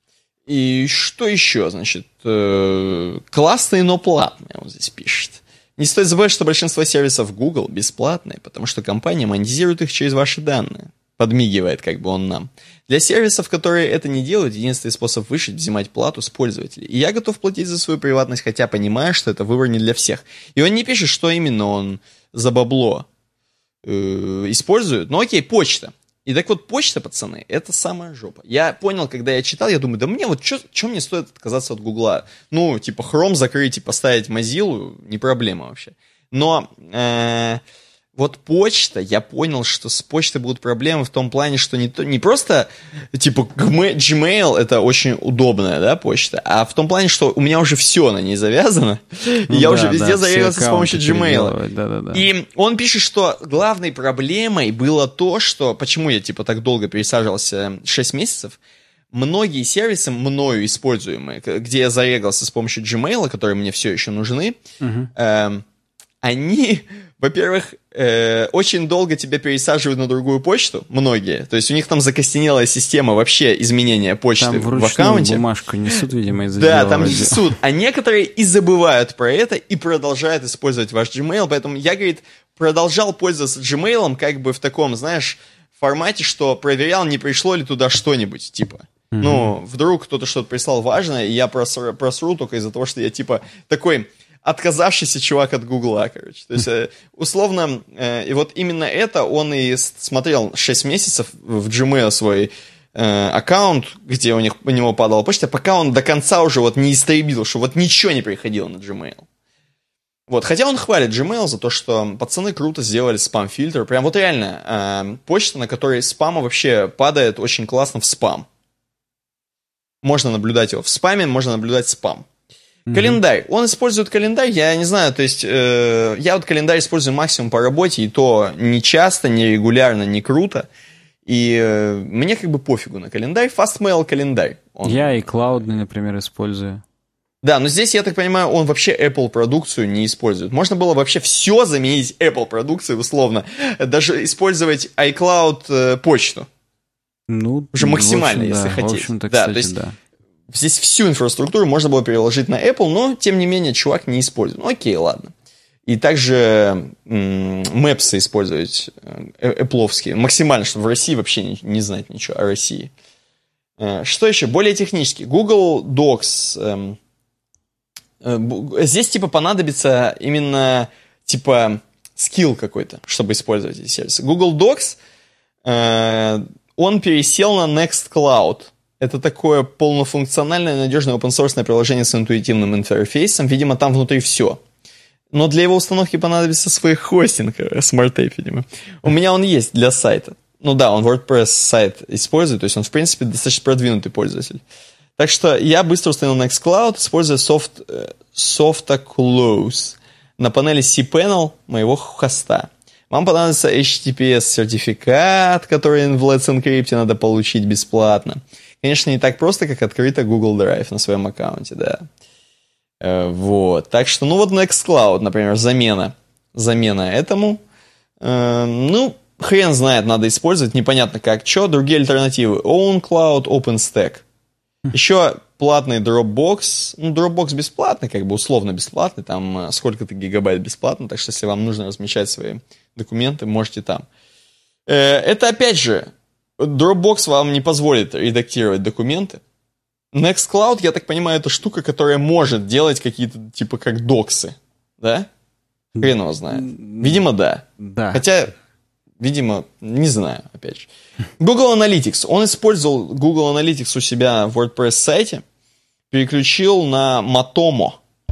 И что еще? Значит, э, классные, но платные, он здесь пишет. Не стоит забывать, что большинство сервисов Google бесплатные, потому что компания монетизирует их через ваши данные. Подмигивает как бы он нам. Для сервисов, которые это не делают, единственный способ выжить – взимать плату с пользователей. И я готов платить за свою приватность, хотя понимаю, что это выбор не для всех. И он не пишет, что именно он за бабло э, использует. Ну окей, почта. И так вот, почта, пацаны, это самая жопа. Я понял, когда я читал, я думаю, да мне вот что мне стоит отказаться от Гугла? Ну, типа, Chrome закрыть и поставить Mozilla, не проблема вообще. Но э, вот почта, я понял, что с почтой будут проблемы в том плане, что не, то, не просто, типа, Gmail это очень удобная, да, почта, а в том плане, что у меня уже все на ней завязано, ну, и я да, уже везде да, зарегался с помощью Gmail. Да, да, да. И он пишет, что главной проблемой было то, что, почему я, типа, так долго пересаживался, шесть месяцев, многие сервисы, мною используемые, где я зарегался с помощью Gmail, которые мне все еще нужны, угу. э, они... Во-первых, э, очень долго тебя пересаживают на другую почту, многие. То есть у них там закостенелая система вообще изменения почты там в аккаунте. Там бумажку несут, видимо, из-за Да, там несут. А некоторые и забывают про это, и продолжают использовать ваш Gmail. Поэтому я, говорит, продолжал пользоваться Gmail как бы в таком, знаешь, формате, что проверял, не пришло ли туда что-нибудь, типа. Mm-hmm. Ну, вдруг кто-то что-то прислал важное, и я просру, просру только из-за того, что я, типа, такой... отказавшийся чувак от Гугла, короче. То есть, э, условно, э, и вот именно это он и смотрел шесть месяцев в Gmail свой э, аккаунт, где у, них, у него падала почта, пока он до конца уже вот не истребил, что вот ничего не приходило на Gmail. Вот, хотя он хвалит Gmail за то, что пацаны круто сделали спам-фильтр. Прям вот реально, э, почта, на которой спама вообще падает очень классно в спам. Можно наблюдать его в спаме, можно наблюдать спам. Календарь. Он использует календарь, я не знаю, то есть э, я вот календарь использую максимум по работе, и то не часто, не регулярно, не круто. И э, мне как бы пофигу на календарь. Fastmail календарь. Он... Я iCloud, например, использую. Да, но здесь, я так понимаю, он вообще Apple продукцию не использует. Можно было вообще все заменить Apple продукцией, условно. Даже использовать iCloud э, почту. Ну, уже максимально, общем, если да, хотите. В общем-то, да, кстати, то есть да. Здесь всю инфраструктуру можно было переложить на Apple, но, тем не менее, чувак не использует. Ну, окей, ладно. И также м- Maps использовать э- Apple'овские. Максимально, чтобы в России вообще не, не знать ничего о России. Э- что еще? Более технически. Google Docs... Эм, Здесь, типа, понадобится именно, типа, скилл какой-то, чтобы использовать эти сервисы. Google Docs, э, он пересел на Nextcloud. Это такое полнофункциональное, надежное open-source приложение с интуитивным интерфейсом. Видимо, там внутри все. Но для его установки понадобится свой хостинг, SmartTape, видимо. У меня он есть для сайта. Ну да, он WordPress сайт использует, то есть он, в принципе, достаточно продвинутый пользователь. Так что я быстро установил Nextcloud, используя софт, SoftClose на панели cPanel моего хоста. Вам понадобится эйч ти ти пи эс-сертификат, который в Let's Encrypt надо получить бесплатно. Конечно, не так просто, как открыто Google Drive на своем аккаунте, да. Вот. Так что, ну вот Nextcloud, например, замена. Замена этому. Ну, хрен знает, надо использовать, непонятно как, что. Другие альтернативы. OwnCloud, OpenStack. Еще платный Dropbox. Ну, Dropbox бесплатный, как бы условно бесплатный. Там сколько-то гигабайт бесплатно. Так что, если вам нужно размещать свои документы, можете там. Это, опять же, Dropbox вам не позволит редактировать документы. Nextcloud, я так понимаю, это штука, которая может делать какие-то, типа, как доксы. Да? Хрен его знает. Видимо, да. Да. Хотя... Видимо, не знаю, опять же. Google Analytics. Он использовал Google Analytics у себя в WordPress-сайте, переключил на Matomo.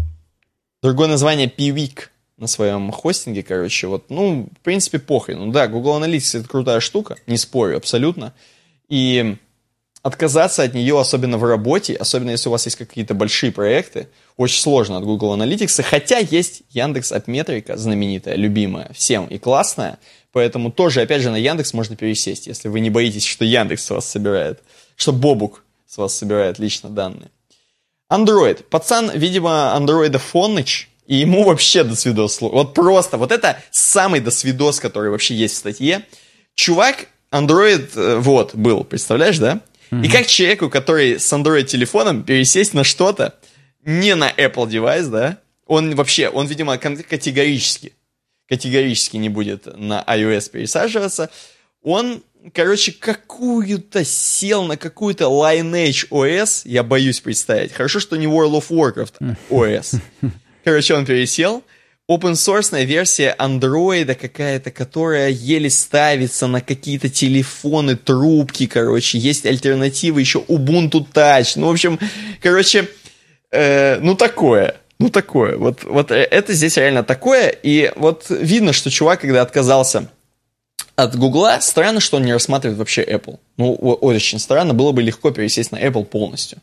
Другое название Piwik на своем хостинге, короче. Вот, ну, в принципе, похрен. Ну да, Google Analytics — это крутая штука, не спорю абсолютно. И отказаться от нее, особенно в работе, особенно если у вас есть какие-то большие проекты, очень сложно от Google Analytics. Хотя есть Яндекс.Апметрика, знаменитая, любимая всем и классная. Поэтому тоже, опять же, на Яндекс можно пересесть, если вы не боитесь, что Яндекс с вас собирает, что Бобук с вас собирает лично данные. Android. Пацан, видимо, андроидофоныч, и ему вообще досвидос. Вот просто, вот это самый досвидос, который вообще есть в статье. Чувак, Android, вот, был, представляешь, да? Mm-hmm. И как человеку, который с Android-телефоном, пересесть на что-то, не на Apple девайс, да? Он вообще, он, видимо, категорически категорически не будет на iOS пересаживаться, он, короче, какую-то сел на какую-то Lineage о эс, я боюсь представить. Хорошо, что не World of Warcraft о эс. Короче, он пересел. Open-source версия Android какая-то, которая еле ставится на какие-то телефоны, трубки, короче. Есть альтернативы еще Ubuntu Touch. Ну, в общем, короче, э, ну такое. Ну, такое. Вот, вот это здесь реально такое. И вот видно, что чувак, когда отказался от Гугла, странно, что он не рассматривает вообще Apple. Ну, очень странно. Было бы легко пересесть на Apple полностью.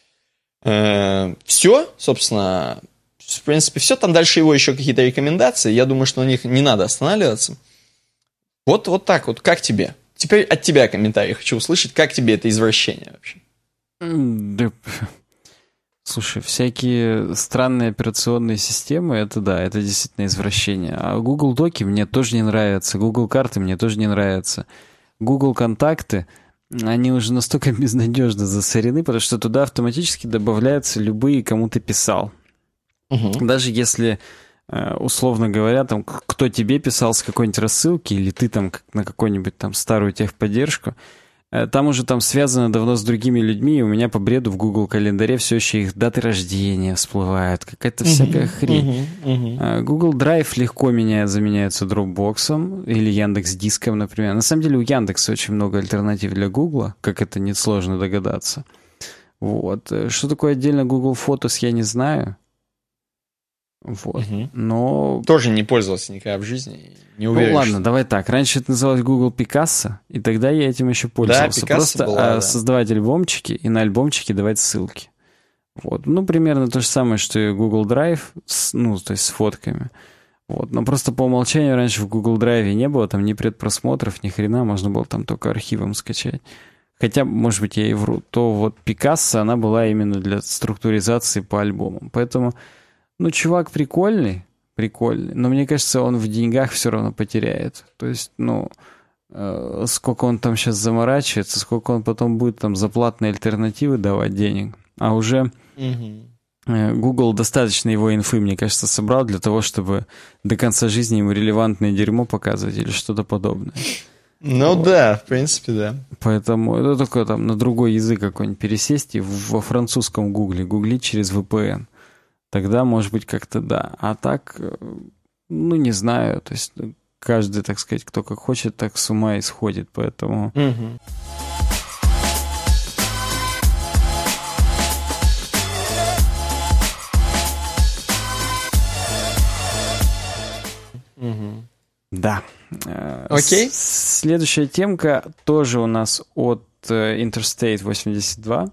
Э-э- все, собственно, в принципе, все. Там дальше его еще какие-то рекомендации. Я думаю, что на них не надо останавливаться. Вот, вот так вот. Как тебе? Теперь от тебя комментарий хочу услышать. Как тебе это извращение вообще? Да... Слушай, всякие странные операционные системы, это да, это действительно извращение. А Google Доки мне тоже не нравятся, Google карты мне тоже не нравятся. Google контакты, они уже настолько безнадежно засорены, потому что туда автоматически добавляются любые, кому ты писал. Угу. Даже если, условно говоря, там, кто тебе писал с какой-нибудь рассылки, или ты там на какую-нибудь там старую техподдержку, там уже там связано давно с другими людьми, и у меня по бреду в Google календаре все еще их даты рождения всплывают, какая-то всякая uh-huh, хрень. Uh-huh, uh-huh. Google Drive легко меня заменяется Dropbox'ом или Яндекс.Диском, например. На самом деле у Яндекса очень много альтернатив для Google, как это несложно догадаться. Вот. Что такое отдельно Google Photos, я не знаю. Вот. Угу. Но... Тоже не пользовался никогда в жизни. Не уверен, ну ладно, что... давай так. Раньше это называлось Google Picasso, и тогда я этим еще пользовался. Да, Просто была, а, да. создавать альбомчики и на альбомчики давать ссылки. Вот. Ну, примерно то же самое, что и Google Drive, с, ну, то есть с фотками. Вот. Но просто по умолчанию раньше в Google Drive не было там ни предпросмотров, ни хрена, можно было там только архивом скачать. Хотя, может быть, я и вру. То вот Picasso, она была именно для структуризации по альбомам. Поэтому, ну, чувак прикольный, прикольный, но мне кажется, он в деньгах все равно потеряет. То есть, ну, э, сколько он там сейчас заморачивается, сколько он потом будет там за платные альтернативы давать денег. А уже... Mm-hmm. Google достаточно его инфы, мне кажется, собрал для того, чтобы до конца жизни ему релевантное дерьмо показывать или что-то подобное. Ну вот. Да, в принципе, да. Поэтому это только там на другой язык какой-нибудь пересесть и во французском гугле гуглить через ви пи эн. Тогда, может быть, как-то да. А так, ну, не знаю. То есть каждый, так сказать, кто как хочет, так с ума и сходит. Поэтому... Угу. Угу. Да. Окей. С- следующая темка тоже у нас от Interstate восемьдесят два.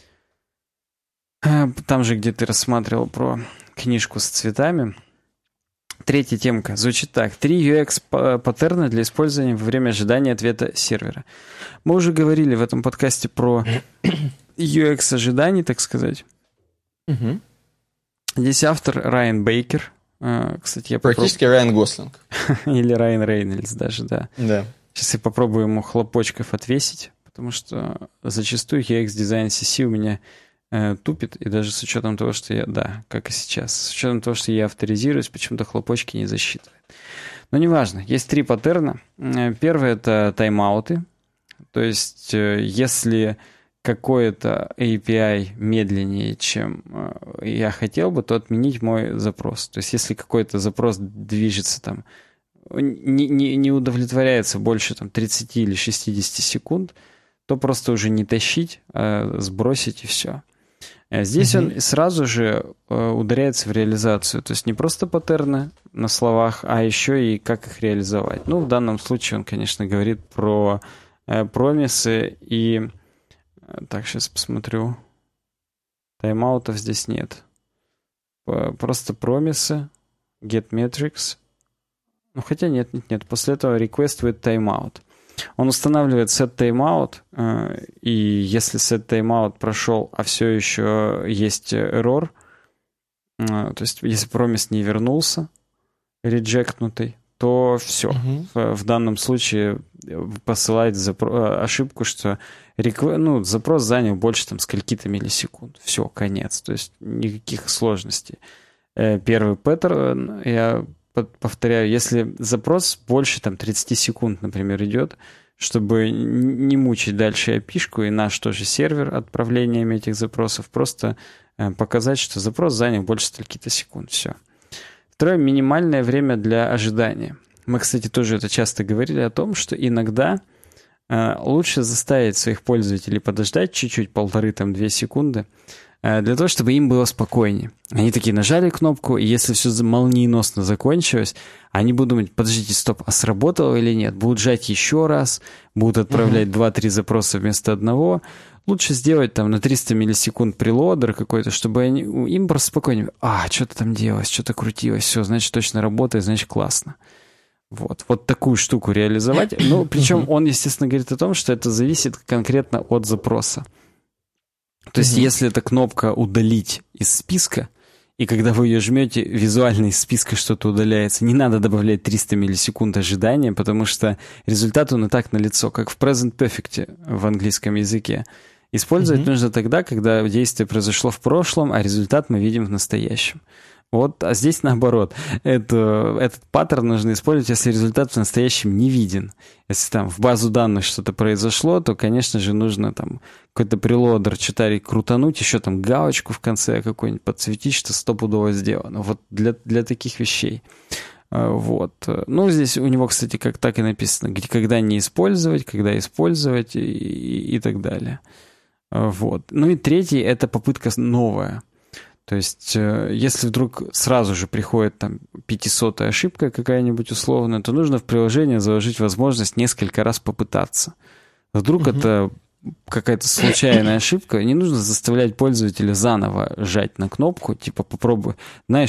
Там же, где ты рассматривал про книжку с цветами. Третья темка звучит так. Три ю экс-паттерна для использования во время ожидания ответа сервера. Мы уже говорили в этом подкасте про ю экс-ожиданий, так сказать. Угу. Здесь автор Райан Бейкер. Кстати, я Практически попроб... Райан Гослинг. Или Райан Рейнольдс даже, да. Да. Сейчас я попробую ему хлопочков отвесить, потому что зачастую ю экс-дизайн си си у меня э, тупит, и даже с учетом того, что я... Да, как и сейчас. С учетом того, что я авторизируюсь, почему-то хлопочки не засчитывает. Но неважно. Есть три паттерна. Первый — это тайм-ауты. То есть, э, если... какое-то эй пи ай медленнее, чем я хотел бы, то отменить мой запрос. То есть если какой-то запрос движется там, не, не, не удовлетворяется больше там, тридцать или шестьдесят секунд, то просто уже не тащить, а сбросить и все. Здесь mm-hmm. он сразу же ударяется в реализацию. То есть не просто паттерны на словах, а еще и как их реализовать. Ну, в данном случае он, конечно, говорит про промисы и... Так, сейчас посмотрю. Тайм-аутов здесь нет. Просто промисы, get metrics. Ну, хотя нет, нет, нет. После этого request with timeout. Он устанавливает set timeout, и если set timeout прошел, а все еще есть error, то есть если промис не вернулся, реджектнутый, то все. Uh-huh. В, в данном случае посылает запро- ошибку, что рекв... ну, запрос занял больше там скольки-то миллисекунд. Все, конец. То есть никаких сложностей. Первый паттерн, я повторяю, если запрос больше там тридцать секунд, например, идет, чтобы не мучить дальше эй пи ай-шку и наш тоже сервер отправлениями этих запросов, просто показать, что запрос занял больше стольких-то секунд. Все. Второе — минимальное время для ожидания. Мы, кстати, тоже это часто говорили о том, что иногда э, лучше заставить своих пользователей подождать чуть-чуть, полторы, там, две секунды, э, для того, чтобы им было спокойнее. Они такие нажали кнопку, и если все молниеносно закончилось, они будут думать, подождите, стоп, а сработало или нет? Будут жать еще раз, будут отправлять два-три запроса вместо одного. Лучше сделать там на триста миллисекунд прелодер какой-то, чтобы они, им просто спокойнее, а, что-то там делалось, что-то крутилось, все, значит, точно работает, значит, классно. Вот, вот такую штуку реализовать. Ну, причем он, естественно, говорит о том, что это зависит конкретно от запроса. То есть, если эта кнопка «удалить из списка», и когда вы ее жмете, визуально из списка что-то удаляется, не надо добавлять триста миллисекунд ожидания, потому что результат он и так налицо, как в present perfect в английском языке. Использовать mm-hmm. нужно тогда, когда действие произошло в прошлом, а результат мы видим в настоящем. Вот, а здесь наоборот. Это, этот паттерн нужно использовать, если результат в настоящем не виден. Если там в базу данных что-то произошло, то, конечно же, нужно там какой-то прелодер читарик крутануть, еще там галочку в конце какой-нибудь подсветить, что стопудово сделано. Вот для, для таких вещей. Вот. Ну, здесь у него, кстати, как так и написано, где, когда не использовать, когда использовать и, и, и так далее. Вот. Ну и третий — это попытка новая. То есть, если вдруг сразу же приходит там пятисотая ошибка какая-нибудь условная, то нужно в приложение заложить возможность несколько раз попытаться. Вдруг mm-hmm. это какая-то случайная ошибка, не нужно заставлять пользователя заново жать на кнопку, типа попробуй. Знаешь,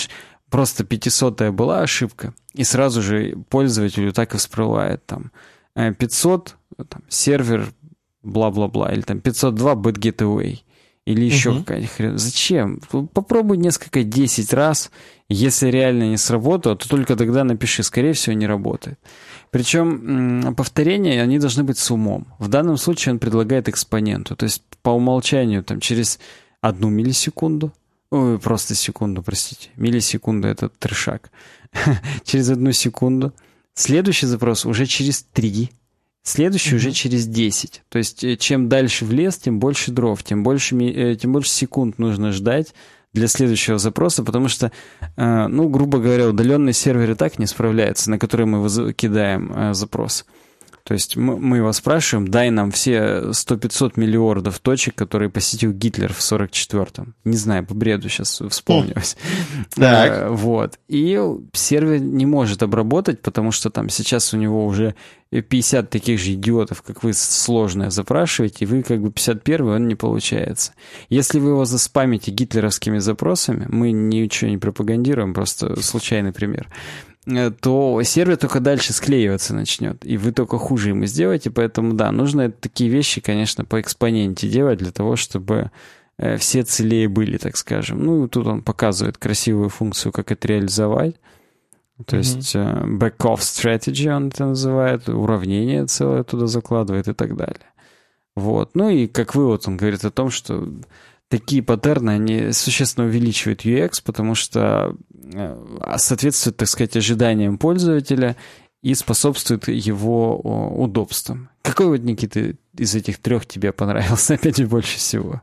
просто пятисотая была ошибка, и сразу же пользователю так и всплывает там пятьсот, там, сервер, бла-бла-бла, или там пятьсот два bad getaway, или еще uh-huh. какая-нибудь хрень. Зачем? Попробуй несколько, десять раз, если реально не сработало, то только тогда напиши, скорее всего, не работает. Причем повторения, они должны быть с умом. В данном случае он предлагает экспоненту, то есть по умолчанию там через одну миллисекунду, ой, просто секунду, простите, миллисекунда — это трешак, через одну секунду. Следующий запрос уже через три, следующий mm-hmm. уже через десять. То есть чем дальше в лес, тем больше дров, тем больше, тем больше секунд нужно ждать для следующего запроса, потому что, ну, грубо говоря, удаленный сервер и так не справляется, на который мы кидаем запрос. То есть мы, мы его спрашиваем, дай нам все сто-пятьсот миллиардов точек, которые посетил Гитлер в сорок четвёртом. Не знаю, по бреду сейчас вспомнилось. Так. Вот. И сервер не может обработать, потому что там сейчас у него уже пятьдесят таких же идиотов, как вы, сложное запрашиваете, и вы как бы пятьдесят первый, он не получается. Если вы его заспамите гитлеровскими запросами, мы ничего не пропагандируем, просто случайный пример, то сервер только дальше склеиваться начнет, и вы только хуже ему сделаете, поэтому да, нужно такие вещи, конечно, по экспоненте делать для того, чтобы все целее были, так скажем. Ну, и тут он показывает красивую функцию, как это реализовать. То mm-hmm. есть back-off strategy он это называет, уравнение целое туда закладывает и так далее. Вот. Ну и как вывод он говорит о том, что такие паттерны, они существенно увеличивают ю экс, потому что соответствуют, так сказать, ожиданиям пользователя и способствуют его удобствам. Какой вот, Никита, из этих трех тебе понравился, опять же, больше всего?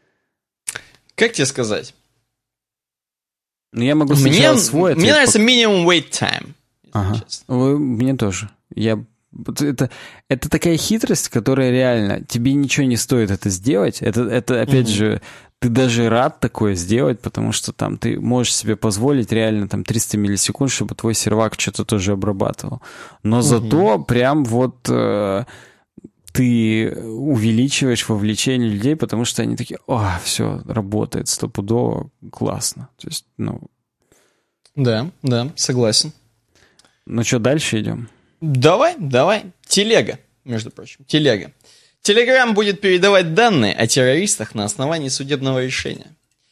Как тебе сказать? Ну, я могу сначала мне, свой ответ... Мне нравится minimum wait time. Ага. Мне тоже. Я... Это, это такая хитрость, которая реально... Тебе ничего не стоит это сделать. Это, это опять угу. же, ты даже рад такое сделать, потому что там ты можешь себе позволить реально там триста миллисекунд, чтобы твой сервак что-то тоже обрабатывал. Но угу. зато прям вот... Э, ты увеличиваешь вовлечение людей, потому что они такие, о, все, работает стопудово, классно. То есть, ну... Да, да, согласен. Ну что, дальше идем? Давай, давай. Телега, между прочим, телега. Telegram будет передавать данные о террористах на основании судебного решения.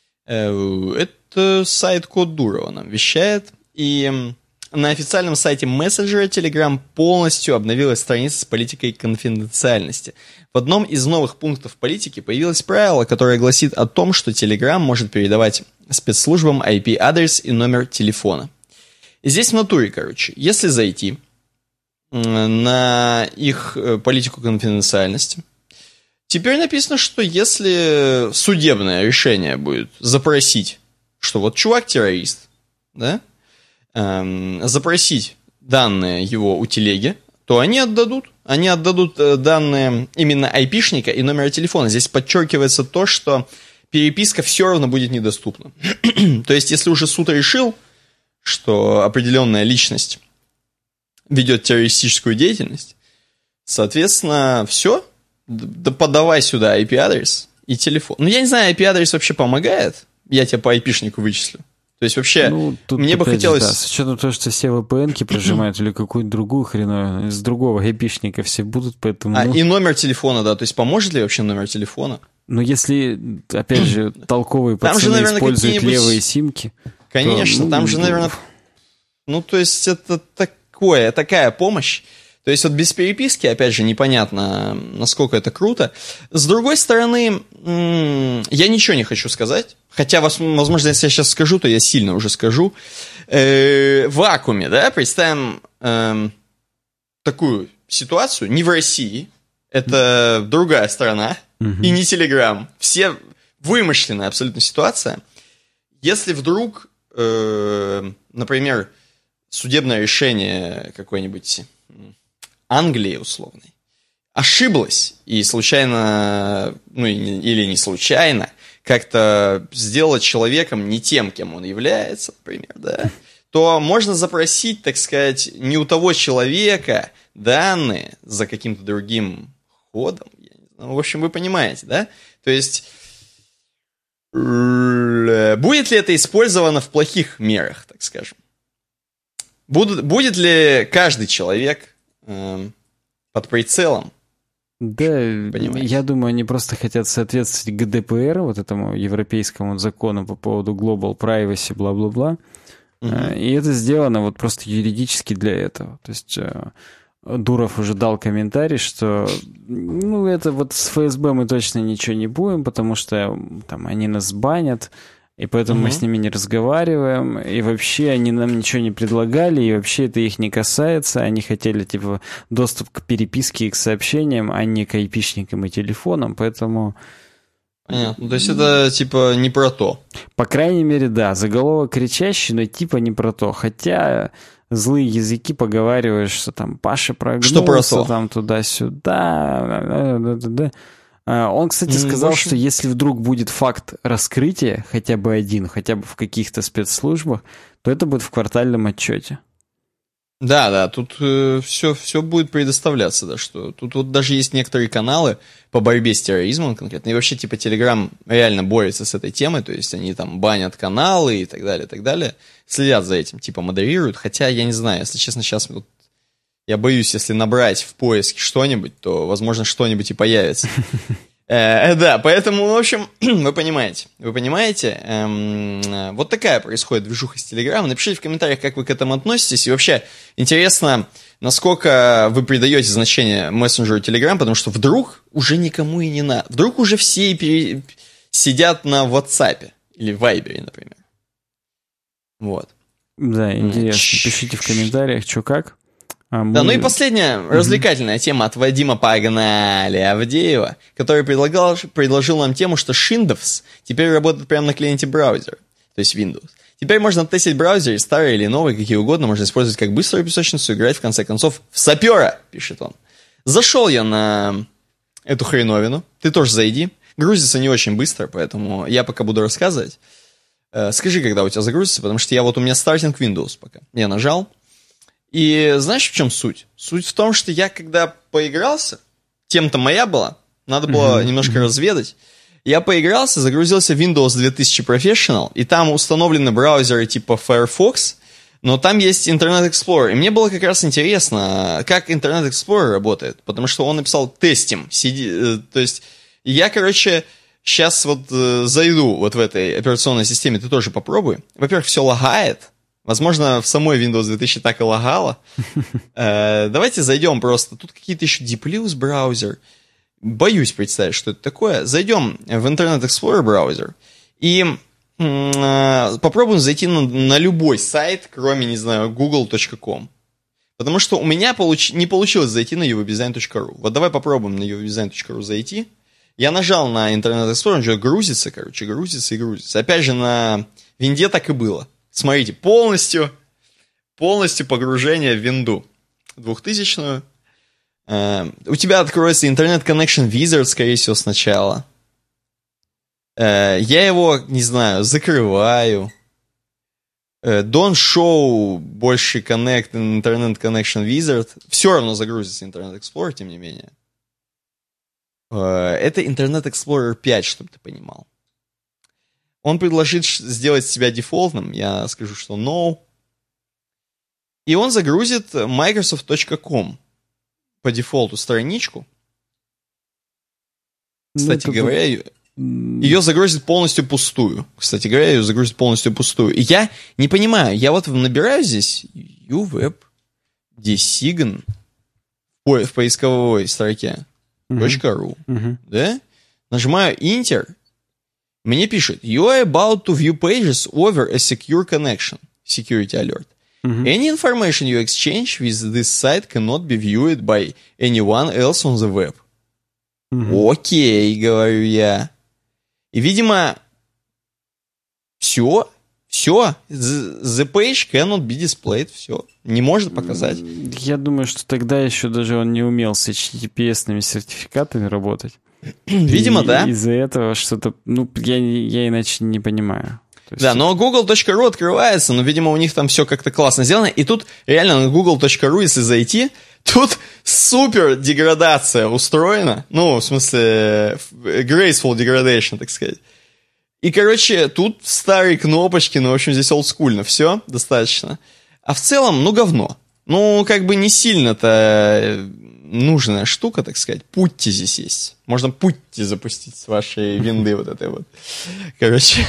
Это сайт Код Дурова нам вещает, и... На официальном сайте мессенджера Telegram полностью обновилась страница с политикой конфиденциальности. В одном из новых пунктов политики появилось правило, которое гласит о том, что Telegram может передавать спецслужбам ай пи-адрес и номер телефона. И здесь в натуре, короче, если зайти на их политику конфиденциальности, теперь написано, что если судебное решение будет запросить, что вот чувак террорист, да, запросить данные его у телеги, то они отдадут. Они отдадут данные именно айпишника и номера телефона. Здесь подчеркивается то, что переписка все равно будет недоступна. То есть, если уже суд решил, что определенная личность ведет террористическую деятельность, соответственно, все, да подавай сюда ай пи-адрес и телефон. Ну, я не знаю, ай пи-адрес вообще помогает? Я тебя по айпишнику вычислю. То есть вообще, ну, тут, мне бы хотелось... Же, да, с учетом того, что все ви пи эн-ки прожимают или какую-то другую хреновую, из другого айпишника все будут, поэтому... А, ну... и номер телефона, да, то есть поможет ли вообще номер телефона? Ну, если, опять же, толковые пацаны же, наверное, используют левые симки... Конечно, то, ну, там же, наверное... Ну, то есть это такое, такая помощь. То есть вот без переписки, опять же, непонятно, насколько это круто. С другой стороны, я ничего не хочу сказать. Хотя, возможно, если я сейчас скажу, то я сильно уже скажу. В вакууме, да, представим такую ситуацию, не в России, это другая страна, mm-hmm. и не Телеграм. Все вымышленная абсолютно ситуация. Если вдруг, например, судебное решение какой-нибудь... Англии условной, ошиблась и случайно, ну или не случайно, как-то сделала человеком не тем, кем он является, например, да, то можно запросить, так сказать, не у того человека данные за каким-то другим ходом. Я не знаю, в общем, вы понимаете, да? То есть будет будет ли это использовано в плохих мерах, так скажем? Будут, будет ли каждый человек э, под прицелом? Да, понимаете? Я думаю, они просто хотят соответствовать гэ дэ пэ эр, вот этому европейскому закону по поводу global privacy, бла-бла-бла. Uh-huh. И это сделано вот просто юридически для этого. То есть Дуров уже дал комментарий, что ну это вот с эф эс бэ мы точно ничего не будем, потому что там они нас банят, и поэтому uh-huh. мы с ними не разговариваем, и вообще они нам ничего не предлагали, и вообще это их не касается. Они хотели типа доступ к переписке и к сообщениям, а не к айпишникам и телефонам, поэтому... Понятно. То есть это типа не про то. По крайней мере, да. Заголовок кричащий, но типа не про то. Хотя злые языки поговаривают, что там Паша прогнулся, что про то? Там туда-сюда. Да-да-да. Он, кстати, сказал, mm, что если вдруг будет факт раскрытия, хотя бы один, хотя бы в каких-то спецслужбах, то это будет в квартальном отчете. Да, да, тут э, все, все будет предоставляться, да, что тут вот даже есть некоторые каналы по борьбе с терроризмом конкретно, и вообще типа Telegram реально борется с этой темой, то есть они там банят каналы и так далее, и так далее, следят за этим, типа модерируют, хотя я не знаю, если честно, сейчас вот, я боюсь, если набрать в поиске что-нибудь, то, возможно, что-нибудь и появится. Э, да, поэтому, в общем, вы понимаете, вы понимаете, эм, вот такая происходит движуха с Телеграмом. Напишите в комментариях, как вы к этому относитесь, и вообще интересно, насколько вы придаете значение мессенджеру Телеграм, потому что вдруг уже никому и не надо, вдруг уже все пере... сидят на WhatsApp или Вайбере, например. Вот. Да, интересно, пишите в комментариях, что как. А мы... Да, ну и последняя mm-hmm. развлекательная тема от Вадима Погнали Авдеева, который предлагал, предложил нам тему, что Windows теперь работает прямо на клиенте браузера, то есть Windows. Теперь можно тестить браузеры, старые или новые, какие угодно, можно использовать как быструю песочницу, играть в конце концов в сапера, пишет он. Зашел я на эту хреновину, ты тоже зайди, грузится не очень быстро, поэтому я пока буду рассказывать. Скажи, когда у тебя загрузится, потому что я вот у меня стартинг Windows пока, я нажал. И знаешь, в чем суть? Суть в том, что я когда поигрался, тем-то моя была, надо было uh-huh, немножко uh-huh. разведать. Я поигрался, загрузился Windows две тысячи Professional, и там установлены браузеры типа Firefox, но там есть Internet Explorer. И мне было как раз интересно, как Internet Explorer работает, потому что он написал «тестим». Сиди, то есть я, короче, сейчас вот зайду вот в этой операционной системе, ты тоже попробуй. Во-первых, все лагает. Возможно, в самой Windows две тысячи так и лагало. э, давайте зайдем просто. Тут какие-то еще D плюс браузер. Боюсь представить, что это такое. Зайдем в Internet Explorer браузер и э, попробуем зайти на, на любой сайт, кроме, не знаю, google точка com. Потому что у меня получ... не получилось зайти на uwebdesign точка ру. Вот давай попробуем на uwebdesign точка ру зайти. Я нажал на Internet Explorer, он же грузится, короче, грузится и грузится. Опять же, на винде так и было. Смотрите, полностью, полностью погружение в винду двухтысячную. Uh, у тебя откроется Internet Connection Wizard, скорее всего, сначала. Uh, я его, не знаю, закрываю. Uh, don't show больше Connect Internet Connection Wizard. Все равно загрузится Internet Explorer, тем не менее. Uh, это Internet Explorer пять, чтобы ты понимал. Он предложит сделать себя дефолтным, я скажу, что no. И он загрузит Microsoft точка ком по дефолту страничку. Кстати ну, говоря, ее, ее загрузит полностью пустую. Кстати говоря, ее загрузит полностью пустую. И я не понимаю, я вот набираю здесь uwebdesign в поисковой строке uh-huh. .ru, uh-huh. да? Нажимаю Enter. Мне пишет, you are about to view pages over a secure connection. Security alert. Mm-hmm. Any information you exchange with this site cannot be viewed by anyone else on the web. Mm-hmm. Окей, говорю я. И, видимо, все, все, the page cannot be displayed, все, не может показать. Я думаю, что тогда еще даже он не умел с эйч ти ти пи эс-ными сертификатами работать. Видимо, и, да. Из-за этого что-то, ну, я, я иначе не понимаю. То да, но google точка ру открывается, но, видимо, у них там все как-то классно сделано. И тут реально на google точка ру, если зайти, тут супер деградация устроена. Ну, в смысле, graceful degradation, так сказать. И, короче, тут старые кнопочки, ну, в общем, здесь олдскульно. Все, достаточно. А в целом, ну, говно. Ну, как бы не сильно-то нужная штука, так сказать. Путти здесь есть. Можно путти запустить с вашей винды вот этой вот. Короче,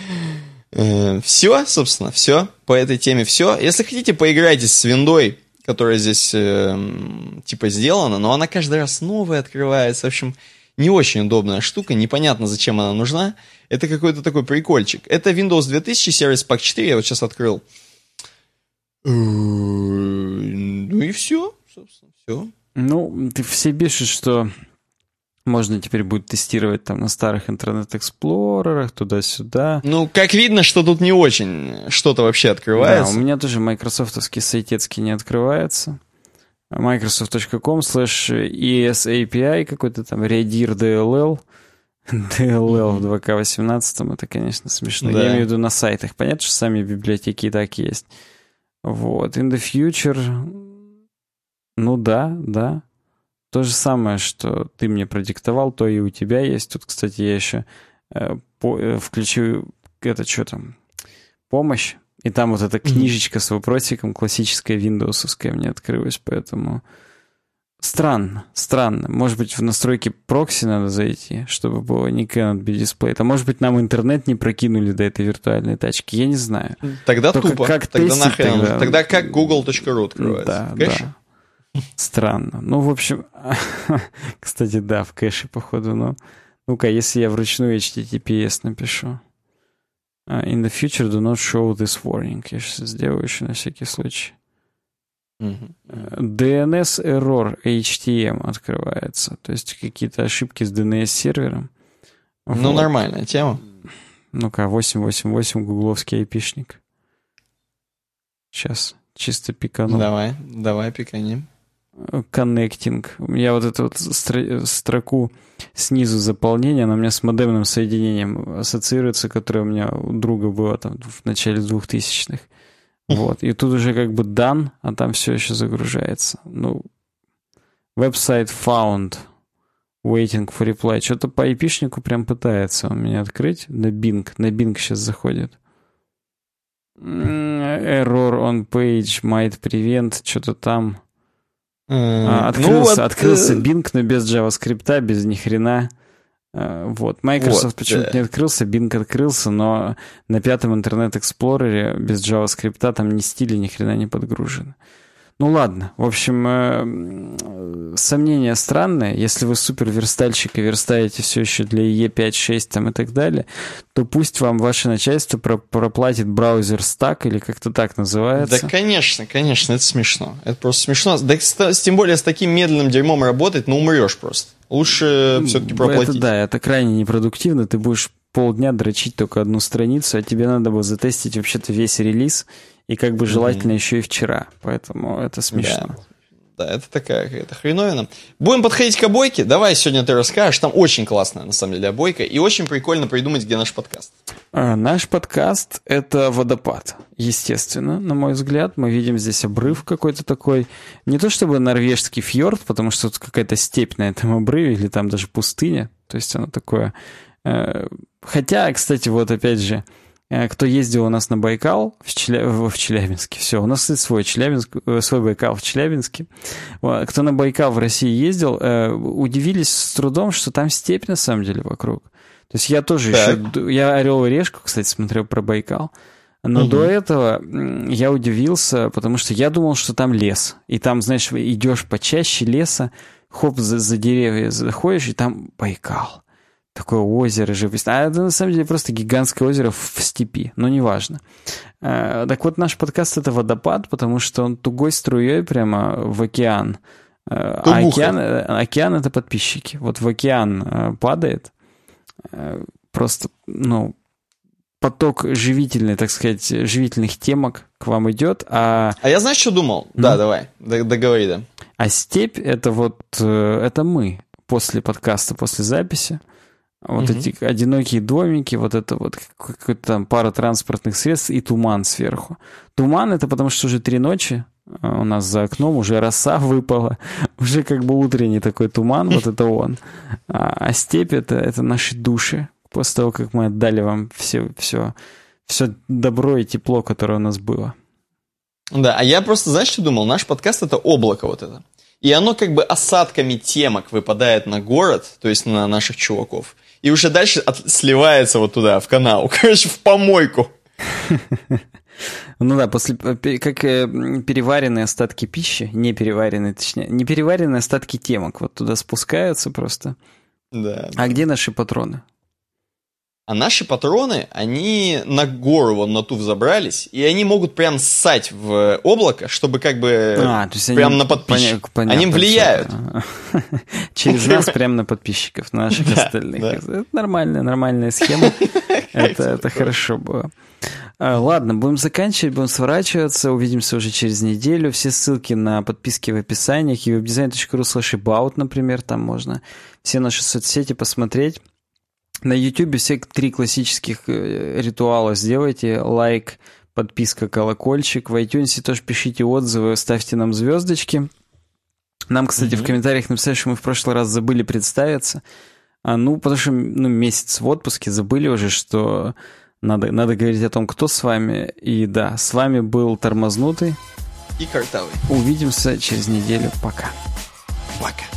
все, собственно, все. По этой теме все. Если хотите, поиграйтесь с виндой, которая здесь типа сделана, но она каждый раз новая открывается. В общем, не очень удобная штука, непонятно, зачем она нужна. Это какой-то такой прикольчик. Это Windows две тысячи, сервис пак четыре, я вот сейчас открыл. Ну и все, собственно, все. Ну, ты все пишешь, что можно теперь будет тестировать там на старых интернет-эксплорерах, туда-сюда. Ну, как видно, что тут не очень что-то вообще открывается. Да, у меня тоже майкрософтовский сайтецкий не открывается. Microsoft точка ком слэш и эс эй пи ай какой-то там Redir ди эл эл. ди эл эл в два ка восемнадцать, это, конечно, смешно. Да. Я имею в виду на сайтах. Понятно, что сами библиотеки и так есть. Вот. In the future... Ну да, да. То же самое, что ты мне продиктовал, то и у тебя есть. Тут, кстати, я еще э, по, э, включу это что там, помощь. И там вот эта книжечка с вопросиком классическая виндовсовская мне открылась, поэтому странно, странно. Может быть, в настройки прокси надо зайти, чтобы было не cannot be displayed. А может быть, нам интернет не прокинули до этой виртуальной тачки, я не знаю. Тогда Только тупо. Как тогда тестить, нахрен. Тогда... тогда как гугл точка ру открывается? Да, в кэше? Да. Странно. Ну, в общем, кстати, да, в кэше, походу, но... Ну-ка, если я вручную эйч ти ти пи эс напишу. In the future, do not show this warning. Я сейчас сделаю еще на всякий случай. Mm-hmm. ди эн эс error эйч ти эм открывается. То есть какие-то ошибки с ди эн эс-сервером. Ну, вот. Нормальная тема. Ну-ка, восемь восемь восемь гугловский айпишник. Сейчас чисто пикану. Давай, давай пиканем. Connecting. Я вот эту вот стро- строку снизу заполнения, она у меня с модемным соединением ассоциируется, которое у меня у друга было там в начале двухтысячных. Вот. И тут уже как бы done, а там все еще загружается. Ну, website found, waiting for reply. Что-то по айпишнику прям пытается он меня открыть. На Bing. На Bing сейчас заходит. Error on page might prevent. Что-то там. А, открылся, ну, вот, открылся Bing, но без JavaScript, без ни хрена. А, вот. Microsoft вот, почему-то да. не открылся, Bing открылся, но на пятом интернет-эксплорере без JavaScript там ни стиля, ни хрена не подгружено. Ну ладно, в общем, э, сомнения странные. Если вы супер верстальщик и верстаете все еще для и и пять шесть там и так далее, то пусть вам ваше начальство про- проплатит браузер Stack или как-то так называется. Да, конечно, конечно, это смешно. Это просто смешно. Да, с, тем более с таким медленным дерьмом работать, ну умрешь просто. Лучше все-таки проплатить. Это, да, это крайне непродуктивно. Ты будешь полдня дрочить только одну страницу, а тебе надо было затестить вообще-то весь релиз. И как бы желательно mm-hmm. еще и вчера. Поэтому это смешно. Да, да это такая какая-то хреновина. Будем подходить к обойке. Давай сегодня ты расскажешь. Там очень классная, на самом деле, обойка. И очень прикольно придумать, где наш подкаст. А, наш подкаст — это водопад. Естественно, на мой взгляд. Мы видим здесь обрыв какой-то такой. Не то чтобы норвежский фьорд, потому что тут какая-то степь на этом обрыве, или там даже пустыня. То есть оно такое... Хотя, кстати, вот опять же... Кто ездил у нас на Байкал в, Челя... в Челябинске, все, у нас свой Челябинск, свой Байкал в Челябинске. Кто на Байкал в России ездил, удивились с трудом, что там степь на самом деле вокруг. То есть я тоже так. еще... Я «Орел и решку», кстати, смотрел про Байкал. Но угу. до этого я удивился, потому что я думал, что там лес. И там, знаешь, идешь почаще леса, хоп, за, за деревья заходишь, и там Байкал. Такое озеро живописное. А это на самом деле просто гигантское озеро в степи. Но неважно. А, так вот, наш подкаст — это водопад, потому что он тугой струей прямо в океан. А океан, океан — это подписчики. Вот в океан падает. Просто, ну, поток живительный, так сказать, живительных темок к вам идет. А, а я, знаешь, что думал? Ну? Да, давай, договори, да. А степь — это вот, это мы после подкаста, после записи. Вот угу. эти одинокие домики, вот это вот какая-то там пара транспортных средств и туман сверху. Туман — это потому что уже три ночи у нас за окном, уже роса выпала, уже как бы утренний такой туман, вот это он. А, а степь — это, это наши души, после того, как мы отдали вам все, все, все добро и тепло, которое у нас было. Да, а я просто, знаешь, что думал? Наш подкаст — это облако вот это. И оно как бы осадками темок выпадает на город, то есть на наших чуваков. И уже дальше от, сливается вот туда, в канал. Короче, в помойку. Ну да, после, как переваренные остатки пищи, не переваренные, точнее, не переваренные остатки темок, вот туда спускаются просто. Да. А где наши патроны? А наши патроны, они на гору вон на ту взобрались, и они могут прям ссать в облако, чтобы как бы а, то есть прям они, на подписчиков. Поня- они влияют. Через нас прям на подписчиков, наших остальных. Это нормальная, нормальная схема. Это хорошо было. Ладно, будем заканчивать, будем сворачиваться. Увидимся уже через неделю. Все ссылки на подписки в описании. webdesign точка ру слэш about, например, там можно все наши соцсети посмотреть. На YouTube все три классических ритуала сделайте. Лайк, подписка, колокольчик. В iTunes тоже пишите отзывы, ставьте нам звездочки. Нам, кстати, mm-hmm. в комментариях написали, что мы в прошлый раз забыли представиться. А, ну, потому что ну, месяц в отпуске, забыли уже, что надо, надо говорить о том, кто с вами. И да, с вами был Тормознутый и Картавый. Увидимся через неделю. Пока. Пока.